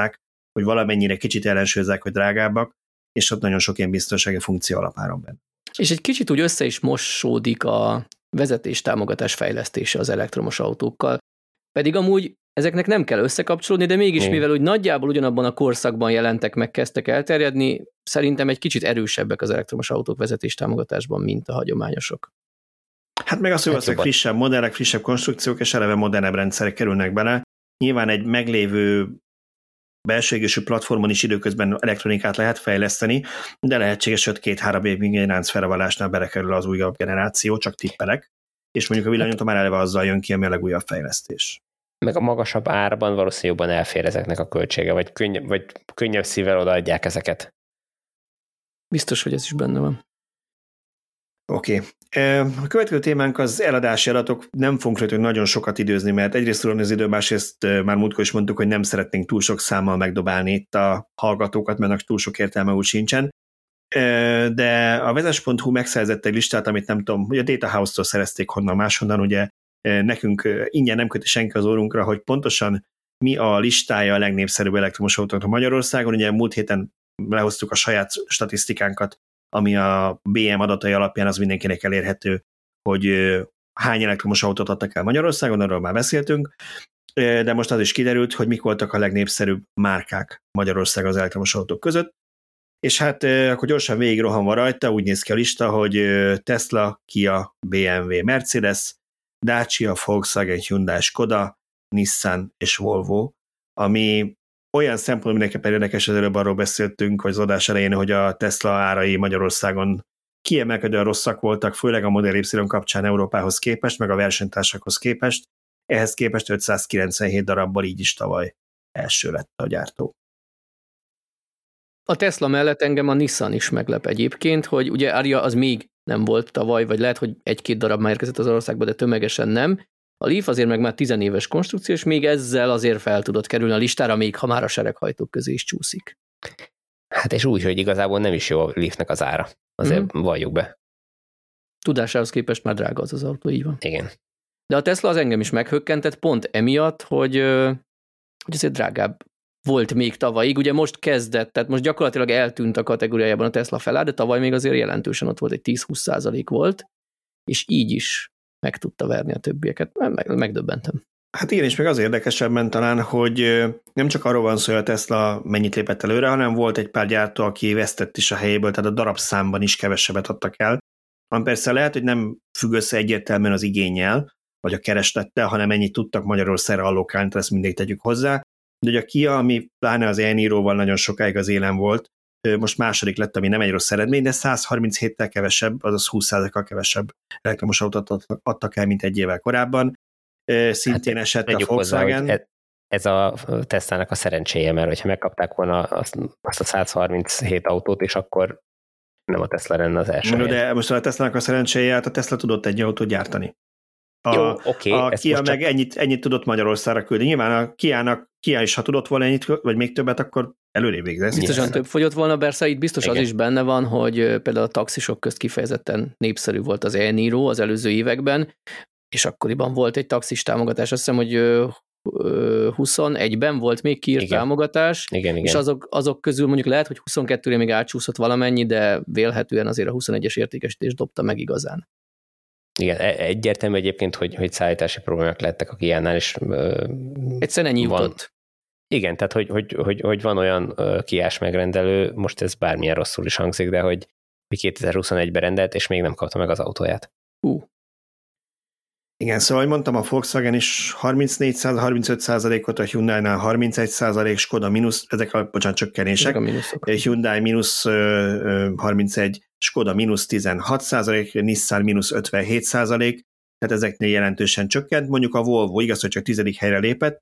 hogy valamennyire kicsit ellensúlyozzák, hogy drágábbak, és ott nagyon sok ilyen biztonsági funkció alapáron benne. És egy kicsit úgy össze is mosódik a vezetés támogatás fejlesztése az elektromos autókkal. Pedig amúgy ezeknek nem kell összekapcsolódni, de mégis, mivel úgy nagyjából ugyanabban a korszakban jelentek meg, kezdtek elterjedni, szerintem egy kicsit erősebbek az elektromos autók vezetés támogatásban, mint a hagyományosok. Hát meg az, hogy hát frissebb modellek, frissebb konstrukciók, és eleve modernebb rendszerek kerülnek bele. Nyilván egy meglévő belső égésű platformon is időközben elektronikát lehet fejleszteni, de lehetséges, hogy két-három évig egy láncfelvallásnál belekerül az újabb generáció, csak tippelek, és mondjuk a villanyújtó már eleve azzal jön ki, ami a legújabb fejlesztés. Meg a magasabb árban valószínűleg jobban elfér ezeknek a költsége, vagy, könny- vagy könnyebb szívvel odaadják ezeket. Biztos, hogy ez is benne van. Oké. Okay. A következő témánk az eladási adatok. Nem fogunk rögtön nagyon sokat időzni, mert egyrészt tudom az idő, másrészt már múltkor is mondtuk, hogy nem szeretnénk túl sok számmal megdobálni itt a hallgatókat, mert túl sok értelme úgy sincsen. De a vezes pont hu megszerzett egy listát, amit nem tudom, hogy a Data House-tól szerezték honnan máshonnan, ugye nekünk ingyen nem köti senki az órunkra, hogy pontosan mi a listája a legnépszerűbb elektromos autóknak Magyarországon. Ugye múlt héten lehoztuk a saját statisztikánkat, ami a bé em adatai alapján az mindenkinek elérhető, hogy hány elektromos autót adtak el Magyarországon, arról már beszéltünk, de most az is kiderült, hogy mik voltak a legnépszerűbb márkák Magyarországon az elektromos autók között, és hát akkor gyorsan végigrohanva rajta, úgy néz ki a lista, hogy Tesla, Kia, bé em vé, Mercedes, Dacia, Volkswagen, Hyundai, Skoda, Nissan és Volvo, ami olyan szempontból mindenképpen érdekes, az előbb arról beszéltünk, vagy az adás elején, hogy a Tesla árai Magyarországon kiemelkedően rosszak voltak, főleg a Model Y kapcsán Európához képest, meg a versenytársakhoz képest. Ehhez képest ötszázkilencvenhét darabbal így is tavaly első lett a gyártó. A Tesla mellett engem a Nissan is meglep egyébként, hogy ugye Ariya az még nem volt tavaly, vagy lehet, hogy egy-két darab már érkezett az országba, de tömegesen nem. A Leaf azért meg már tizenéves konstrukció, és még ezzel azért fel tudott kerülni a listára, még ha már a sereghajtók közé is csúszik. Hát és úgy, hogy igazából nem is jó a Leafnek az ára. Azért mm. valljuk be. Tudásához képest már drága az az autó, így van. Igen. De a Tesla az engem is meghökkentett pont emiatt, hogy, hogy azért drágább volt még tavalyig. Ugye most kezdett, tehát most gyakorlatilag eltűnt a kategóriájában a Tesla felár, de tavaly még azért jelentősen ott volt, egy tíz-húsz százalék volt, és így is meg tudta verni a többieket. Meg, megdöbbentem. Hát igen, és még az érdekesebben talán, hogy nem csak arról van szó, hogy a Tesla mennyit lépett előre, hanem volt egy pár gyártó, aki vesztett is a helyéből, tehát a darabszámban is kevesebbet adtak el. Van persze lehet, hogy nem függ össze egyértelműen az igénnyel, vagy a kereslettel, hanem ennyit tudtak Magyarországra allokálni, tehát ezt mindig tegyük hozzá. De ugye a Kia, ami pláne az e-Niroval nagyon sokáig az élen volt, most második lett, ami nem egy rossz eredmény, de százharminchéttel kevesebb, azaz húsz százalékkal kevesebb elektromos autót adtak el, mint egy évvel korábban. Szintén hát esett a Volkswagen. Hozzá, ez a Teslának a szerencséje, mert hogyha megkapták volna azt, azt a százharminchét autót, és akkor nem a Tesla lenne az első. No, de most a Teslának a szerencséje, hát a Tesla tudott egy autót gyártani. A, Jó, oké. A Kia meg csak... ennyit, ennyit tudott Magyarországra küldeni. Nyilván a Kia-nak, Kia is, ha tudott volna ennyit, vagy még többet, akkor előrébb végzett. Biztosan több fogyott volna, persze itt biztos igen. Az is benne van, hogy például a taxisok közt kifejezetten népszerű volt az e-Niro az előző években, és akkoriban volt egy taxis támogatás, azt hiszem, hogy huszonegyben volt még kiírt igen. támogatás, igen, igen. és azok, azok közül mondjuk lehet, hogy huszonkettőre még átsúszott valamennyi, de vélhetően azért a huszonegyes értékesítés dobta meg igazán. Igen, egyértelmű egyébként, hogy, hogy szállítási problémák lettek a Kiánál, és egyszerűen ennyi van, jutott. Igen, tehát hogy, hogy, hogy, hogy van olyan Kiás megrendelő, most ez bármilyen rosszul is hangzik, de hogy kétezer-huszonegyben rendelt, és még nem kapta meg az autóját. Hú. Igen, szóval, ahogy mondtam, a Volkswagen is harmincnégy-harmincöt százalékot, a Hyundai-nál harmincegy százalék, Skoda mínusz, ezek a, bocsánat, csökkenések, Hyundai mínusz harmincegy, Skoda mínusz tizenhat százalék, Nissan mínusz ötvenhét százalék, tehát ezeknél jelentősen csökkent. Mondjuk a Volvo igaz, hogy csak tizedik helyre lépett,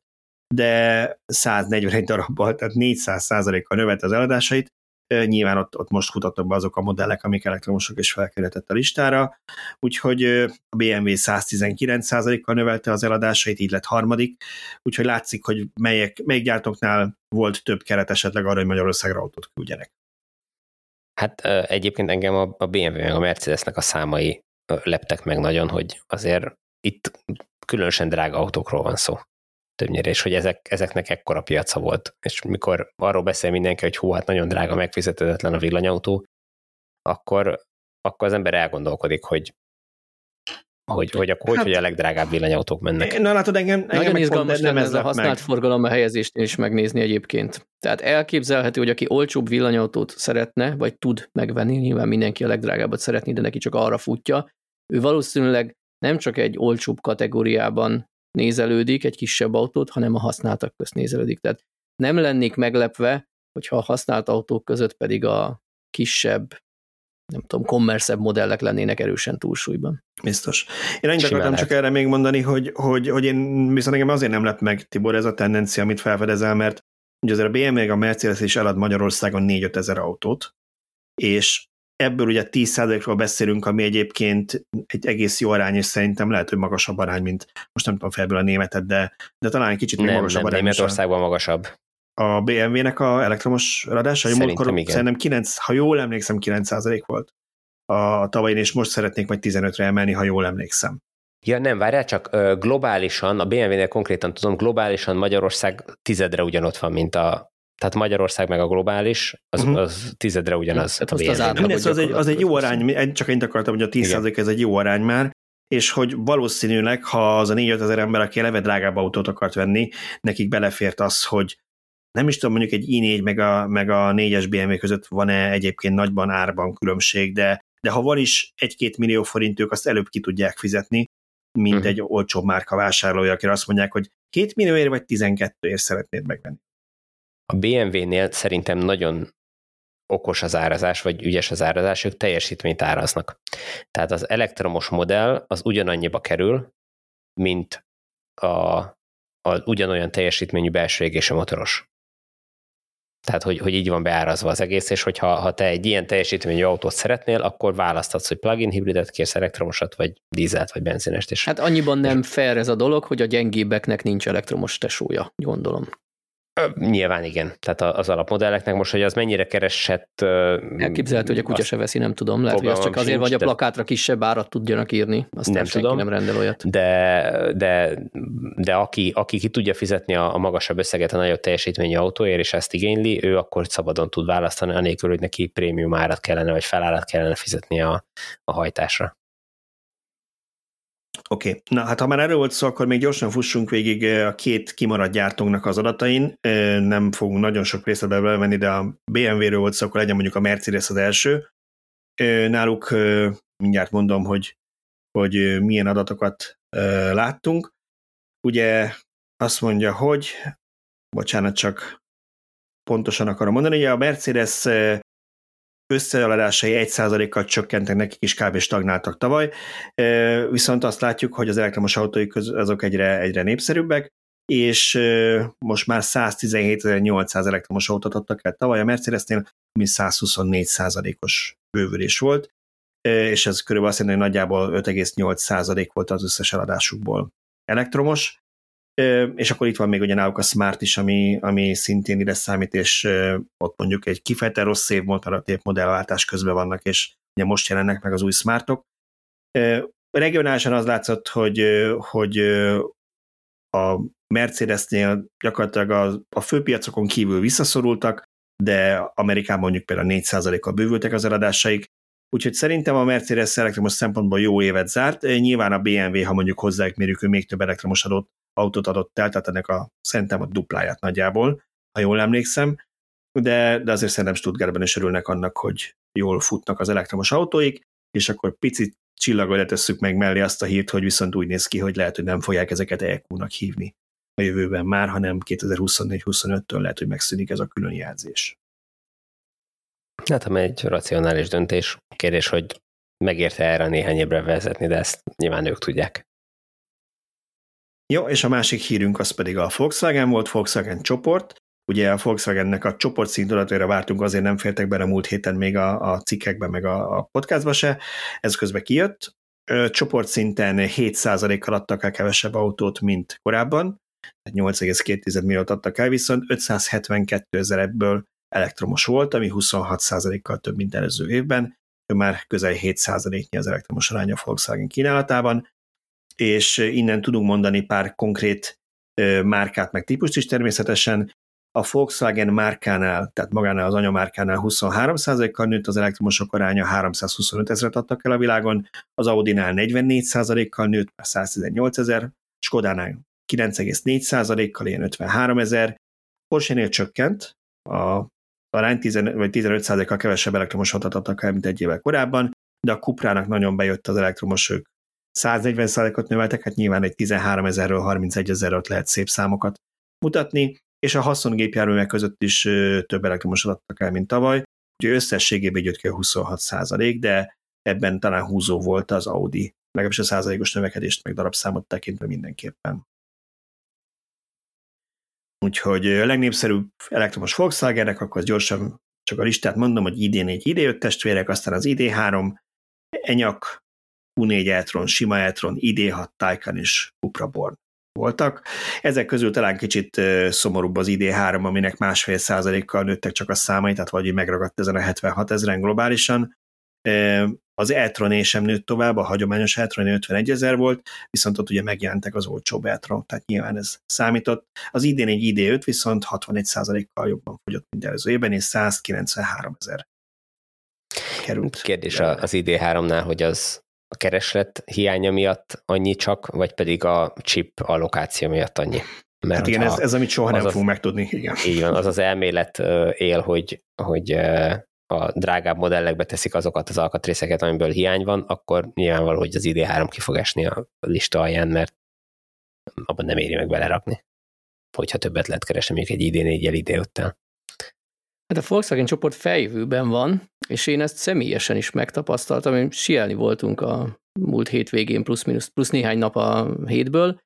de száznegyvenegy darabbal, tehát négyszáz százalékkal növelte az eladásait. Nyilván ott, ott most futottak be azok a modellek, amik elektromosok és felkerülhetett a listára, úgyhogy a bé em vé száztizenkilenc százalékkal növelte az eladásait, így lett harmadik, úgyhogy látszik, hogy melyek, melyik gyártóknál volt több keret esetleg arra, hogy Magyarországra autót küldjenek. Hát egyébként engem a bé em vé meg a Mercedesnek a számai leptek meg nagyon, hogy azért itt különösen drága autókról van szó. többnyire, és hogy ezek, ezeknek ekkora piaca volt. És mikor arról beszél mindenki, hogy hú, hát nagyon drága, megfizethetetlen a villanyautó, akkor, akkor az ember elgondolkodik, hogy hogy, hogy akkor hát, hogy, hogy a legdrágább villanyautók mennek. Na látod, engem, engem nagyon izgalmas nem ez a használt meg. forgalom a helyezésnél is megnézni egyébként. Tehát elképzelhető, hogy aki olcsóbb villanyautót szeretne, vagy tud megvenni, nyilván mindenki a legdrágábbat szeretné, de neki csak arra futja, ő valószínűleg nem csak egy olcsóbb kategóriában nézelődik, egy kisebb autót, hanem a használtak közt nézelődik. Tehát nem lennék meglepve, hogyha a használt autók között pedig a kisebb, nem tudom, kommerszebb modellek lennének erősen túlsúlyban. Biztos. Én annyit akartam csak erre még mondani, hogy, hogy, hogy én viszont engem azért nem lep meg, Tibor, ez a tendencia, amit felfedezel, mert ugye azért a bé em vé, a Mercedes is elad Magyarországon négy-öt ezer autót, és ebből ugye tíz százalékról beszélünk, ami egyébként egy egész jó arány, és szerintem lehet, hogy magasabb arány, mint most nem tudom felből a németet, de, de talán egy kicsit még magasabb nem, arány. Németországban magasabb. A bé em vé-nek a elektromos radása? Szerintem igen. Szerintem kilenc, ha jól emlékszem, kilenc százalék volt a tavalyin, és most szeretnék majd tizenötre emelni, ha jól emlékszem. Ja nem, várjál, csak globálisan, a bé em vé-nél konkrétan tudom, globálisan Magyarország tizedre ugyanott van, mint a, tehát Magyarország meg a globális, az, uh-huh. az tizedre ugyanaz. Hát a bé em vé-nél. Az, Mindez, az, egy, az egy jó arány, csak én akartam, hogy a tíz százalék ez egy jó arány már, és hogy valószínűleg, ha az a négy-öt ezer ember, aki eleve drágább autót akart venni, nekik belefért az, hogy nem is tudom, mondjuk egy i négy meg a, meg a négyes bé em vé között van-e egyébként nagyban árban különbség, de, de ha van is egy-két millió forint, ők azt előbb ki tudják fizetni, mint uh-huh. egy olcsóbb márka vásárlója, akire azt mondják, hogy két millióért vagy tizenkettőért szeretnéd megvenni. A bé em vé-nél szerintem nagyon okos az árazás, vagy ügyes az árazás, ők teljesítményt áraznak. Tehát az elektromos modell az ugyanannyiba kerül, mint a, a ugyanolyan teljesítményű belső égésű motoros. Tehát, hogy, hogy így van beárazva az egész, és hogyha ha te egy ilyen teljesítményű autót szeretnél, akkor választhatsz, hogy plug-in hibridet kérsz, elektromosat, vagy dízelt, vagy benzinest. És hát annyiban nem fair ez a dolog, hogy a gyengébbeknek nincs elektromos tesója, gondolom. Nyilván igen. Tehát az alapmodelleknek most, hogy az mennyire keresett... Elképzelhető, hogy a kutya se veszi, nem tudom. Lehet, hogy az csak azért, vagy a plakátra kisebb árat tudjanak írni. Aztán nem tudom. Nem rendel olyat. De, de, de aki, aki ki tudja fizetni a, a magasabb összeget a nagyobb teljesítményű autóért, és ezt igényli, ő akkor szabadon tud választani, anélkül, hogy neki prémium árat kellene, vagy felárat kellene fizetni a, a hajtásra. Oké, okay. Na hát ha már erről volt szó, akkor még gyorsan fussunk végig a két kimaradt gyártónknak az adatain. Nem fogunk nagyon sok részletbe belemenni, de a bé em vé-ről volt szó, akkor legyen mondjuk a Mercedes az első. Náluk mindjárt mondom, hogy, hogy milyen adatokat láttunk. Ugye azt mondja, hogy, bocsánat, csak pontosan akarom mondani, hogy a Mercedes összeeladásai egy százalékkal csökkentek, nekik is kb. Stagnáltak tavaly, viszont azt látjuk, hogy az elektromos autóik azok egyre, egyre népszerűbbek, és most már száztizenhétezer-nyolcszáz elektromos autót adtak el tavaly a Mercedesnél, ami százhuszonnégy százalékos bővülés volt, és ez körülbelül azt jelenti, hogy nagyjából öt egész nyolc százalék volt az összes eladásukból elektromos, és akkor itt van még ugye náluk a Smart is, ami, ami szintén ide számít, és ott mondjuk egy kifejezetten rossz év motoratív modellváltás közben vannak, és ugye most jelennek meg az új Smartok. Regionálisan az látszott, hogy, hogy a Mercedesnél gyakorlatilag a, a főpiacokon kívül visszaszorultak, de Amerikában mondjuk például négy százalékkal bővültek az eladásaik, úgyhogy szerintem a Mercedes elektromos szempontból jó évet zárt. Nyilván a bé em vé, ha mondjuk hozzájuk mérjük, ő még több elektromos adott, autót adott el, tehát ennek a, szerintem a dupláját nagyjából, ha jól emlékszem, de, de azért szerintem Stuttgartban is örülnek annak, hogy jól futnak az elektromos autóik, és akkor picit csillaggal letesszük meg mellé azt a hírt, hogy viszont úgy néz ki, hogy lehet, hogy nem fogják ezeket é kú-nak hívni a jövőben már, hanem kétezer-huszonnégy-huszonöttől lehet, hogy megszűnik ez a külön jelzés. Hát, ami egy racionális döntés. Kérdés, hogy megérte erre néhány évre vezetni, de ezt nyilván ők tudják. Jó, és a másik hírünk az pedig a Volkswagen volt, Volkswagen csoport. Ugye a Volkswagennek a csoportszint adatára vártunk, azért nem fértek bele múlt héten még a, a cikkekben, meg a, a podcastba se. Ez közben kijött. Csoportszinten hét százalékkal adtak el kevesebb autót, mint korábban. nyolc egész két milliót adtak el, viszont ötszázhetvenkétezer ebből elektromos volt, ami huszonhat százalékkal több, mint előző évben. Ő már közel hét százaléknyi az elektromos aránya a Volkswagen kínálatában, és innen tudunk mondani pár konkrét márkát, meg típust is természetesen. A Volkswagen márkánál, tehát magánál az anyamárkánál huszonhárom százalékkal nőtt az elektromosok aránya, háromszázhuszonöt ezret adtak el a világon, az Audinál negyvennégy százalékkal nőtt, már száztizennyolc ezer, Skodánál kilenc egész négy százalékkal, ilyen ötvenhárom ezer, Porsche-nél csökkent, a arány tíz vagy tizenöt százalékkal kevesebb elektromos autót adtak el, mint egy évvel korábban, de a Cuprának nagyon bejött az elektromosok, száznegyven százalékot növeltek, hát nyilván egy tizenhárom ezerről harmincegy ezerről lehet szép számokat mutatni, és a haszongépjárművek között is több elektromosat adtak el, mint tavaly, úgyhogy összességében jött ki a huszonhat százalék, de ebben talán húzó volt az Audi, legalábbis a százalékos növekedést meg darabszámot tekintve mindenképpen. Úgyhogy a legnépszerűbb elektromos Volkswagenek, akkor gyorsan csak a listát mondom, hogy i dé négy, i dé öt testvérek, aztán az i dé három, Enyaq, kú négy e-tron, sima e-tron, i dé hat, Taycan és Cupra Born voltak. Ezek közül talán kicsit szomorúbb az i dé három, aminek másfél százalékkal nőttek csak a számai, tehát vagy megragadt ezen a hetvenhat ezeren globálisan. Az e-tron sem nőtt tovább, a hagyományos e-tron ötvenegy ezer volt, viszont ott ugye megjelentek az olcsóbb e-tronok, tehát nyilván ez számított. Az i dé négy, i dé öt viszont hatvanegy százalékkal jobban fogyott, mint előző évben, és százkilencvenhárom ezer került. Kérdés az i dé háromnál, hogy az a kereslet hiánya miatt annyi csak, vagy pedig a chip allokáció miatt annyi? Mert hát igen, ez, ez amit soha nem fogunk megtudni. Igen. Így van, az az elmélet él, hogy, hogy a drágább modellekbe teszik azokat az alkatrészeket, amiből hiány van, akkor nyilvánvaló, hogy az i dé három ki fog esni a lista alján, mert abban nem éri meg belerakni, hogyha többet lehet keresni, még egy i dé négyel, i dé öttel. Hát a Volkswagen csoport feljövőben van, és én ezt személyesen is megtapasztaltam, hogy sielni voltunk a múlt hétvégén plusz-minusz, plusz néhány nap a hétből,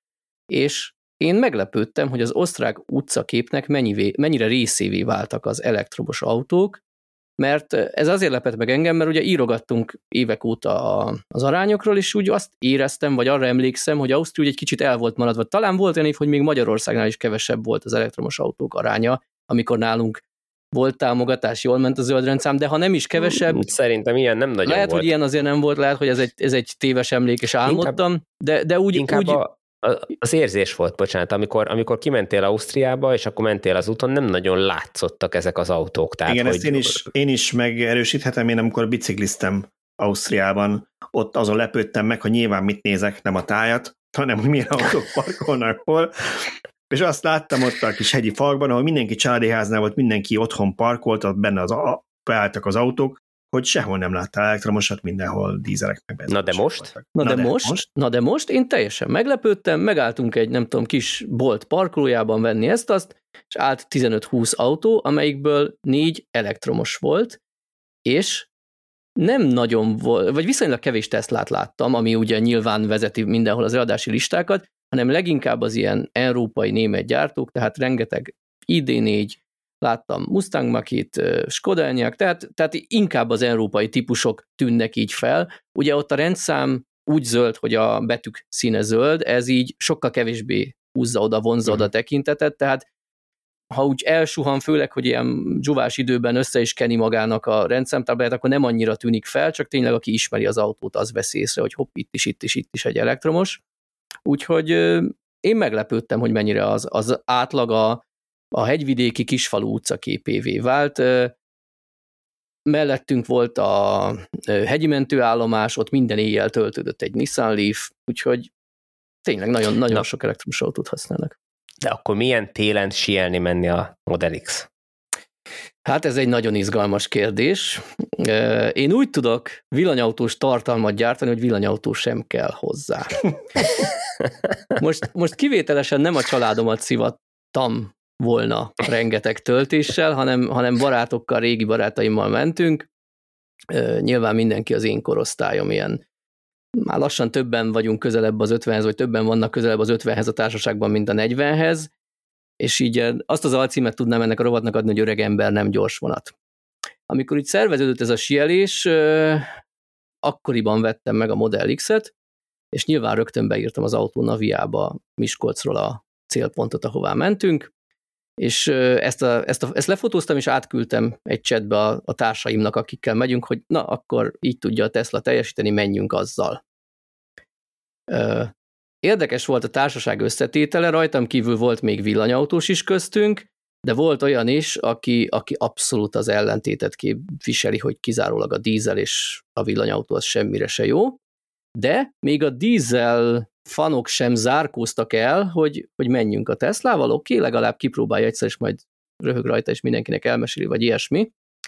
és én meglepődtem, hogy az osztrák utcaképnek mennyivé, mennyire részévé váltak az elektromos autók, mert ez azért lepett meg engem, mert ugye írogattunk évek óta az arányokról, és úgy azt éreztem, vagy arra emlékszem, hogy Ausztria egy kicsit el volt maradva. Talán volt olyan év, hogy még Magyarországnál is kevesebb volt az elektromos autók aránya, amikor nálunk volt támogatás, jól ment a zöld rendszám, de ha nem is kevesebb... Szerintem ilyen nem nagyon lehet, volt. hogy ilyen azért nem volt, lehet, hogy ez egy, ez egy téves emlék, és álmodtam, inkább, de, de úgy... Inkább úgy... A, a, az érzés volt, bocsánat, amikor, amikor kimentél Ausztriába, és akkor mentél az úton, nem nagyon látszottak ezek az autók. Tehát, igen, hogy... ezt én is, én is megerősíthetem, én amikor bicikliztem Ausztriában, ott azon lepődtem meg, hogy nyilván mit nézek, nem a tájat, hanem hogy milyen autók parkolnak hol. És azt láttam ott a kis hegyi falkban, ahol mindenki családi háznál volt, mindenki otthon parkolt, ott benne az a, beálltak az autók, hogy sehol nem láttál elektromosat, mindenhol dízelek meg. Na de most? Na, na de, de most? most? Na de most én teljesen meglepődtem, megálltunk egy, nem tudom, kis bolt parkolójában venni ezt-azt, és állt tizenöt-húsz autó, amelyikből négy elektromos volt, és nem nagyon volt, vagy viszonylag kevés Teslát láttam, ami ugye nyilván vezeti mindenhol az eladási listákat, hanem leginkább az ilyen európai német gyártók, tehát rengeteg i dé négy, láttam Mustang Mach-it, Skoda Enyaq, tehát, tehát inkább az európai típusok tűnnek így fel. Ugye ott a rendszám úgy zöld, hogy a betűk színe zöld, ez így sokkal kevésbé húzza oda, vonzza oda tekintetet, tehát ha úgy elsuhan, főleg, hogy ilyen dzsuvás időben össze is keni magának a rendszámtábláját, akkor nem annyira tűnik fel, csak tényleg aki ismeri az autót, az vesz észre, hogy hopp, itt is, itt is, itt is egy elektromos. Úgyhogy én meglepődtem, hogy mennyire az, az átlag a, a hegyvidéki kisfalu utcaképévé vált. Mellettünk volt a hegyi mentőállomás, ott minden éjjel töltődött egy Nissan Leaf, úgyhogy tényleg nagyon, nagyon Na. sok elektromos autót használnak. De akkor milyen télen sielni menni a Model X? Hát ez egy nagyon izgalmas kérdés. Én úgy tudok villanyautós tartalmat gyártani, hogy villanyautó sem kell hozzá. Most, most kivételesen nem a családomat szivattam volna rengeteg töltéssel, hanem, hanem barátokkal, régi barátaimmal mentünk. Nyilván mindenki az én korosztályom ilyen. Már lassan többen vagyunk közelebb az ötvenhez, vagy többen vannak közelebb az ötvenhez a társaságban, mint a negyvenhez, és így azt az alcímet tudnám ennek a rovatnak adni, hogy öreg ember, nem gyors vonat. Amikor így szerveződött ez a sielés, akkoriban vettem meg a Model X-et, és nyilván rögtön beírtam az autó Naviába Miskolcról a célpontot, ahová mentünk, és ezt, a, ezt, a, ezt lefotóztam, és átküldtem egy chatbe a, a társaimnak, akikkel megyünk, hogy na, akkor így tudja a Tesla teljesíteni, menjünk azzal. Érdekes volt a társaság összetétele, rajtam kívül volt még villanyautós is köztünk, de volt olyan is, aki, aki abszolút az ellentétet képviseli, hogy kizárólag a dízel és a villanyautó az semmire se jó, de még a dízel fanok sem zárkóztak el, hogy, hogy menjünk a Teslával, oké, okay, legalább kipróbálja egyszer, és majd röhög rajta, és mindenkinek elmeséli, vagy ilyesmi,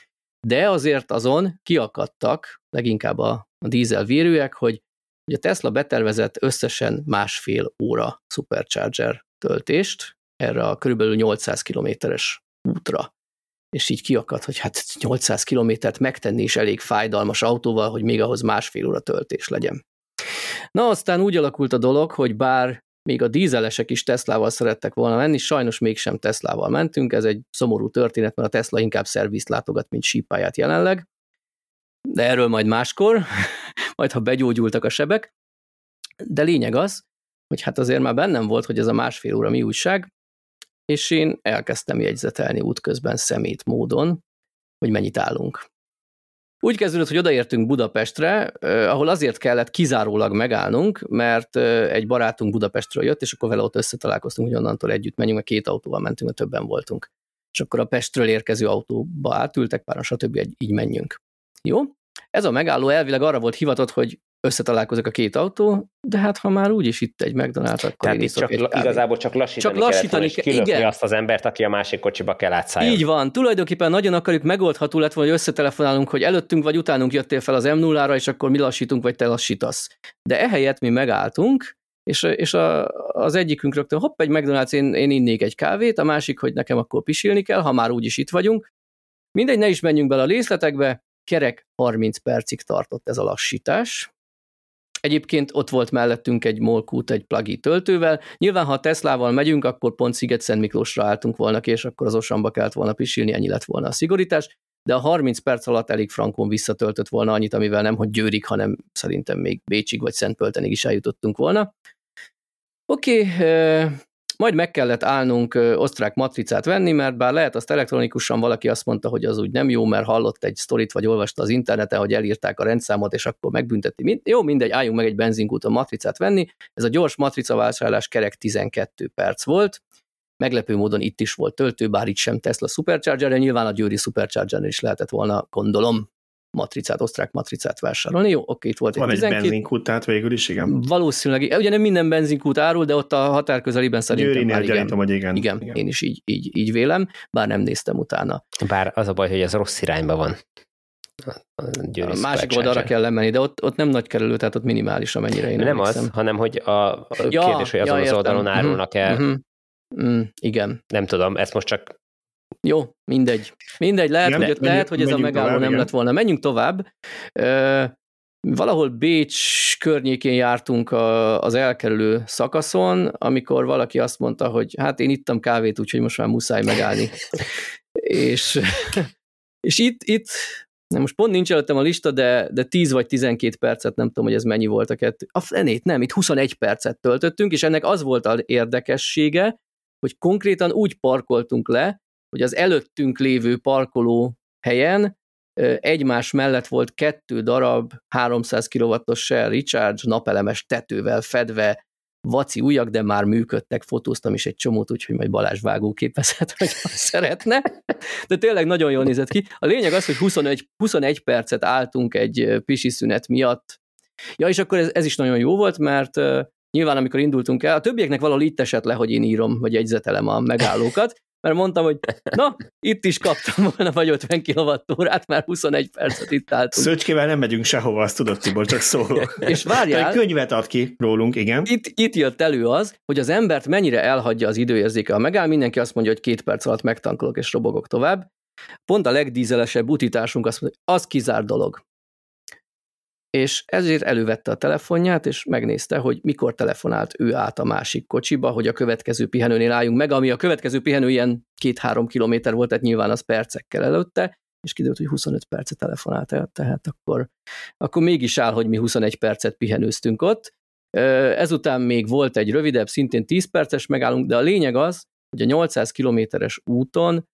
de azért azon kiakadtak, leginkább a, a dízel vérűek, hogy, hogy a Tesla betervezett összesen másfél óra Supercharger töltést erre a körülbelül nyolcszáz kilométeres útra. És így kiakadt, hogy hát nyolcszáz kilométert megtenni is elég fájdalmas autóval, hogy még ahhoz másfél óra töltés legyen. Na, aztán úgy alakult a dolog, hogy bár még a dízelesek is Teslával szerettek volna menni, sajnos mégsem Teslával mentünk, ez egy szomorú történet, mert a Tesla inkább szervizt látogat, mint sípályát jelenleg, de erről majd máskor, majd ha begyógyultak a sebek, de lényeg az, hogy hát azért már bennem volt, hogy ez a másfél óra mi újság, és én elkezdtem jegyzetelni útközben szemét módon, hogy mennyit állunk. Úgy kezdődött, hogy odaértünk Budapestre, ahol azért kellett kizárólag megállnunk, mert egy barátunk Budapestről jött, és akkor vele ott összetalálkoztunk, hogy onnantól együtt menjünk, mert két autóval mentünk, mert többen voltunk. És akkor a Pestről érkező autóba átültek páran, stb. Így menjünk. Jó? Ez a megálló elvileg arra volt hivatott, hogy összetalálkozik a két autó, de hát ha már úgyis itt egy McDonald's, akkor tehát itt csak, igazából csak lassítani, csak lassítani kellett volna, és kilökni azt az embert, aki a másik kocsiba kell átszálljon. Így van, tulajdonképpen nagyon akarjuk, megoldható lett volna, hogy összetelefonálunk, hogy előttünk vagy utánunk jöttél fel az em nullára, és akkor mi lassítunk, vagy te lassítasz. De ehelyett mi megálltunk, és, és a, az egyikünk rögtön, hopp, egy McDonald's, én, én innék egy kávét, a másik, hogy nekem akkor pisilni kell, ha már úgyis itt vagyunk. Mindegy, ne is menjünk bele a részletekbe, kerek harminc percig tartott ez a lassítás. Egyébként ott volt mellettünk egy molkút egy plug-in töltővel. Nyilván, ha a Teslával megyünk, akkor pont Sziget-Szent Miklósra álltunk volna ki, és akkor az Osamba kellett volna pisilni, ennyi lett volna a szigorítás, de a harminc perc alatt elég frankon visszatöltött volna annyit, amivel nem, hogy Győrig, hanem szerintem még Bécsig vagy Szentpöltenig is eljutottunk volna. Oké, okay, majd meg kellett állnunk osztrák matricát venni, mert bár lehet azt elektronikusan, valaki azt mondta, hogy az úgy nem jó, mert hallott egy sztorit, vagy olvasta az interneten, hogy elírták a rendszámot, és akkor megbünteti. Jó, mindegy, álljunk meg egy benzinkúton matricát venni. Ez a gyors matrica vásárlás kerek tizenkét perc volt. Meglepő módon itt is volt töltő, bár itt sem Tesla Supercharger-re, nyilván a győri Supercharger-nél is lehetett volna, gondolom, matricát, osztrák matricát vásárolni. Jó, oké, itt volt van egy tizenkét. Van egy benzinkút, tehát végül is, igen. Valószínűleg, ugye nem minden benzinkút árul, de ott a határközeliben szerintem Győrinél már igen. gyanítom, hogy igen. Igen, igen, én is így, így, így vélem, bár nem néztem utána. Bár az a baj, hogy ez rossz irányba van. A, a másik oldalra kell lemenni, de ott, ott nem nagy kerülő, tehát ott minimális, amennyire én nem emlékszem. az, hanem hogy a, a ja, kérdés, hogy azon ja, az oldalon árulnak el. Uh-huh. Mm, igen. Nem tudom, ezt most csak... Jó, mindegy. Mindegy, lehet, igen, hogy, menjünk, lehet, hogy ez a megálló tovább, nem igen. lett volna. Menjünk tovább. Uh, valahol Bécs környékén jártunk a, az elkerülő szakaszon, amikor valaki azt mondta, hogy hát én ittam kávét, úgyhogy most már muszáj megállni. és, és itt, itt nem, most pont nincs előttem a lista, de, de tíz vagy tizenkét percet, nem tudom, hogy ez mennyi volt a kettő. A fenét, nem, itt huszonegy percet töltöttünk, és ennek az volt az érdekessége, hogy konkrétan úgy parkoltunk le, hogy az előttünk lévő parkoló helyen egymás mellett volt kettő darab háromszáz kilowattos Shell Recharge napelemes tetővel fedve, vaci ujjak, de már működtek, fotóztam is egy csomót, úgyhogy majd Balázs vágóképezhet, hogy szeretne. De tényleg nagyon jól nézett ki. A lényeg az, hogy huszonegy, huszonegy percet álltunk egy pisi szünet miatt. Ja, és akkor ez, ez is nagyon jó volt, mert uh, nyilván amikor indultunk el, a többieknek valahol itt esett le, hogy én írom, vagy jegyzetelem a megállókat, mert mondtam, hogy na, itt is kaptam volna vagy ötven kilowattórát, már huszonegy percet itt álltunk. Szöcskével nem megyünk sehova, azt tudod, Tibor, csak szólok. És várjál. Egy könyvet ad ki rólunk, igen. Itt, itt jött elő az, hogy az embert mennyire elhagyja az időérzéke. Ha megáll, mindenki azt mondja, hogy két perc alatt megtankolok és robogok tovább. Pont a legdízelesebb utitársunk azt mondja, hogy az kizárt dolog. És ezért elővette a telefonját, és megnézte, hogy mikor telefonált ő át a másik kocsiba, hogy a következő pihenőnél álljunk meg, ami a következő pihenő ilyen két-három kilométer volt, tehát nyilván az percekkel előtte, és kiderült, hogy huszonöt percet telefonált el, tehát akkor, akkor mégis áll, hogy mi huszonegy percet pihenőztünk ott. Ezután még volt egy rövidebb, szintén tíz perces megállunk, de a lényeg az, hogy a nyolcszáz kilométeres úton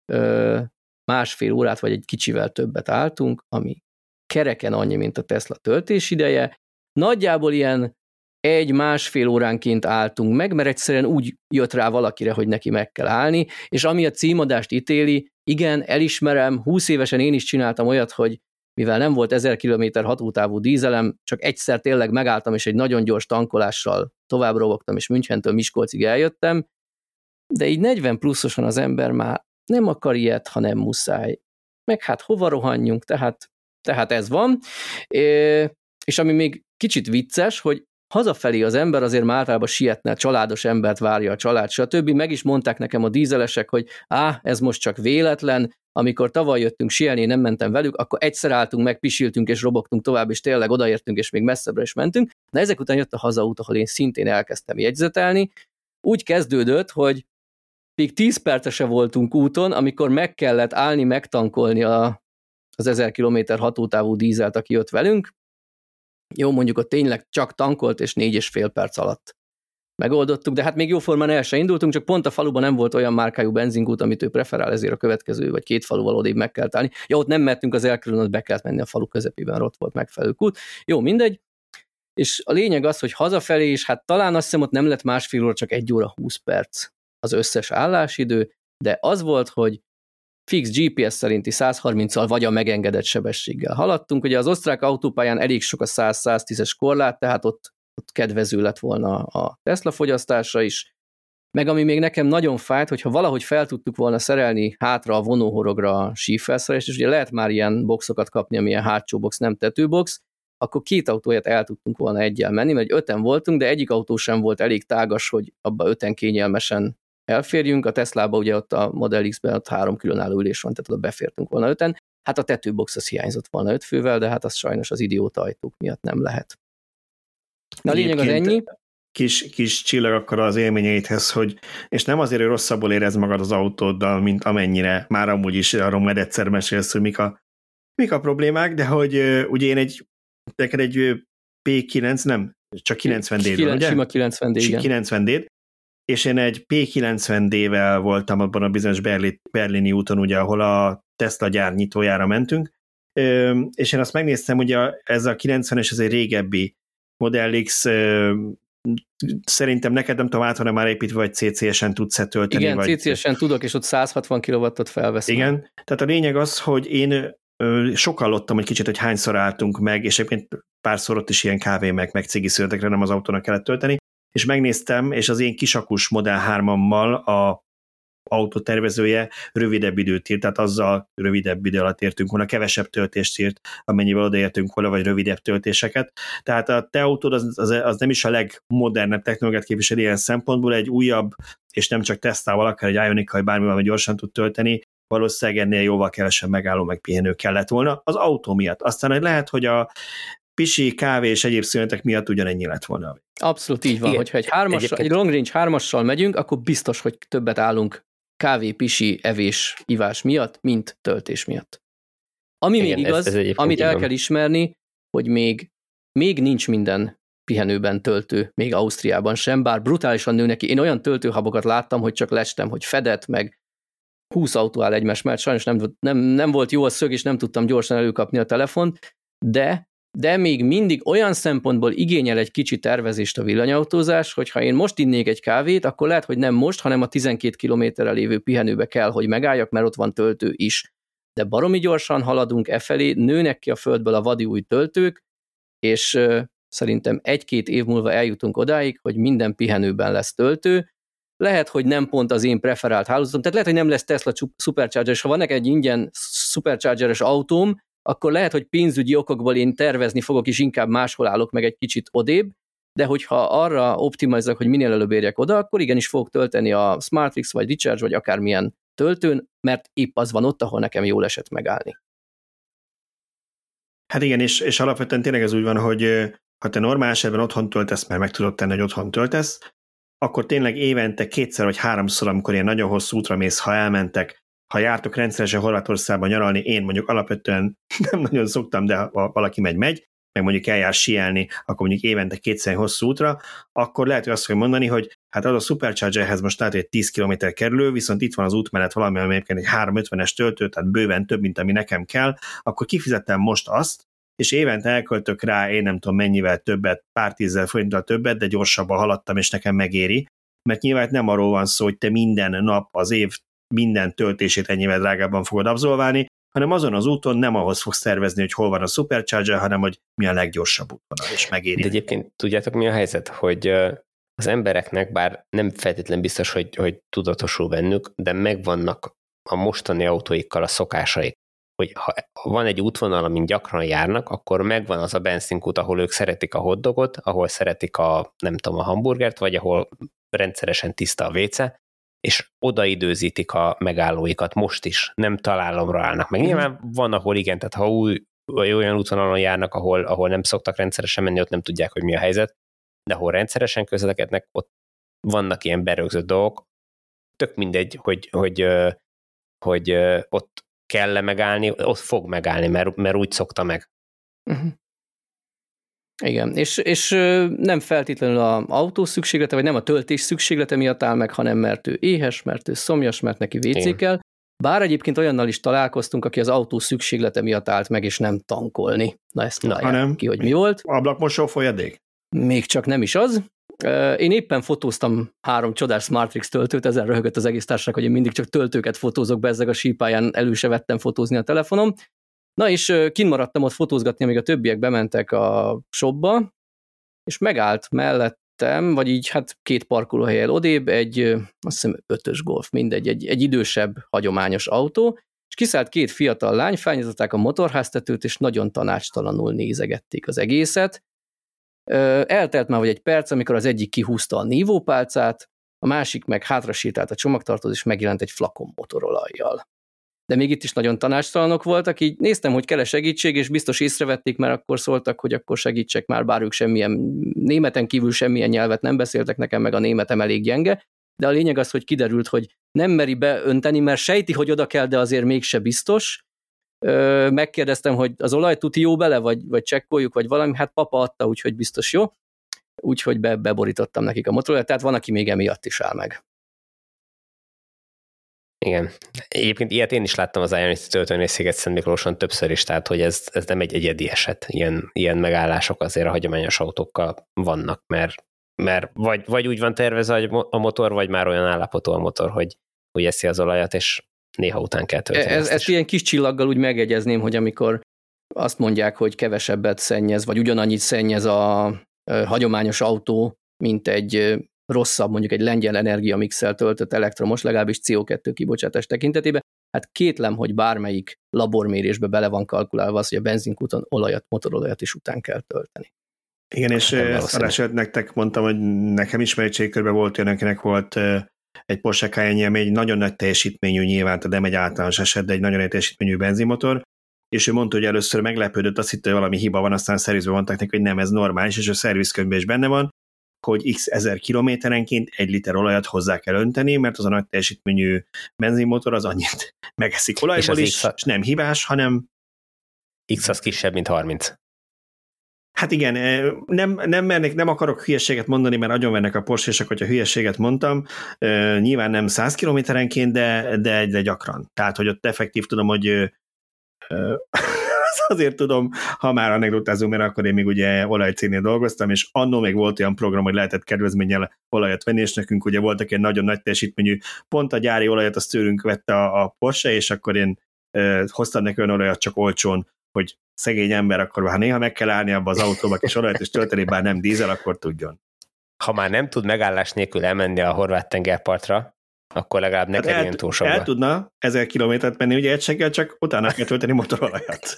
másfél órát, vagy egy kicsivel többet álltunk, ami kereken annyi, mint a Tesla töltés ideje. Nagyjából ilyen egy-másfél óránként álltunk meg, mert egyszerűen úgy jött rá valakire, hogy neki meg kell állni, és ami a címadást ítéli, igen, elismerem, húsz évesen én is csináltam olyat, hogy mivel nem volt ezer kilométer hatótávú dízelem, csak egyszer tényleg megálltam, és egy nagyon gyors tankolással tovább rovogtam, és Münchentől Miskolcig eljöttem, de így negyven pluszosan az ember már nem akar ilyet, ha nem muszáj. Meg hát hova rohanjunk, tehát, tehát ez van. És ami még kicsit vicces, hogy hazafelé az ember azért már általában sietne, családos embert várja a család, stb. Meg is mondták nekem a dízelesek, hogy á, ez most csak véletlen, amikor tavaly jöttünk sielni, nem mentem velük, akkor egyszer álltunk meg, pisiltünk és robogtunk tovább, és tényleg odaértünk, és még messzebbre is mentünk. Na ezek után jött a hazaút, ahol én szintén elkezdtem jegyzetelni. Úgy kezdődött, hogy még tíz percese voltunk úton, amikor meg kellett állni, megtankolni a, az ezer kilométer hatótávú dízelt, aki jött velünk. Jó, mondjuk ott tényleg csak tankolt, és négy és fél perc alatt megoldottuk, de hát még jóformán el se indultunk, csak pont a faluban nem volt olyan márkájú benzingút, amit ő preferál, ezért a következő, vagy két faluval odébb meg kellett állni. Ja, ott nem mehetünk az elkerülön, ott be kellett menni a falu közepében, ott volt megfelelő kút. Jó, mindegy. És a lényeg az, hogy hazafelé is, hát talán azt hiszem, ott nem lett másfél óra, csak egy óra húsz perc az összes állásidő, de az volt, hogy fix gé pé es szerinti száz harminccal vagy a megengedett sebességgel haladtunk. Ugye az osztrák autópályán elég sok a száz-száztízes korlát, tehát ott, ott kedvező lett volna a Tesla fogyasztása is. Meg ami még nekem nagyon fájt, hogyha valahogy fel tudtuk volna szerelni hátra a vonóhorogra a sífelszerelést, és ugye lehet már ilyen boxokat kapni, amilyen hátsó box, nem tetőbox, akkor két autóját el tudtunk volna egyel menni, mert öten voltunk, de egyik autó sem volt elég tágas, hogy abba öten kényelmesen elférjünk. A Teslába ugye ott a Model X-ben ott három különálló ülés van, tehát oda befértünk volna öten. Hát a tetőbox az hiányzott volna öt fővel, de hát az sajnos az idióta ajtók miatt nem lehet. Na a lényeg az ennyi. Kis, kis csillag akkor az élményeidhez, hogy, és nem azért, hogy rosszabbul érez magad az autóddal, mint amennyire már amúgy is arról majd egyszer mesélsz, hogy mik a, mik a problémák, de hogy uh, ugye én egy, neked egy pé kilenc, nem, csak kilencven dé van, ugye? Sima kilencven dé, igen. kilencven dé, és én egy pé kilencven dé-vel voltam abban a bizonyos Berli, berlini úton, ugye, ahol a Tesla gyár nyitójára mentünk, Ö, és én azt megnéztem, ugye ez a kilencvenes, ez egy régebbi Model X, ö, szerintem neked nem tudom át, hanem már építve, vagy cé cé es-en tudsz-e tölteni. Igen, vagy... cé cé es-en tudok, és ott száz hatvan kilowattot felveszem. Igen, tehát a lényeg az, hogy én ö, sokallottam egy kicsit, hogy hányszor álltunk meg, és egyébként párszor ott is ilyen kávé meg, meg cigi születekre nem az autónak kellett tölteni, és megnéztem, és az én kisakus Model hármammal a autótervezője rövidebb időt írt, tehát azzal rövidebb idő alatt értünk volna, kevesebb töltést írt, amennyivel odaértünk volna, vagy rövidebb töltéseket. Tehát a te autód az, az, az nem is a legmodernebb technológiát képviseli ilyen szempontból, egy újabb, és nem csak Teslával, akár egy Ioniq, vagy bármivel, ami gyorsan tud tölteni, valószínűleg ennél jóval kevesebb megálló, meg pihenő kellett volna az autó miatt. Aztán lehet, hogy a pisi, kávé és egyéb szünetek miatt ugyanennyi lett volna. Abszolút így van, igen. hogyha egy, hármas, egy long range hármassal megyünk, akkor biztos, hogy többet állunk kávé, pisi, evés, ivás miatt, mint töltés miatt. Ami igen, még igaz, ez, ez amit el kell ismerni, hogy még, még nincs minden pihenőben töltő, még Ausztriában sem, bár brutálisan nő neki. Én olyan töltőhabokat láttam, hogy csak lestem, hogy fedett, meg húsz autó áll egymás mellett, sajnos nem, nem, nem volt jó a szög, és nem tudtam gyorsan előkapni a telefont, de de még mindig olyan szempontból igényel egy kicsi tervezést a villanyautózás, hogy ha én most innék egy kávét, akkor lehet, hogy nem most, hanem a tizenkét kilométerre lévő pihenőbe kell, hogy megálljak, mert ott van töltő is. De baromi gyorsan haladunk e felé, nőnek ki a földből a vadi új töltők, és uh, szerintem egy-két év múlva eljutunk odáig, hogy minden pihenőben lesz töltő. Lehet, hogy nem pont az én preferált hálózatom, tehát lehet, hogy nem lesz Tesla Supercharger, és ha van neked egy ingyen Superchargeres autóm, akkor lehet, hogy pénzügyi okokból én tervezni fogok, és inkább máshol állok meg egy kicsit odébb, de hogyha arra optimalizálok, hogy minél előbb érjek oda, akkor igenis fogok tölteni a SmartFix, vagy Recharge, vagy akármilyen töltőn, mert épp az van ott, ahol nekem jól esett megállni. Hát igen, és, és alapvetően tényleg ez úgy van, hogy ha te normál esetben otthon töltesz, mert meg tudod tenni, hogy otthon töltesz, akkor tényleg évente kétszer vagy háromszor, amikor ilyen nagyon hosszú útra mész, ha elmentek, ha jártok rendszeresen Horvátországban nyaralni, én mondjuk alapvetően nem nagyon szoktam, de ha valaki megy-megy, meg mondjuk eljár síelni, akkor mondjuk évente kétszer hosszú útra, akkor lehet, hogy azt fogja mondani, hogy hát az a Superchargerhez most lehet, hogy egy tíz kilométer kerülő, viszont itt van az út mellett valami, ami egyébként egy háromszázötvenes töltő, tehát bőven több, mint ami nekem kell, akkor kifizettem most azt, és évente elköltök rá, én nem tudom mennyivel többet, pár tízzel forinttal többet, de gyorsabban haladtam, és nekem megéri, mert nyilván nem arról van szó, hogy te minden nap az év minden töltését ennyivel drágábban fogod abszolválni, hanem azon az úton nem ahhoz fogsz tervezni, hogy hol van a Supercharger, hanem hogy mi a leggyorsabb útvonal, és megéri. De egyébként tudjátok, mi a helyzet? Hogy az embereknek, bár nem feltétlen biztos, hogy, hogy tudatosul bennük, de megvannak a mostani autóikkal a szokásaik, hogy ha van egy útvonal, amin gyakran járnak, akkor megvan az a benzinkút, ahol ők szeretik a hotdogot, ahol szeretik a, nem tudom, a hamburgert, vagy ahol rendszeresen tiszta a véce, és odaidőzítik a megállóikat most is, nem találomra állnak meg. Nyilván van, ahol igen, tehát ha új, olyan útvonalon járnak, ahol, ahol nem szoktak rendszeresen menni, ott nem tudják, hogy mi a helyzet, de ahol rendszeresen közlekednek, ott vannak ilyen berögzött dolgok, tök mindegy, hogy, hogy, hogy, hogy ott kell-e megállni, ott fog megállni, mert, mert úgy szokta meg. Uh-huh. Igen, és, és nem feltétlenül az autó szükséglete, vagy nem a töltés szükséglete miatt áll meg, hanem mert ő éhes, mert ő szomjas, mert neki vé cé kell. Bár egyébként olyannal is találkoztunk, aki az autó szükséglete miatt állt meg, és nem tankolni. Na ezt találják ki, hogy mi volt. Ablakmosó folyadék? Még csak nem is az. Én éppen fotóztam három csodás Smartrix töltőt, ezen röhögött az egész társaság, hogy én mindig csak töltőket fotózok be, ezek a sípáján elő se vettem fotózni a telefonom. Na és kint maradtam ott fotózgatni, amíg a többiek bementek a shopba, és megállt mellettem, vagy így hát két parkolóhelyen odébb egy, azt hiszem ötös Golf, mindegy, egy, egy idősebb, hagyományos autó, és kiszállt két fiatal lány, felnyitották a motorháztetőt, és nagyon tanácstalanul nézegették az egészet. Eltelt már vagy egy perc, amikor az egyik kihúzta a nívópálcát, a másik meg hátra sétált a csomagtartót, és megjelent egy flakon motorolajjal. De még itt is nagyon tanácstalanok voltak, így néztem, hogy kell-e segítség, és biztos észrevették, mert akkor szóltak, hogy akkor segítsek már, bár ők semmilyen, németen kívül semmilyen nyelvet nem beszéltek, nekem meg a németem elég gyenge, de a lényeg az, hogy kiderült, hogy nem meri beönteni, mert sejti, hogy oda kell, de azért mégse biztos. Megkérdeztem, hogy az olaj tuti jó bele, vagy, vagy csekkoljuk, vagy valami, hát papa adta, úgyhogy biztos jó, úgyhogy be, beborítottam nekik a motorolajat, tehát van, aki még emiatt is áll meg. Igen. Egyébként ilyet én is láttam az Ionity töltőnél Sziget-Szent Miklóson többször is, tehát hogy ez, ez nem egy egyedi eset. Ilyen, ilyen megállások azért a hagyományos autókkal vannak, mert, mert vagy, vagy úgy van tervezve a motor, vagy már olyan állapotú a motor, hogy, hogy eszi az olajat, és néha után kell tölteni. Ez, ezt ilyen kis csillaggal úgy megegyezném, hogy amikor azt mondják, hogy kevesebbet szennyez, vagy ugyanannyit szennyez a hagyományos autó, mint egy rosszabb, mondjuk egy lengyel energiamixel töltött elektromos, legalábbis cé o kettő kibocsátás tekintetében, hát kétlem, hogy bármelyik labormérésbe bele van kalkulálva az, hogy a benzinkúton olajat, motorolajat is után kell tölteni. Igen, és adásért nektek mondtam, hogy nekem ismeretségkörben volt olyan, akinek volt egy Porsche Cayenne, ami egy nagyon nagy teljesítményű, nyilván, de nem egy általános eset, de egy nagyon nagy teljesítményű benzinmotor, és ő mondta, hogy először meglepődött, azt hitte, hogy valami hiba van, aztán a szervizben mondták neki, hogy nem, ez normális, és a szervizkönyvben is benne van, hogy x ezer kilométerenként egy liter olajat hozzá kell önteni, mert az a nagy teljesítményű benzinmotor az annyit megeszik olajból is, és nem hibás, hanem... X az kisebb, mint harminc. Hát igen, nem, nem, mernék, nem akarok hülyeséget mondani, mert agyonvernek a Porsche-sek, hogyha hülyeséget mondtam. Nyilván nem száz kilométerenként, de, de, de gyakran. Tehát, hogy ott effektív tudom, hogy azért tudom, ha már anekdotázunk, mert akkor én még ugye olajcégnél dolgoztam, és annó még volt olyan program, hogy lehetett kedvezménnyel olajat venni, és nekünk ugye voltak egy nagyon nagy teljesítményű, pont a gyári olajat azt tőlünk vette a, a Porsche, és akkor én e, hoztam neki olyan olajat csak olcsón, hogy szegény ember, akkor ha néha meg kell állni abba az autóba, és olajat is tölteni, bár nem dízel, akkor tudjon. Ha már nem tud megállás nélkül elmenni a horvát tengerpartra, akkor legalább ne kerüljön túl sokba. El tudna ezer kilométert menni, ugye egységgel, csak utána kell tölteni motorolajat.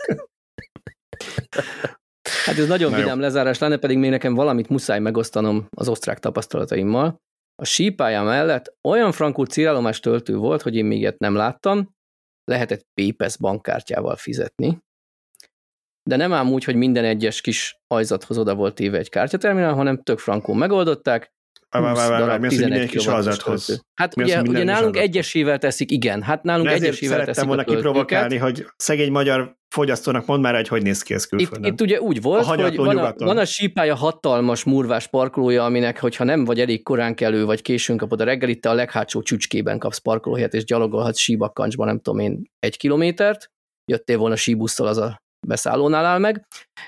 Hát ez nagyon Na vidám jó. lezárás lenne, pedig még nekem valamit muszáj megosztanom az osztrák tapasztalataimmal. A sípálya mellett olyan frankú célállomás töltő volt, hogy én még ilyet nem láttam, lehetett PayPass bankkártyával fizetni, de nem ám úgy, hogy minden egyes kis ajzathoz oda volt téve egy kártyaterminál, hanem tök frankón megoldották, húsz darab tizenegy kilowattos. Hát mi ugye, ugye nálunk egyesével teszik, igen, hát nálunk de egyesével teszik volna kiprovokálni, hogy szegény magyar fogyasztónak mondd már, hogy hogy néz ki ez külföldön. Itt, itt ugye úgy volt, hogy van a, van a sípálya hatalmas murvás parkolója, aminek, hogyha nem vagy elég korán kelő, vagy későn kapod a reggelit, te a leghátsó csücskében kapsz parkolóhelyet, és gyalogolhatsz síbakkancsban, nem tudom én, egy kilométert, jöttél volna síbusszal, az a beszállónál áll meg.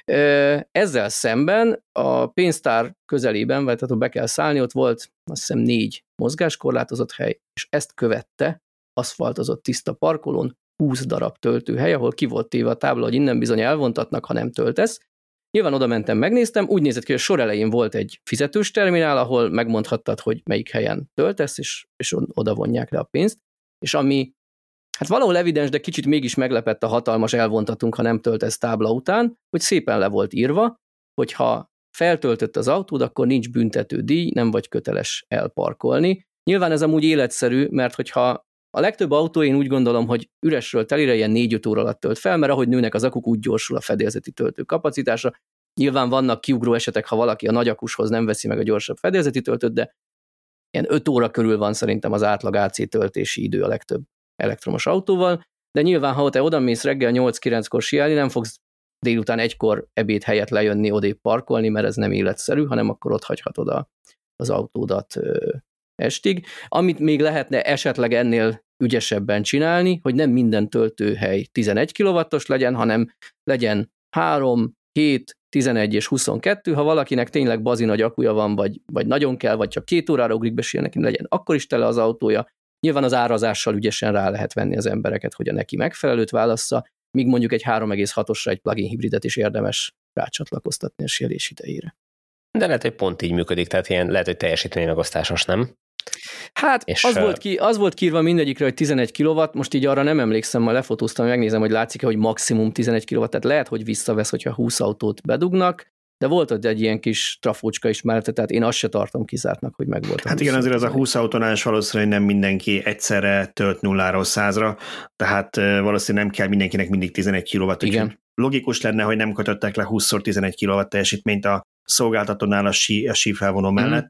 Ezzel szemben a pénztár közelében, vagy tehát be kell szállni, ott volt azt hiszem négy mozgáskorlátozott hely, és ezt követte aszfaltozott tiszta parkolón húsz darab töltőhely, ahol ki volt téve a tábla, hogy innen bizony elvontatnak, ha nem töltesz. Nyilván oda mentem, megnéztem, úgy nézett ki, hogy a sor elején volt egy fizetős terminál, ahol megmondhattad, hogy melyik helyen töltesz, és, és oda vonják le a pénzt. És ami hát valahol evidens, de kicsit mégis meglepett a hatalmas elvontatunk, ha nem töltesz tábla után, hogy szépen le volt írva, hogyha feltöltött az autód, akkor nincs büntető díj, nem vagy köteles elparkolni. Nyilván ez amúgy életszerű, mert hogyha a legtöbb autó, én úgy gondolom, hogy üresről telire ilyen négy-öt óra alatt tölt fel, mert ahogy nőnek az akuk, úgy gyorsul a fedélzeti töltő kapacitása. Nyilván vannak kiugró esetek, ha valaki a nagy akushoz nem veszi meg a gyorsabb fedélzeti töltőt, de ilyen öt óra körül van szerintem az átlag á cé töltési idő a legtöbb elektromos autóval, de nyilván, ha te odamész reggel nyolc-kilenckor siálni, nem fogsz délután egykor ebéd helyett lejönni, odébb parkolni, mert ez nem életszerű, hanem akkor ott hagyhatod a, az autódat ö, estig. Amit még lehetne esetleg ennél ügyesebben csinálni, hogy nem minden töltőhely tizenegy kilowattos legyen, hanem legyen három, hét, tizenegy és huszonkettő, ha valakinek tényleg bazi nagy akuja van, vagy, vagy nagyon kell, vagy csak két órára ugrik be síelni, neki legyen akkor is tele az autója. Nyilván az árazással ügyesen rá lehet venni az embereket, hogy a neki megfelelőt válassza, míg mondjuk egy három egész hatosra egy plug-in hibridet is érdemes rácsatlakoztatni a síelés idejére. De lehet, hogy pont így működik, tehát ilyen, lehet, hogy teljesítménymegosztásos, nem? Hát és az, uh... volt ki, az volt kiírva mindegyikre, hogy tizenegy kilowatt, most így arra nem emlékszem, majd lefotóztam, megnézem, hogy látszik-e, hogy maximum tizenegy kilowatt, tehát lehet, hogy visszavesz, hogyha húsz autót bedugnak, de volt ott egy ilyen kis trafócska is mellette, tehát én azt se tartom kizártnak, hogy meg volt. Hát igen, azért az a húsz autónál is valószínűleg nem mindenki egyszerre tölt nulláról százra, tehát valószínűleg nem kell mindenkinek mindig tizenegy kilowatt. Igen. Logikus lenne, hogy nem kötöttek le húszszor tizenegy kilowatt teljesítményt a szolgáltatónál a, sí, a sífelvonó mellett. Mm.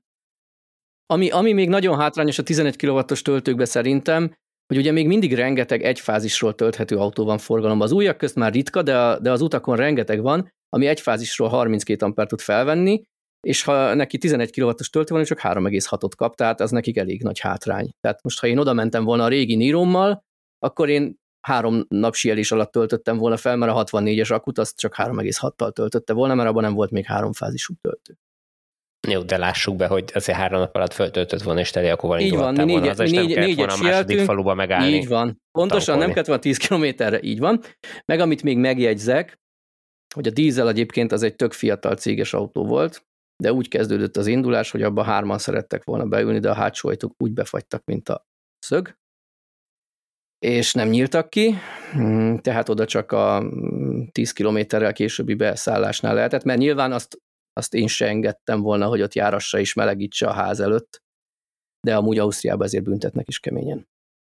Ami, ami még nagyon hátrányos a tizenegy kilowattos töltőkbe szerintem, hogy ugye még mindig rengeteg egyfázisról tölthető autó van forgalomban. Az újak közt már ritka, de, a, de az utakon rengeteg van, ami egyfázisról harminckét ampert tud felvenni, és ha neki tizenegy kilowattos töltő van, csak három egész hatot kap, tehát az nekik elég nagy hátrány. Tehát most, ha én oda mentem volna a régi Nirommal, akkor én három nap síelés alatt töltöttem volna fel, mert a hatvannégyes akut azt csak három egész hattal töltötte volna, mert abban nem volt még háromfázisú töltő. Jó, de lássuk be, hogy azért három nap alatt föltöltött volna, és teli akkúval indultál volna haza, és nem kellett volna a második faluba megállni. Így van. Pontosan, nem kellett volna tíz kilométerre, így van. Meg amit még megjegyzek, hogy a dízel egyébként az egy tök fiatal céges autó volt, de úgy kezdődött az indulás, hogy abban hárman szerettek volna beülni, de a hátsó ajtók úgy befagytak, mint a szög, és nem nyíltak ki, tehát oda csak a tíz kilométerrel későbbi beszállásnál lehetett, mert nyilván azt, azt én se engedtem volna, hogy ott járassa és melegítse a ház előtt, de amúgy Ausztriában ezért büntetnek is keményen.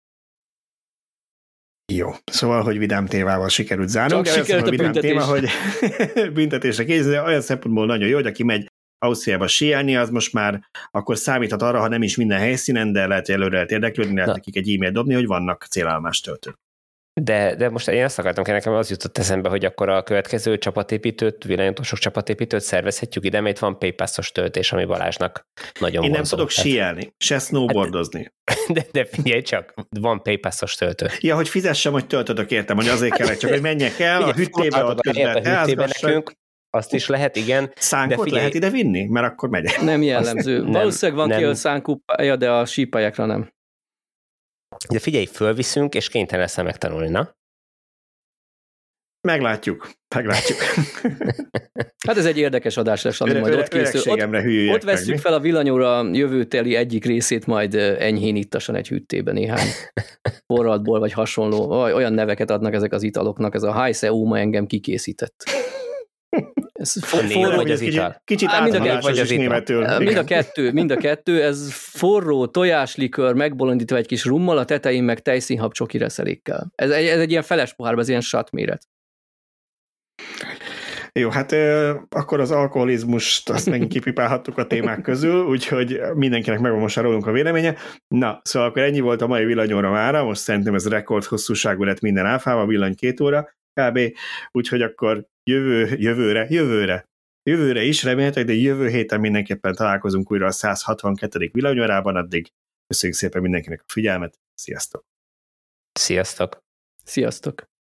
Jó, szóval, hogy vidám témával sikerült zárnunk. Csak sikerült a vidám büntetés. Téma, hogy büntetésre készül, de olyan szempontból nagyon jó, hogy aki megy Ausztriába síelni, az most már akkor számíthat arra, ha nem is minden helyszínen, de lehet, hogy előre lehet érdeklődni, lehet nekik egy e-mailt dobni, hogy vannak célállomás töltők. De, de most én azt akartam, hogy nekem az jutott eszembe, hogy akkor a következő csapatépítőt, villanyautósok csapatépítőt szervezhetjük ide, mert itt van Paypass-os töltés, ami Balázsnak nagyon Én nem vonzó. tudok síelni, se snowboardozni. De, de figyelj csak, van Paypass-os töltő. Ja, hogy fizessem, hogy töltödök, értem, hogy azért kellek, csak hogy menjek el a hűtébe, ott közben nekünk, azt is lehet, igen. Szánkot figyelj, lehet ide vinni? Mert akkor megyek. Nem jellemző. Nem, Valószínűleg van nem. ki a szánkupája, de a sípályákra nem. De figyelj, fölviszünk, és kénytelen leszel megtanulni, na? Meglátjuk, meglátjuk. Hát ez egy érdekes adás lesz, ami majd ott készül. Ott, ott vesszük fel a villanyóra jövőteli egyik részét, majd enyhén ittasan egy hűtében néhány forradból, vagy hasonló. Olyan neveket adnak ezek az italoknak, ez a Heise Uma engem kikészített. Ez forró, vagy az ital? Kicsit áthalásos is németül. Mind a kettő, mind a kettő, ez forró tojáslikör, megbolondítva egy kis rummal, a tetején meg tejszínhab csoki reszelékkel. Ez egy, ez egy ilyen feles pohárban, ez ilyen shot méret. Jó, hát euh, akkor az alkoholizmust azt megint kipipálhattuk a témák közül, úgyhogy mindenkinek megvan most rólunk a véleménye. Na, szóval akkor ennyi volt a mai villanyóra mára, most szerintem ez rekord hosszúságú lett minden áfával, villany két óra kb. Úgyhogy akkor jövő, jövőre, jövőre, jövőre is remélhetőleg, de jövő héten mindenképpen találkozunk újra a száz hatvankettedik villanyórában, addig köszönjük szépen mindenkinek a figyelmet, sziasztok! Sziasztok! Sziasztok!